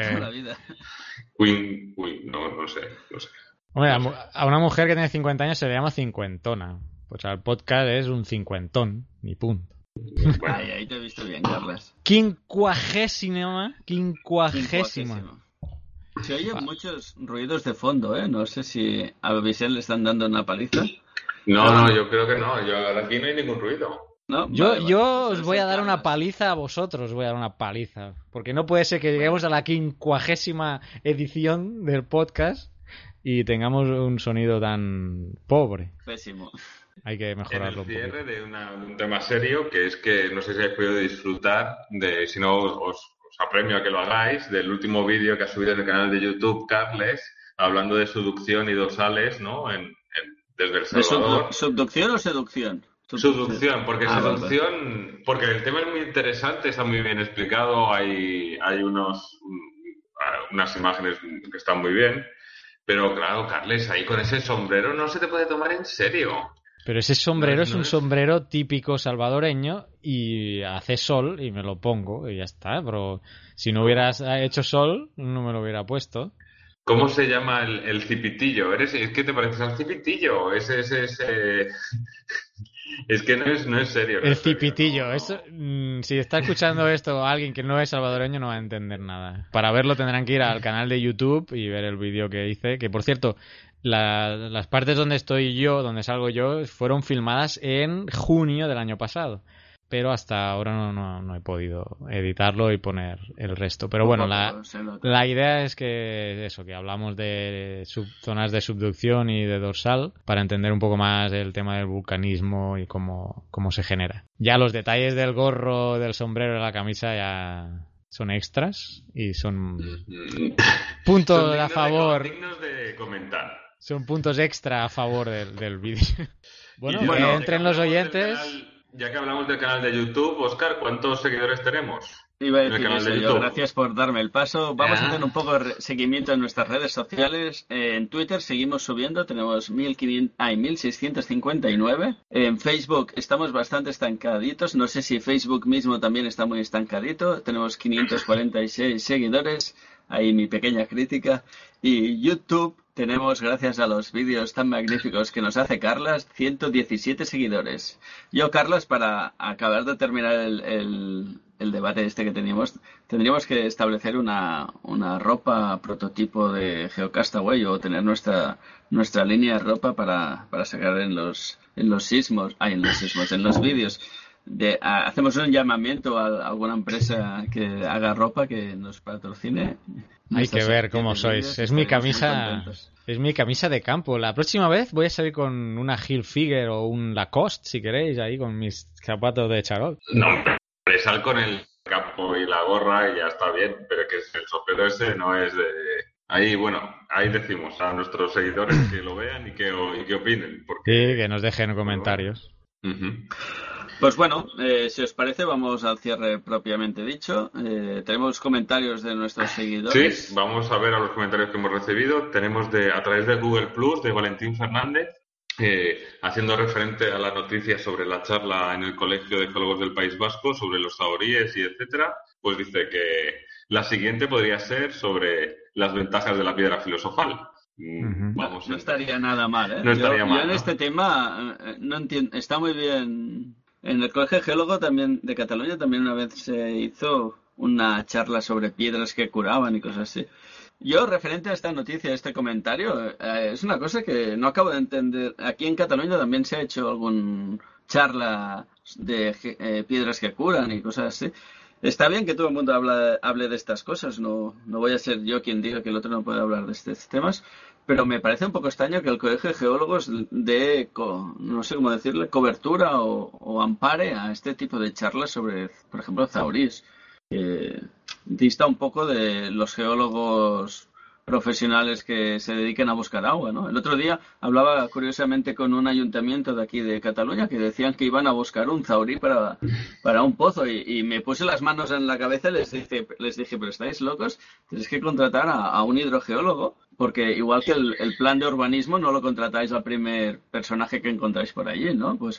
no sé. Hombre, a una mujer que tiene 50 años se le llama cincuentona. Pues al podcast es un cincuentón, ni punto. Ahí te he visto bien, Carles. Quincuagésima. Se oyen muchos ruidos de fondo, ¿eh? No sé si a Vicente le están dando una paliza. No, yo creo que no. Aquí no hay ningún ruido. ¿No? Yo os voy a dar una paliza a vosotros, porque no puede ser que lleguemos a la 50ª edición del podcast y tengamos un sonido tan pobre. Pésimo. Hay que mejorarlo. En el cierre de un tema serio, que es que no sé si habéis podido disfrutar de, si no os apremio a que lo hagáis, del último vídeo que ha subido en el canal de YouTube Carles, hablando de subducción y dorsales, ¿no? Desde El Salvador. ¿Subducción o seducción? Subducción, porque porque el tema es muy interesante, está muy bien explicado, hay unas imágenes que están muy bien, pero claro, Carles, ahí con ese sombrero no se te puede tomar en serio. Pero ese sombrero es un sombrero típico salvadoreño y hace sol y me lo pongo y ya está, pero si no hubieras hecho sol no me lo hubiera puesto. ¿Cómo se llama el cipitillo? ¿Es que te pareces al cipitillo? Ese Es que no es serio. El cipitillo. Eso, si está escuchando esto alguien que no es salvadoreño no va a entender nada. Para verlo tendrán que ir al canal de YouTube y ver el vídeo que hice. Que, por cierto, las partes donde estoy yo, donde salgo yo, fueron filmadas en junio del año pasado. Pero hasta ahora no he podido editarlo y poner el resto. Pero bueno, la idea es que hablamos de zonas de subducción y de dorsal para entender un poco más el tema del vulcanismo y cómo se genera. Ya los detalles del gorro, del sombrero y la camisa ya son extras y son puntos a favor. Dignos de comentar. Son puntos extra a favor del vídeo. Bueno, que entren los oyentes. Ya que hablamos del canal de YouTube, Óscar, ¿cuántos seguidores tenemos? Iba a decir eso yo, gracias por darme el paso. Vamos a hacer un poco de seguimiento en nuestras redes sociales. En Twitter seguimos subiendo, tenemos 1.659. En Facebook estamos bastante estancaditos. No sé si Facebook mismo también está muy estancadito. Tenemos 546 seguidores. Ahí mi pequeña crítica. Y YouTube tenemos, gracias a los vídeos tan magníficos que nos hace Carlas, 117 seguidores. Yo, Carlas, para acabar de terminar el debate que teníamos, tendríamos que establecer una ropa prototipo de Geocastaway o tener nuestra línea de ropa para sacar en los vídeos. Hacemos un llamamiento a alguna empresa que haga ropa que nos patrocine. Hay que ver cómo sois. Es mi camisa de campo. La próxima vez voy a salir con una Hilfiger o un Lacoste, si queréis, ahí con mis zapatos de charol. No, sal con el campo y la gorra y ya está bien, pero que el sombrero ese no es de... Ahí decimos a nuestros seguidores que lo vean y que opinen. Porque... Sí, que nos dejen comentarios. Uh-huh. Pues bueno, si os parece, vamos al cierre propiamente dicho. Tenemos comentarios de nuestros seguidores. Sí, vamos a ver a los comentarios que hemos recibido. Tenemos a través de Google Plus de Valentín Fernández, haciendo referente a la noticia sobre la charla en el Colegio de Geólogos del País Vasco sobre los zahoríes y etcétera. Pues dice que la siguiente podría ser sobre las ventajas de la piedra filosofal. No estaría nada mal, ¿eh? No estaría mal. Yo en este tema no entiendo. Está muy bien. En el Colegio Geólogo también de Cataluña también una vez se hizo una charla sobre piedras que curaban y cosas así. Yo, referente a esta noticia, a este comentario, es una cosa que no acabo de entender. Aquí en Cataluña también se ha hecho alguna charla de piedras que curan y cosas así. Está bien que todo el mundo hable de estas cosas, no voy a ser yo quien diga que el otro no puede hablar de estos temas, pero me parece un poco extraño que el Colegio de Geólogos dé, no sé cómo decirle, cobertura o ampare a este tipo de charlas sobre, por ejemplo, zahoríes. Dista un poco de los geólogos profesionales que se dedican a buscar agua, ¿no? El otro día hablaba curiosamente con un ayuntamiento de aquí de Cataluña que decían que iban a buscar un zahorí para un pozo y me puse las manos en la cabeza y les dije, pero estáis locos, tenéis que contratar a un hidrogeólogo, porque igual que el plan de urbanismo no lo contratáis al primer personaje que encontráis por allí, ¿no? Pues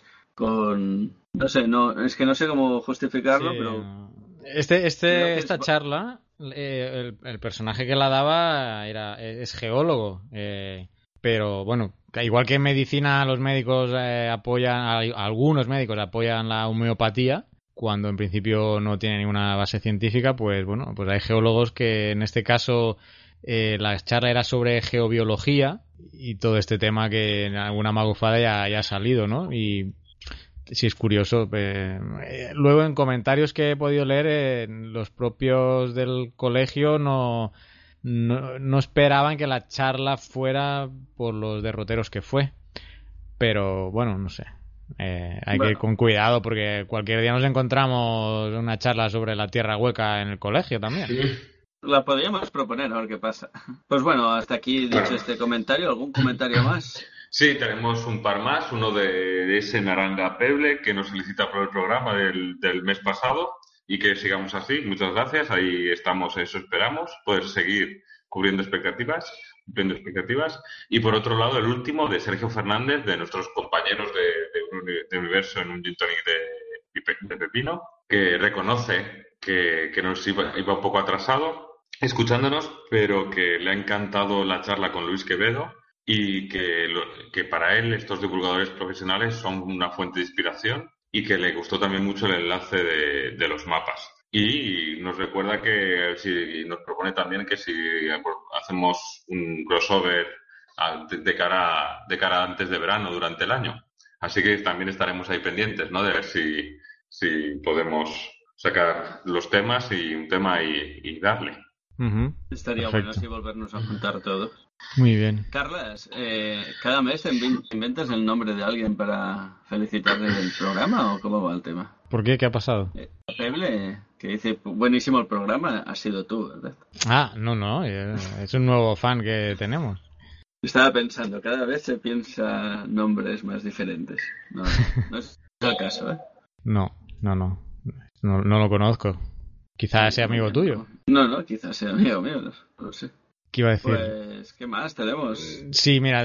no sé cómo justificarlo, sí. Pero esta charla, el personaje que la daba es geólogo, pero bueno, igual que en medicina los médicos algunos médicos apoyan la homeopatía cuando en principio no tiene ninguna base científica, pues bueno, pues hay geólogos que en este caso la charla era sobre geobiología y todo este tema que en alguna magufada ya ha salido, ¿no? Y sí, es curioso. Luego en comentarios que he podido leer, los propios del colegio no esperaban que la charla fuera por los derroteros que fue. Pero bueno, no sé. Hay que ir con cuidado porque cualquier día nos encontramos una charla sobre la tierra hueca en el colegio también. Sí. La podríamos proponer, a ver qué pasa. Pues bueno, hasta aquí dicho este comentario. ¿Algún comentario más? Sí, tenemos un par más. Uno de ese Naranga Peble que nos felicita por el programa del mes pasado y que sigamos así. Muchas gracias. Ahí estamos, eso esperamos. Poder seguir cubriendo expectativas, cumpliendo expectativas. Y por otro lado, el último de Sergio Fernández, de nuestros compañeros de Universo en un Gin Tonic de Pepino, que reconoce que nos iba un poco atrasado escuchándonos, pero que le ha encantado la charla con Luis Quevedo y que para él estos divulgadores profesionales son una fuente de inspiración y que le gustó también mucho el enlace de los mapas. Y nos recuerda nos propone también que si hacemos un crossover de cara antes de verano durante el año. Así que también estaremos ahí pendientes, ¿no? De ver si podemos sacar los temas y un tema y darle. Estaría Perfecto. bueno así volvernos a juntar todos. Muy bien. Carlas, ¿cada mes te inventas el nombre de alguien para felicitarle del programa o cómo va el tema? ¿Por qué? ¿Qué ha pasado? Peble, que dice, buenísimo el programa, has sido tú, ¿verdad? Ah, no, es un nuevo fan que tenemos. Estaba pensando, cada vez se piensa nombres más diferentes. No es el caso, ¿eh? No lo conozco. Quizás sea amigo tuyo. No, quizás sea amigo mío, no lo sé. ¿Qué iba a decir? Pues, ¿qué más tenemos? Sí, mira,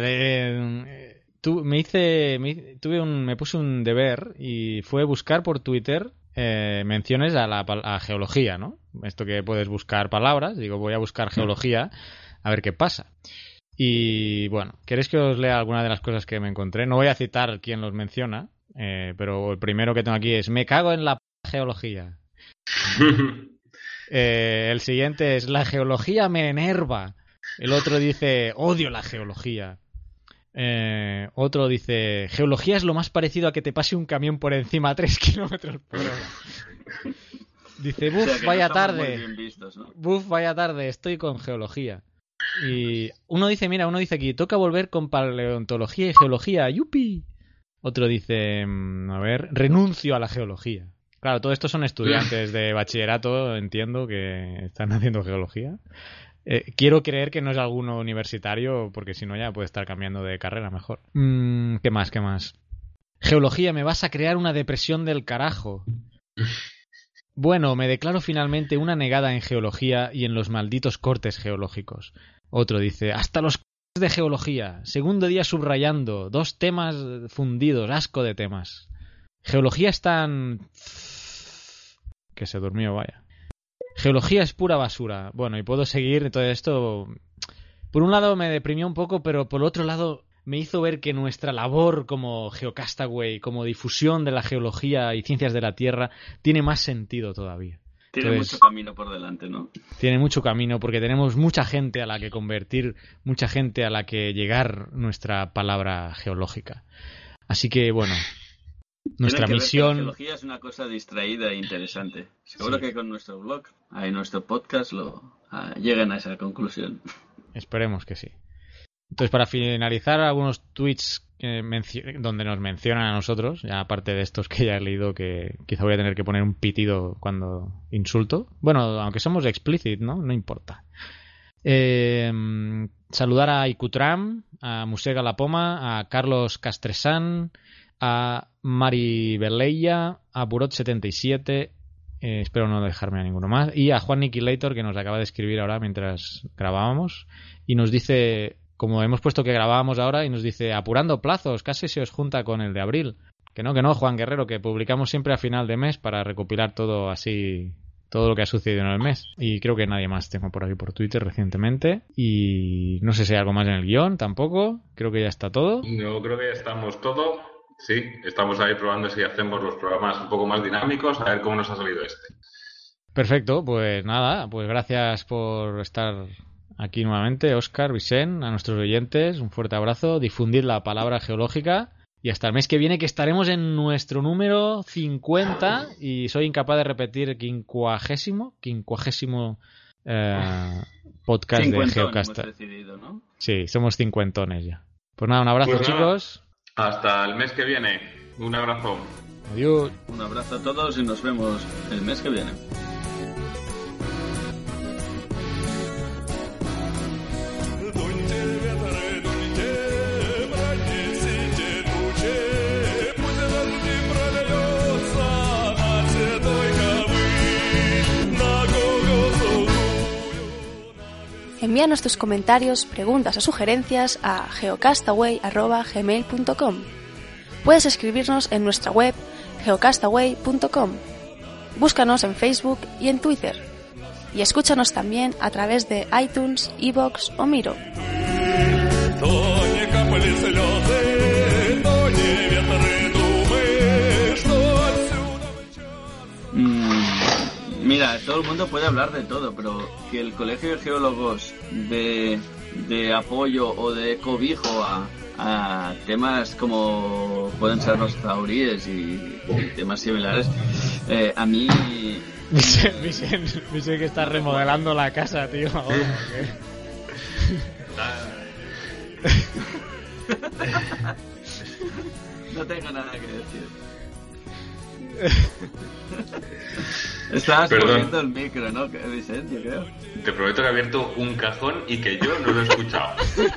me puse un deber y fue buscar por Twitter menciones a geología, ¿no? Esto que puedes buscar palabras, digo, voy a buscar geología a ver qué pasa. Y bueno, ¿queréis que os lea alguna de las cosas que me encontré? No voy a citar quién los menciona, pero el primero que tengo aquí es me cago en la geología. El siguiente es la geología me enerva. El otro dice odio la geología. Otro dice geología es lo más parecido a que te pase un camión por encima a 3 kilómetros por hora. Dice buf, O sea, vaya no tarde bien vistos, ¿no? Buf, vaya tarde, estoy con geología. Y uno dice aquí, toca volver con paleontología y geología, ¡yupi! Otro dice, renuncio a la geología. Claro, todo esto son estudiantes de bachillerato, entiendo, que están haciendo geología. Quiero creer que no es alguno universitario, porque si no ya puede estar cambiando de carrera mejor. ¿Qué más? Geología, me vas a crear una depresión del carajo. Bueno, me declaro finalmente una negada en geología y en los malditos cortes geológicos. Otro dice, hasta los cortes de geología. Segundo día subrayando. 2 temas fundidos. Asco de temas. Geología es tan... que se durmió, vaya. Geología es pura basura. Bueno, y puedo seguir todo esto. Por un lado me deprimió un poco, pero por otro lado me hizo ver que nuestra labor como GeoCastaway, como difusión de la geología y ciencias de la Tierra, tiene más sentido todavía. Tiene mucho camino por delante, ¿no? Tiene mucho camino porque tenemos mucha gente a la que convertir, mucha gente a la que llegar nuestra palabra geológica. Así que, bueno, nuestra misión... La geología es una cosa distraída e interesante. Seguro que con nuestro blog y nuestro podcast lleguen a esa conclusión. Esperemos que sí. Entonces, para finalizar, algunos tweets donde nos mencionan a nosotros, ya aparte de estos que ya he leído, que quizá voy a tener que poner un pitido cuando insulto. Bueno, aunque somos explicit, ¿no? No importa. Saludar a Icutram, a Musega La Poma, a Carlos Castresán, a Mari Beleya, a Burot77, espero no dejarme a ninguno más, y a Juan Niquilator, que nos acaba de escribir ahora mientras grabábamos, y nos dice... Como hemos puesto que grabábamos ahora y nos dice, apurando plazos, casi se os junta con el de abril. Que no, Juan Guerrero, que publicamos siempre a final de mes para recopilar todo así, todo lo que ha sucedido en el mes. Y creo que nadie más tengo por aquí por Twitter recientemente. Y no sé si hay algo más en el guión, tampoco. Creo que ya está todo. No, creo que ya estamos todo. Sí, estamos ahí probando si hacemos los programas un poco más dinámicos, a ver cómo nos ha salido este. Perfecto, pues nada, pues gracias por estar... Aquí nuevamente, Óscar, Vicent, a nuestros oyentes, un fuerte abrazo, difundir la palabra geológica y hasta el mes que viene que estaremos en nuestro número 50 y soy incapaz de repetir quincuagésimo podcast de Geocasta. Decidido, ¿no? Sí, somos cincuentones ya. Pues nada, un abrazo, pues chicos. Hasta el mes que viene. Un abrazo. Adiós. Un abrazo a todos y nos vemos el mes que viene. Envíanos tus comentarios, preguntas o sugerencias a geocastaway@gmail.com. Puedes escribirnos en nuestra web geocastaway.com. Búscanos en Facebook y en Twitter. Y escúchanos también a través de iTunes, iVoox o Miro. Mira, todo el mundo puede hablar de todo, pero que el Colegio de Geólogos de apoyo o de cobijo a temas como pueden ser los tauríes y temas similares, a mí... Dice que está remodelando la casa, tío. Ahora, no tengo nada que decir. Estabas poniendo el micro, ¿no, Vicente? Yo creo. Te prometo que he abierto un cajón y que yo no lo he escuchado.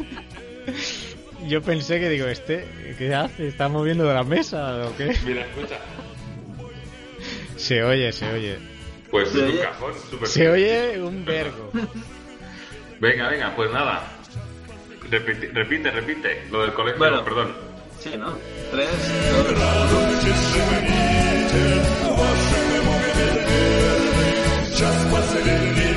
Yo pensé que digo, ¿qué hace? ¿Está moviendo de la mesa o qué? Mira, escucha. Se oye. Pues es un cajón súper. Se oye un vergo. Venga, pues nada. Repite. Lo del colegio, bueno, perdón. Sí, ¿no? 3, 2, 1.